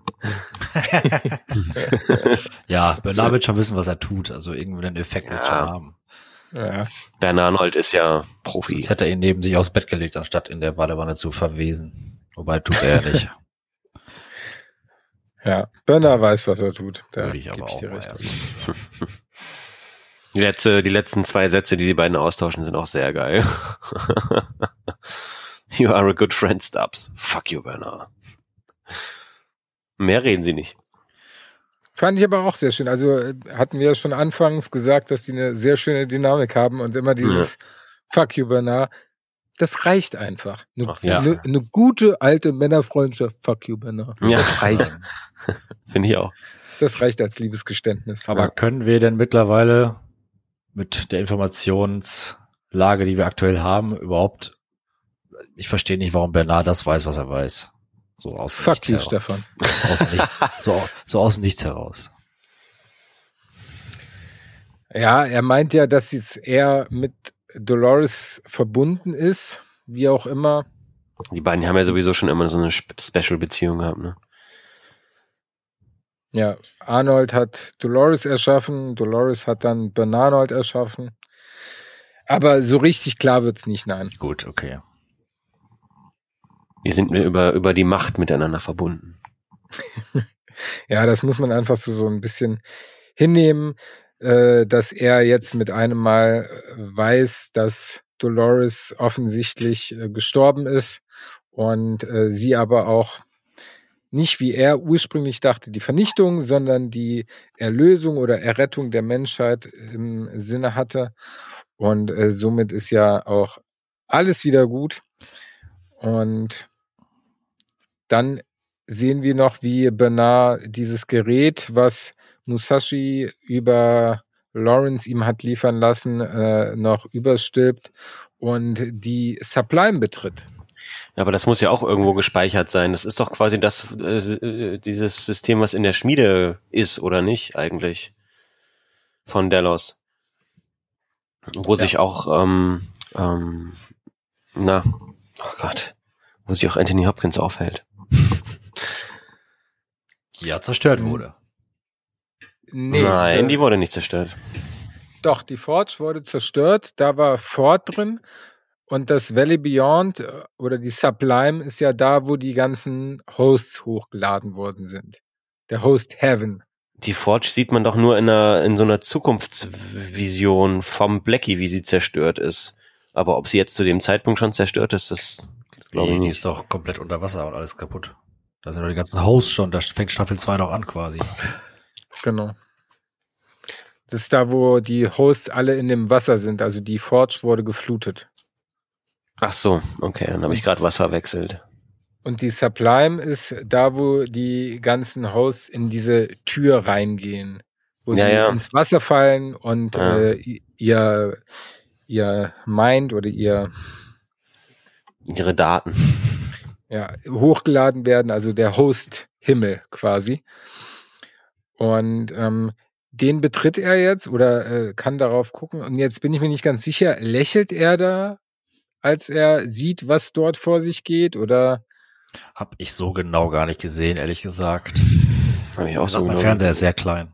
Ja, Bernard wird schon wissen, was er tut. Also irgendwie den Effekt Ja. wird schon haben. Ja. Bernard Arnold ist ja Profi. Sonst hätte er ihn neben sich aufs Bett gelegt, anstatt in der Badewanne zu verwesen. Wobei tut er ja nicht. Ja, Bernard weiß, was er tut. Da Würde ich geb aber ich auch dir mal recht. erstmal. Die, letzte, die letzten zwei Sätze, die die beiden austauschen, sind auch sehr geil. You are a good friend, Stubbs. Fuck you, Bernard. Mehr reden sie nicht. Fand ich aber auch sehr schön. Also äh, hatten wir ja schon anfangs gesagt, dass die eine sehr schöne Dynamik haben und immer dieses Fuck you, Bernard. Das reicht einfach. Eine, Ach, ja. eine, eine gute alte Männerfreundschaft. Fuck you, Bernard. Ja, Das reicht. finde ich auch. Das reicht als Liebesgeständnis. Aber Ja. können wir denn mittlerweile mit der Informations, Lage, die wir aktuell haben, überhaupt, ich verstehe nicht, warum Bernard das weiß, was er weiß. So aus dem Fuck Nichts you, heraus. Stefan. Aus dem Nichts, so, so aus dem Nichts heraus. Ja, er meint ja, dass es eher mit Dolores verbunden ist, wie auch immer. Die beiden haben ja sowieso schon immer so eine Special-Beziehung gehabt, ne? Ja, Arnold hat Dolores erschaffen, Dolores hat dann Bernard erschaffen. Aber so richtig klar wird's nicht, nein. Gut, okay. Wie sind wir über, über die Macht miteinander verbunden? Ja, das muss man einfach so, so ein bisschen hinnehmen, äh, dass er jetzt mit einem Mal weiß, dass Dolores offensichtlich äh, gestorben ist und äh, sie aber auch nicht, wie er ursprünglich dachte, die Vernichtung, sondern die Erlösung oder Errettung der Menschheit im Sinne hatte. Und äh, somit ist ja auch alles wieder gut. Und dann sehen wir noch, wie Bernard dieses Gerät, was Musashi über Lawrence ihm hat liefern lassen, äh, noch überstülpt und die Sublime betritt. Ja, aber das muss ja auch irgendwo gespeichert sein. Das ist doch quasi das, äh, dieses System, was in der Schmiede ist, oder nicht, eigentlich? Von Delos. Wo ja. sich auch, ähm, ähm, na, oh Gott, wo sich auch Anthony Hopkins aufhält. Die ja zerstört wurde. Nee, Nein, äh, die wurde nicht zerstört. Doch, die Forge wurde zerstört. Da war Ford drin. Und das Valley Beyond oder die Sublime ist ja da, wo die ganzen Hosts hochgeladen worden sind. Der Host Heaven. Die Forge sieht man doch nur in einer, in so einer Zukunftsvision vom Blackie, wie sie zerstört ist. Aber ob sie jetzt zu dem Zeitpunkt schon zerstört ist, das glaube ich Die nicht. ist doch komplett unter Wasser und alles kaputt. Da sind doch die ganzen Hosts schon, da fängt Staffel zwei noch an quasi. Genau. Das ist da, wo die Hosts alle in dem Wasser sind. Also die Forge wurde geflutet. Ach so, okay, dann habe ich gerade was verwechselt. Und die Sublime ist da, wo die ganzen Hosts in diese Tür reingehen. Wo Ja, sie ja. ins Wasser fallen und Ja. äh, ihr, ihr Mind oder ihr Ihre Daten. ja, hochgeladen werden, also der Host-Himmel quasi. Und ähm, den betritt er jetzt oder äh, kann darauf gucken. Und jetzt bin ich mir nicht ganz sicher, lächelt er da, als er sieht, was dort vor sich geht? Oder Hab ich so genau gar nicht gesehen, ehrlich gesagt. Habe ich auch so Mein genau Fernseher gesehen. ist sehr klein.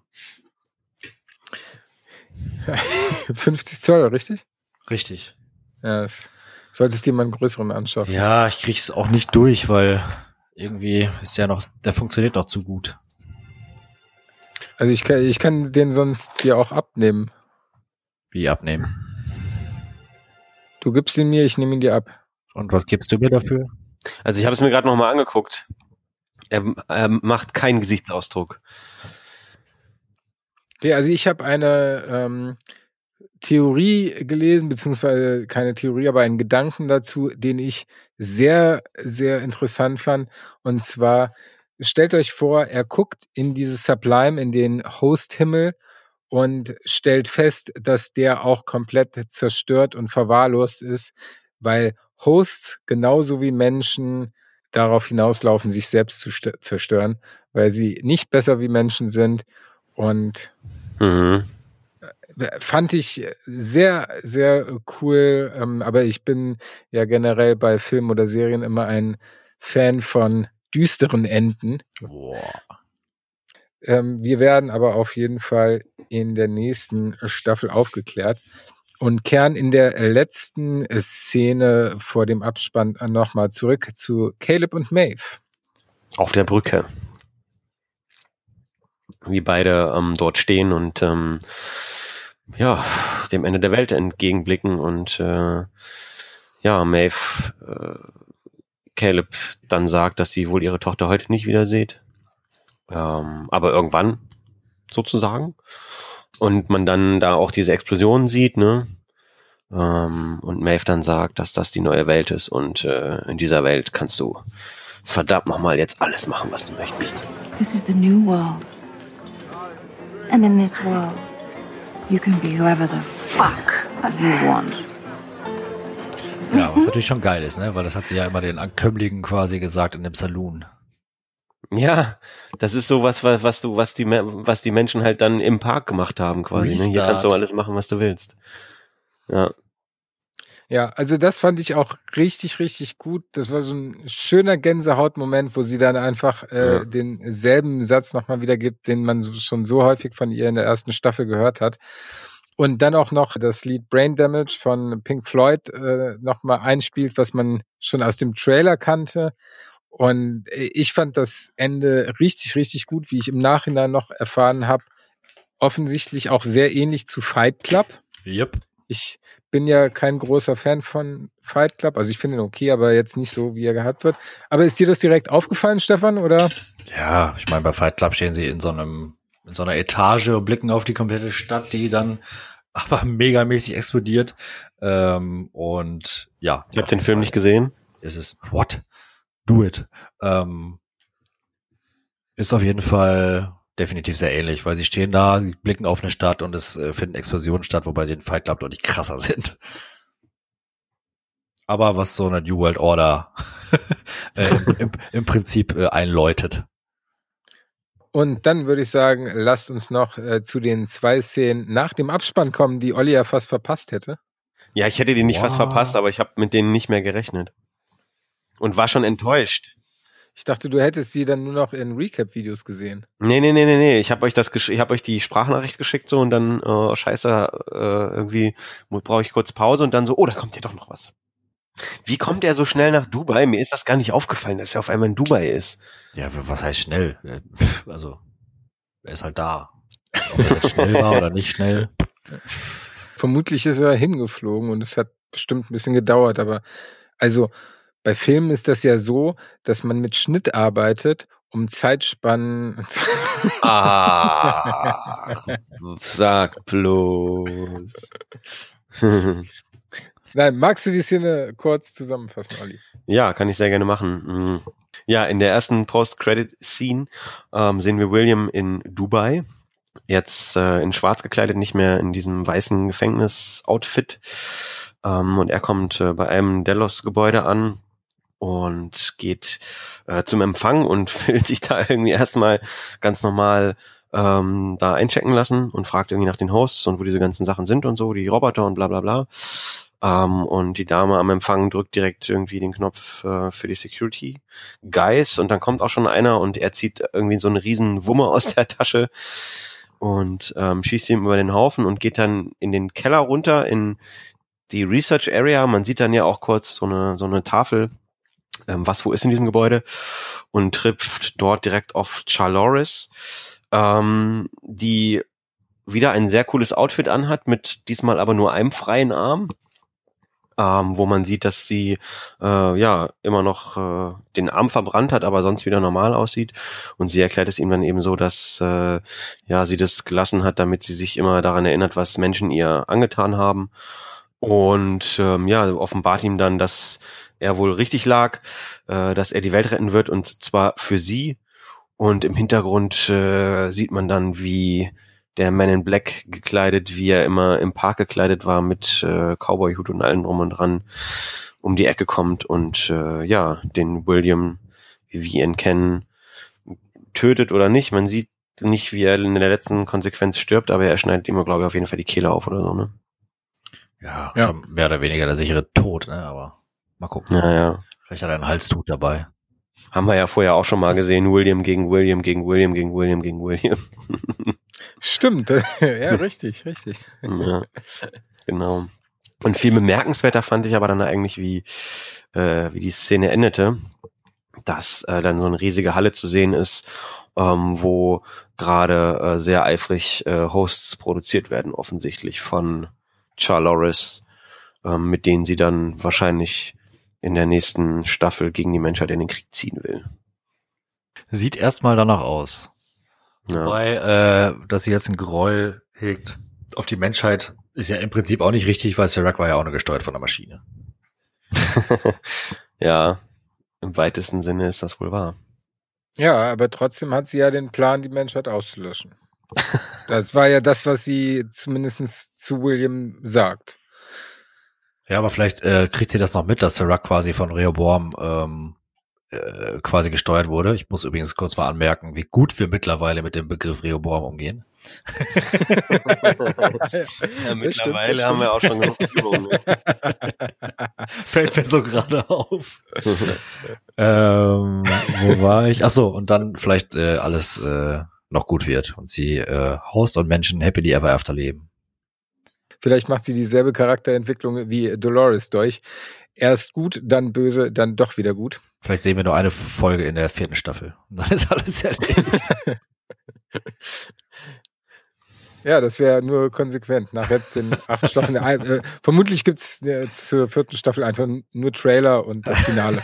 fünfzig Zoll, richtig? Richtig. Ja, das solltest dir mal einen größeren anschaffen. Ja, ich krieg's auch nicht durch, weil irgendwie ist ja noch, der funktioniert noch zu gut. Also ich kann, ich kann den sonst dir auch abnehmen. Wie abnehmen. Du gibst ihn mir, ich nehme ihn dir ab. Und was gibst du mir dafür? Also ich habe es mir gerade nochmal angeguckt. Er, er macht keinen Gesichtsausdruck. Okay, also ich habe eine ähm, Theorie gelesen, beziehungsweise keine Theorie, aber einen Gedanken dazu, den ich sehr, sehr interessant fand. Und zwar, stellt euch vor, er guckt in dieses Sublime, in den Host-Himmel und stellt fest, dass der auch komplett zerstört und verwahrlost ist, weil Hosts genauso wie Menschen darauf hinauslaufen, sich selbst zu st- zerstören, weil sie nicht besser wie Menschen sind. Und Mhm. fand ich sehr, sehr cool. Ähm, aber ich bin ja generell bei Filmen oder Serien immer ein Fan von düsteren Enden. Boah. Ähm, wir werden aber auf jeden Fall in der nächsten Staffel aufgeklärt und kehren in der letzten Szene vor dem Abspann nochmal zurück zu Caleb und Maeve. Auf der Brücke. Wie beide ähm, dort stehen und ähm, ja, dem Ende der Welt entgegenblicken und äh, ja, Maeve äh, Caleb dann sagt, dass sie wohl ihre Tochter heute nicht wieder sieht. Ähm, aber irgendwann, sozusagen. Und man dann da auch diese Explosion sieht, ne? Ähm, und Maeve dann sagt, dass das die neue Welt ist und äh, in dieser Welt kannst du verdammt nochmal jetzt alles machen, was du möchtest. This is the new world. And in this world, you can be whoever the fuck you want. was natürlich schon geil ist, ne? Weil das hat sie ja immer den Ankömmlingen quasi gesagt in dem Saloon. Ja, das ist so was, was, was du, was die, was die Menschen halt dann im Park gemacht haben quasi. Ne? Hier kannst du alles machen, was du willst. Ja. Ja, also das fand ich auch richtig, richtig gut. Das war so ein schöner Gänsehautmoment, wo sie dann einfach äh, Ja. denselben Satz nochmal wiedergibt, den man so, schon so häufig von ihr in der ersten Staffel gehört hat. Und dann auch noch das Lied Brain Damage von Pink Floyd äh, nochmal einspielt, was man schon aus dem Trailer kannte. Und ich fand das Ende richtig, richtig gut, wie ich im Nachhinein noch erfahren habe. Offensichtlich auch sehr ähnlich zu Fight Club. Yep. Ich bin ja kein großer Fan von Fight Club. Also ich finde ihn okay, aber jetzt nicht so, wie er gehabt wird. Aber ist dir das direkt aufgefallen, Stefan, oder? Ja, ich meine, bei Fight Club stehen sie in so einem, in so einer Etage und blicken auf die komplette Stadt, die dann aber megamäßig explodiert. Ähm, und ja. Ich habe den Film nicht gesehen. Es ist, what? Do it. Ähm, ist auf jeden Fall definitiv sehr ähnlich, weil sie stehen da, sie blicken auf eine Stadt und es äh, finden Explosionen statt, wobei sie in Fight Club deutlich krasser sind. Aber was so eine New World Order äh, im, im, im Prinzip äh, einläutet. Und dann würde ich sagen, lasst uns noch äh, zu den zwei Szenen nach dem Abspann kommen, die Olli ja fast verpasst hätte. Ja, ich hätte die nicht Wow. fast verpasst, aber ich habe mit denen nicht mehr gerechnet. Und war schon enttäuscht. Ich dachte, du hättest sie dann nur noch in Recap-Videos gesehen. Nee, nee, nee, nee, nee. Ich habe euch das gesch- ich habe euch die Sprachnachricht geschickt so und dann äh, scheiße, äh, irgendwie brauche ich kurz Pause und dann so, oh, da kommt ja doch noch was. Wie kommt er so schnell nach Dubai? Mir ist das gar nicht aufgefallen, dass er auf einmal in Dubai ist. Ja, was heißt schnell? Also, er ist halt da. Ob er jetzt schnell war oder nicht schnell. Vermutlich ist er hingeflogen und es hat bestimmt ein bisschen gedauert, aber also bei Filmen ist das ja so, dass man mit Schnitt arbeitet, um Zeitspannen. Ah, sag bloß. Nein, magst du die Szene kurz zusammenfassen, Olli? Ja, kann ich sehr gerne machen. Ja, in der ersten Post-Credit-Scene ähm, sehen wir William in Dubai. Jetzt äh, in schwarz gekleidet, nicht mehr in diesem weißen Gefängnis-Outfit. Ähm, und er kommt äh, bei einem Delos-Gebäude an und geht äh, zum Empfang und will sich da irgendwie erstmal ganz normal ähm, da einchecken lassen und fragt irgendwie nach den Hosts und wo diese ganzen Sachen sind und so, die Roboter und bla bla bla. Ähm, und die Dame am Empfang drückt direkt irgendwie den Knopf äh, für die Security Guys und dann kommt auch schon einer und er zieht irgendwie so eine riesen Wumme aus der Tasche und ähm, schießt ihm über den Haufen und geht dann in den Keller runter in die Research Area. Man sieht dann ja auch kurz so eine so eine Tafel, ähm, was wo ist in diesem Gebäude, und trifft dort direkt auf Charloris, ähm, die wieder ein sehr cooles Outfit anhat, mit diesmal aber nur einem freien Arm. Ähm, wo man sieht, dass sie äh, ja immer noch äh, den Arm verbrannt hat, aber sonst wieder normal aussieht. Und sie erklärt es ihm dann eben so, dass äh, ja sie das gelassen hat, damit sie sich immer daran erinnert, was Menschen ihr angetan haben. Und ähm, ja, offenbart ihm dann, dass er wohl richtig lag, äh, dass er die Welt retten wird, und zwar für sie. Und im Hintergrund äh, sieht man dann, wie der Man in Black gekleidet, wie er immer im Park gekleidet war, mit äh, Cowboy-Hut und allem drum und dran, um die Ecke kommt und äh, ja, den William, wie wir ihn kennen, tötet oder nicht. Man sieht nicht, wie er in der letzten Konsequenz stirbt, aber er schneidet immer, glaube ich, auf jeden Fall die Kehle auf oder so, ne? Ja, Ja. schon mehr oder weniger der sichere Tod, ne? Aber mal gucken. Ja, ja. Vielleicht hat er ein Halstuch dabei. Haben wir ja vorher auch schon mal gesehen, William gegen William gegen William gegen William gegen William. Stimmt, ja, richtig, richtig. Ja, genau. Und viel bemerkenswerter fand ich aber dann eigentlich, wie äh, wie die Szene endete, dass äh, dann so eine riesige Halle zu sehen ist, ähm, wo gerade äh, sehr eifrig äh, Hosts produziert werden, offensichtlich von Charloris, ähm, mit denen sie dann wahrscheinlich in der nächsten Staffel gegen die Menschheit in den Krieg ziehen will. Sieht erstmal danach aus. Ja. Wobei, äh, dass sie jetzt ein Groll hegt auf die Menschheit, ist ja im Prinzip auch nicht richtig, weil Serac war ja auch nur gesteuert von der Maschine. Ja, im weitesten Sinne ist das wohl wahr. Ja, aber trotzdem hat sie ja den Plan, die Menschheit auszulöschen. Das war ja das, was sie zumindest zu William sagt. Ja, aber vielleicht äh, kriegt sie das noch mit, dass Serac quasi von Rehoboam ähm, äh, quasi gesteuert wurde. Ich muss übrigens kurz mal anmerken, wie gut wir mittlerweile mit dem Begriff Rehoboam umgehen. Ja, mittlerweile stimmt, haben wir auch schon genug Übungen. Ne? Fällt mir so gerade auf. ähm, wo war ich? Ach so, und dann vielleicht äh, alles äh, noch gut wird und sie äh, Host und Menschen happily ever after leben. Vielleicht macht sie dieselbe Charakterentwicklung wie Dolores durch. Erst gut, dann böse, dann doch wieder gut. Vielleicht sehen wir nur eine Folge in der vierten Staffel. Und dann ist alles erledigt. Ja, das wäre nur konsequent. Nach jetzt den acht Staffeln. Äh, vermutlich gibt es äh, zur vierten Staffel einfach nur Trailer und das Finale.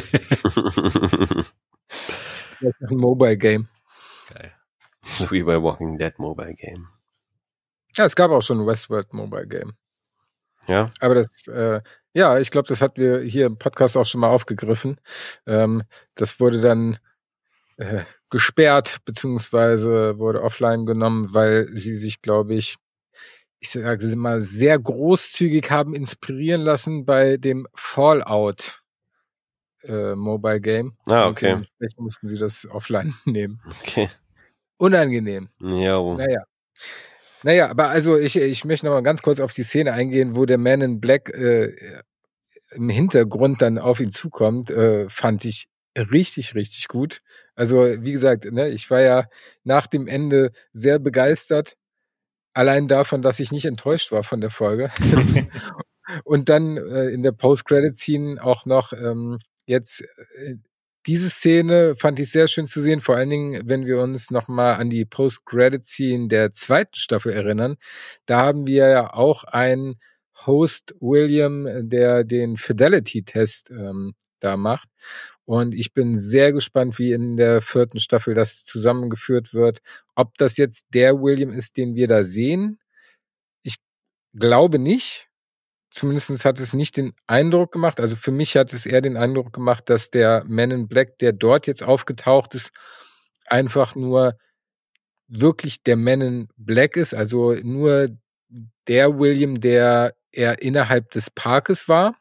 Vielleicht noch ein Mobile Game. Geil. So wie bei Walking Dead Mobile Game. Ja, es gab auch schon ein Westworld Mobile Game. Ja. Aber das, äh, ja, ich glaube, das hatten wir hier im Podcast auch schon mal aufgegriffen. Ähm, das wurde dann äh, gesperrt, beziehungsweise wurde offline genommen, weil sie sich, glaube ich, ich sage es mal, sehr großzügig haben inspirieren lassen bei dem Fallout äh, Mobile Game. Ah, okay. Und vielleicht mussten sie das offline nehmen. Okay. Unangenehm. Ja. Naja. Naja, aber also ich, ich möchte noch mal ganz kurz auf die Szene eingehen, wo der Man in Black äh, im Hintergrund dann auf ihn zukommt, äh, fand ich richtig, richtig gut. Also wie gesagt, ne, ich war ja nach dem Ende sehr begeistert, allein davon, dass ich nicht enttäuscht war von der Folge. Und dann äh, in der Post-Credit-Scene auch noch ähm, jetzt äh, diese Szene fand ich sehr schön zu sehen, vor allen Dingen, wenn wir uns nochmal an die Post-Credit-Scene der zweiten Staffel erinnern. Da haben wir ja auch einen Host William, der den Fidelity-Test ähm, da macht. Und ich bin sehr gespannt, wie in der vierten Staffel das zusammengeführt wird. Ob das jetzt der William ist, den wir da sehen. Ich glaube nicht. Zumindest hat es nicht den Eindruck gemacht, also für mich hat es eher den Eindruck gemacht, dass der Man in Black, der dort jetzt aufgetaucht ist, einfach nur wirklich der Man in Black ist, also nur der William, der er innerhalb des Parkes war.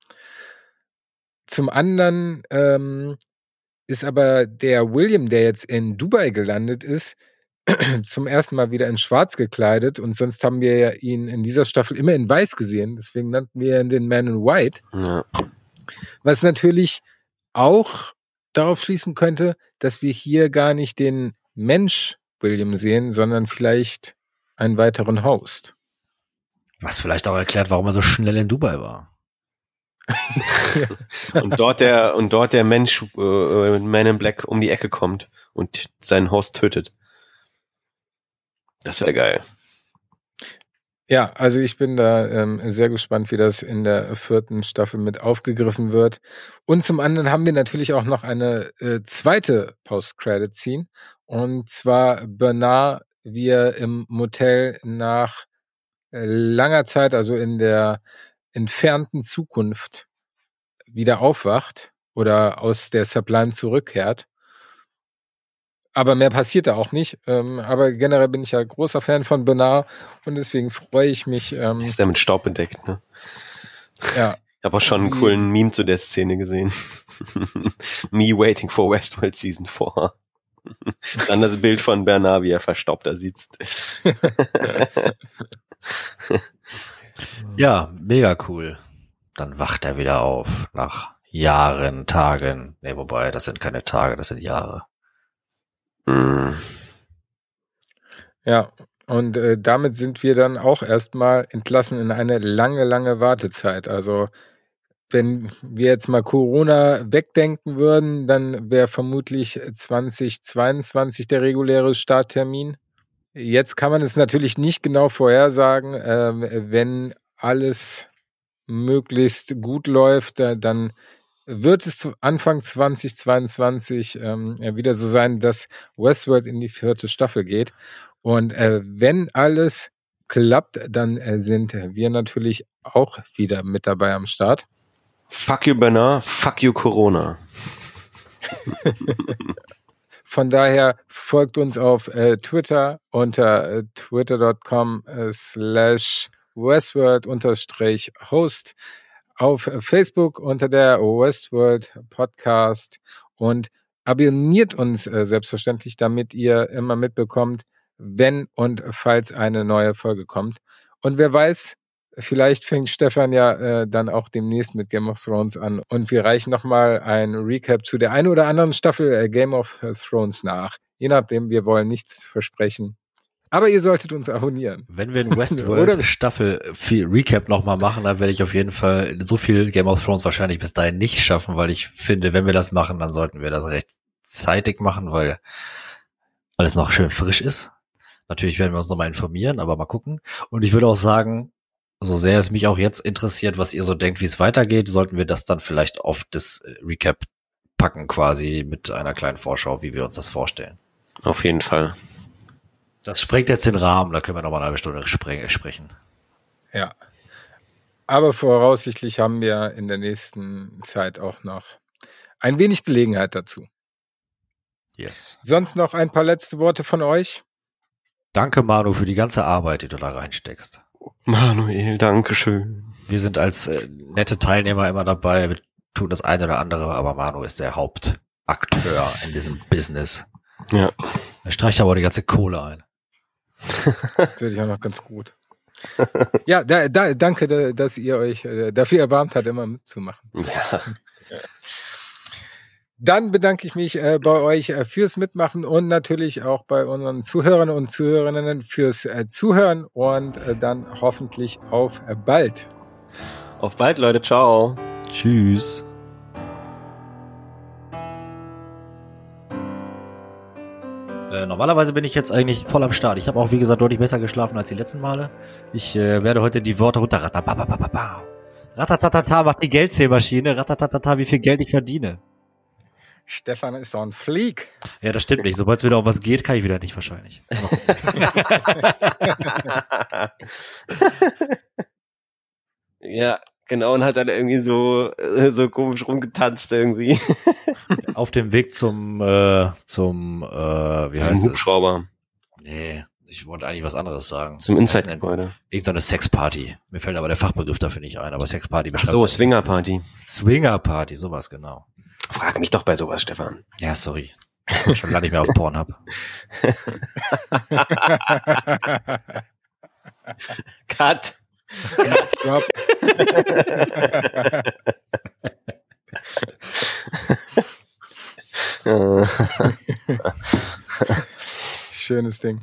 Zum anderen ähm, ist aber der William, der jetzt in Dubai gelandet ist, zum ersten Mal wieder in Schwarz gekleidet und sonst haben wir ja ihn in dieser Staffel immer in Weiß gesehen, deswegen nannten wir ihn den Man in White. Ja. Was natürlich auch darauf schließen könnte, dass wir hier gar nicht den Mensch William sehen, sondern vielleicht einen weiteren Host. Was vielleicht auch erklärt, warum er so schnell in Dubai war. und dort der und dort der Mensch äh, Man in Black um die Ecke kommt und seinen Host tötet. Das wäre geil. Ja, also ich bin da ähm, sehr gespannt, wie das in der vierten Staffel mit aufgegriffen wird. Und zum anderen haben wir natürlich auch noch eine äh, zweite Post-Credit-Scene. Und zwar Bernard, wie er im Motel nach äh, langer Zeit, also in der entfernten Zukunft, wieder aufwacht oder aus der Sublime zurückkehrt. Aber mehr passiert da auch nicht. Ähm, aber generell bin ich ja großer Fan von Bernard und deswegen freue ich mich. Ähm, ist der mit Staub bedeckt, ne? Ja. Ich habe auch schon einen coolen Meme zu der Szene gesehen. Me waiting for Westworld Season four. Dann das Bild von Bernard, wie er verstaubt da sitzt. Ja, mega cool. Dann wacht er wieder auf nach Jahren, Tagen. Ne, wobei, das sind keine Tage, das sind Jahre. Hm. Ja, und äh, damit sind wir dann auch erstmal entlassen in eine lange, lange Wartezeit. Also wenn wir jetzt mal Corona wegdenken würden, dann wäre vermutlich zwanzig zweiundzwanzig der reguläre Starttermin. Jetzt kann man es natürlich nicht genau vorhersagen. Äh, wenn alles möglichst gut läuft, äh, dann wird es Anfang zwanzig zweiundzwanzig ähm, wieder so sein, dass Westworld in die vierte Staffel geht. Und äh, wenn alles klappt, dann äh, sind wir natürlich auch wieder mit dabei am Start. Fuck you Bernard, fuck you Corona. Von daher folgt uns auf äh, Twitter unter äh, twitter dot com äh, slash westworld-host, auf Facebook unter der Westworld Podcast und abonniert uns äh, selbstverständlich, damit ihr immer mitbekommt, wenn und falls eine neue Folge kommt. Und wer weiß, vielleicht fängt Stefan ja äh, dann auch demnächst mit Game of Thrones an und wir reichen nochmal ein Recap zu der einen oder anderen Staffel äh, Game of Thrones nach. Je nachdem, wir wollen nichts versprechen. Aber ihr solltet uns abonnieren. Wenn wir in Westworld Staffel viel Recap nochmal machen, dann werde ich auf jeden Fall so viel Game of Thrones wahrscheinlich bis dahin nicht schaffen, weil ich finde, wenn wir das machen, dann sollten wir das rechtzeitig machen, weil alles noch schön frisch ist. Natürlich werden wir uns nochmal informieren, aber mal gucken. Und ich würde auch sagen, so sehr es mich auch jetzt interessiert, was ihr so denkt, wie es weitergeht, sollten wir das dann vielleicht auf das Recap packen, quasi mit einer kleinen Vorschau, wie wir uns das vorstellen. Auf jeden Fall. Das sprengt jetzt den Rahmen, da können wir noch mal eine halbe Stunde sprechen. Ja. Aber voraussichtlich haben wir in der nächsten Zeit auch noch ein wenig Gelegenheit dazu. Yes. Sonst noch ein paar letzte Worte von euch? Danke, Manu, für die ganze Arbeit, die du da reinsteckst. Manuel, danke schön. Wir sind als äh, nette Teilnehmer immer dabei, wir tun das eine oder andere, aber Manu ist der Hauptakteur in diesem Business. Ja. Er streicht aber die ganze Kohle ein. Das finde ich auch noch ganz gut. Ja, da, da, danke, dass ihr euch dafür erbarmt habt, immer mitzumachen. Ja. Dann bedanke ich mich äh, bei euch äh, fürs Mitmachen und natürlich auch bei unseren Zuhörern und Zuhörerinnen fürs äh, Zuhören und äh, dann hoffentlich auf äh, bald. Auf bald, Leute. Ciao. Tschüss. Äh, normalerweise bin ich jetzt eigentlich voll am Start. Ich habe auch, wie gesagt, deutlich besser geschlafen als die letzten Male. Ich äh, werde heute die Worte runterrattern. Ratatatata macht die Geldzählmaschine. Ratatatata, wie viel Geld ich verdiene. Stefan ist so ein Fleek. Ja, das stimmt nicht. Sobald es wieder um was geht, kann ich wieder nicht wahrscheinlich. Ja, genau, und hat dann irgendwie so so komisch rumgetanzt irgendwie. Auf dem Weg zum äh, zum äh, wie Zum heißt Hubschrauber. es? Nee, ich wollte eigentlich was anderes sagen. Zum Inside-Gebäude. Irgendeine Sexparty. Mir fällt aber der Fachbegriff dafür nicht ein, aber Sexparty Ach beschreibt so, es. Swingerparty. Swingerparty, sowas genau. Frag mich doch bei sowas, Stefan. Ja, sorry. Ich bin schon lange nicht mehr auf Pornhub. Cut. Drop. Schönes Ding.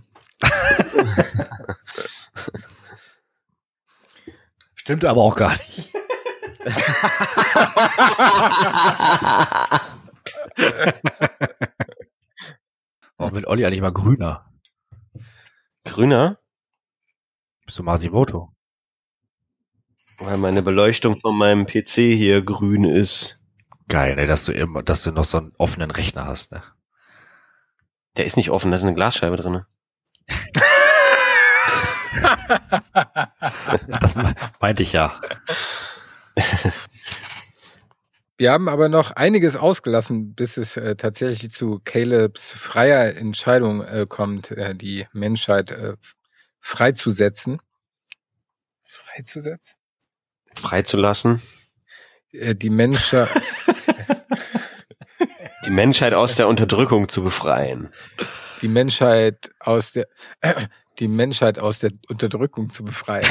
Stimmt aber auch gar nicht. Warum wird Olli eigentlich mal grüner? Grüner? Bist du Masimoto? Weil meine Beleuchtung von meinem P C hier grün ist. Geil, ey, dass du immer, dass du noch so einen offenen Rechner hast, ne? Der ist nicht offen, da ist eine Glasscheibe drin. Das meinte ich ja. Wir haben aber noch einiges ausgelassen, bis es äh, tatsächlich zu Calebs freier Entscheidung äh, kommt, äh, die Menschheit äh, freizusetzen. Freizusetzen? Freizulassen. Äh, die Menschheit... Die Menschheit aus der Unterdrückung zu befreien. Die Menschheit aus der... Äh, die Menschheit aus der Unterdrückung zu befreien.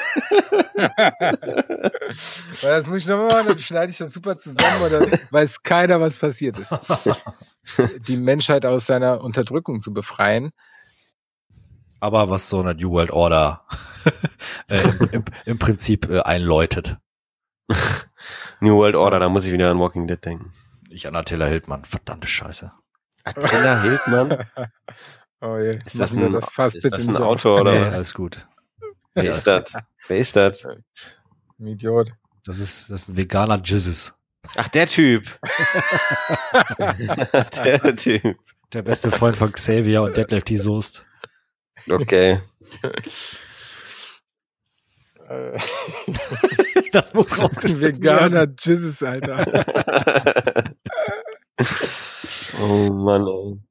Weil das muss ich nochmal machen, dann schneide ich das super zusammen, oder weiß keiner, was passiert ist. Die Menschheit aus seiner Unterdrückung zu befreien. Aber was so eine New World Order äh, im, im, im Prinzip äh, einläutet. New World Order, da muss ich wieder an Walking Dead denken. Ich an Attila Hildmann, verdammte Scheiße. Attila Hildmann? Oh je, Ist das machen wir ein, das fast ist bitte das ein nicht Autor oder Nee, was? alles gut. Wer ist das? Wer ist das? auf. Ein Idiot. Das ist, das ist ein veganer Jizzes. Ach, der Typ. Der Typ. Der beste Freund von Xavier und Detlef die Soest. Okay. Äh, Das muss rausgeschnitten Veganer Jesus, Alter. Oh Mann, ey.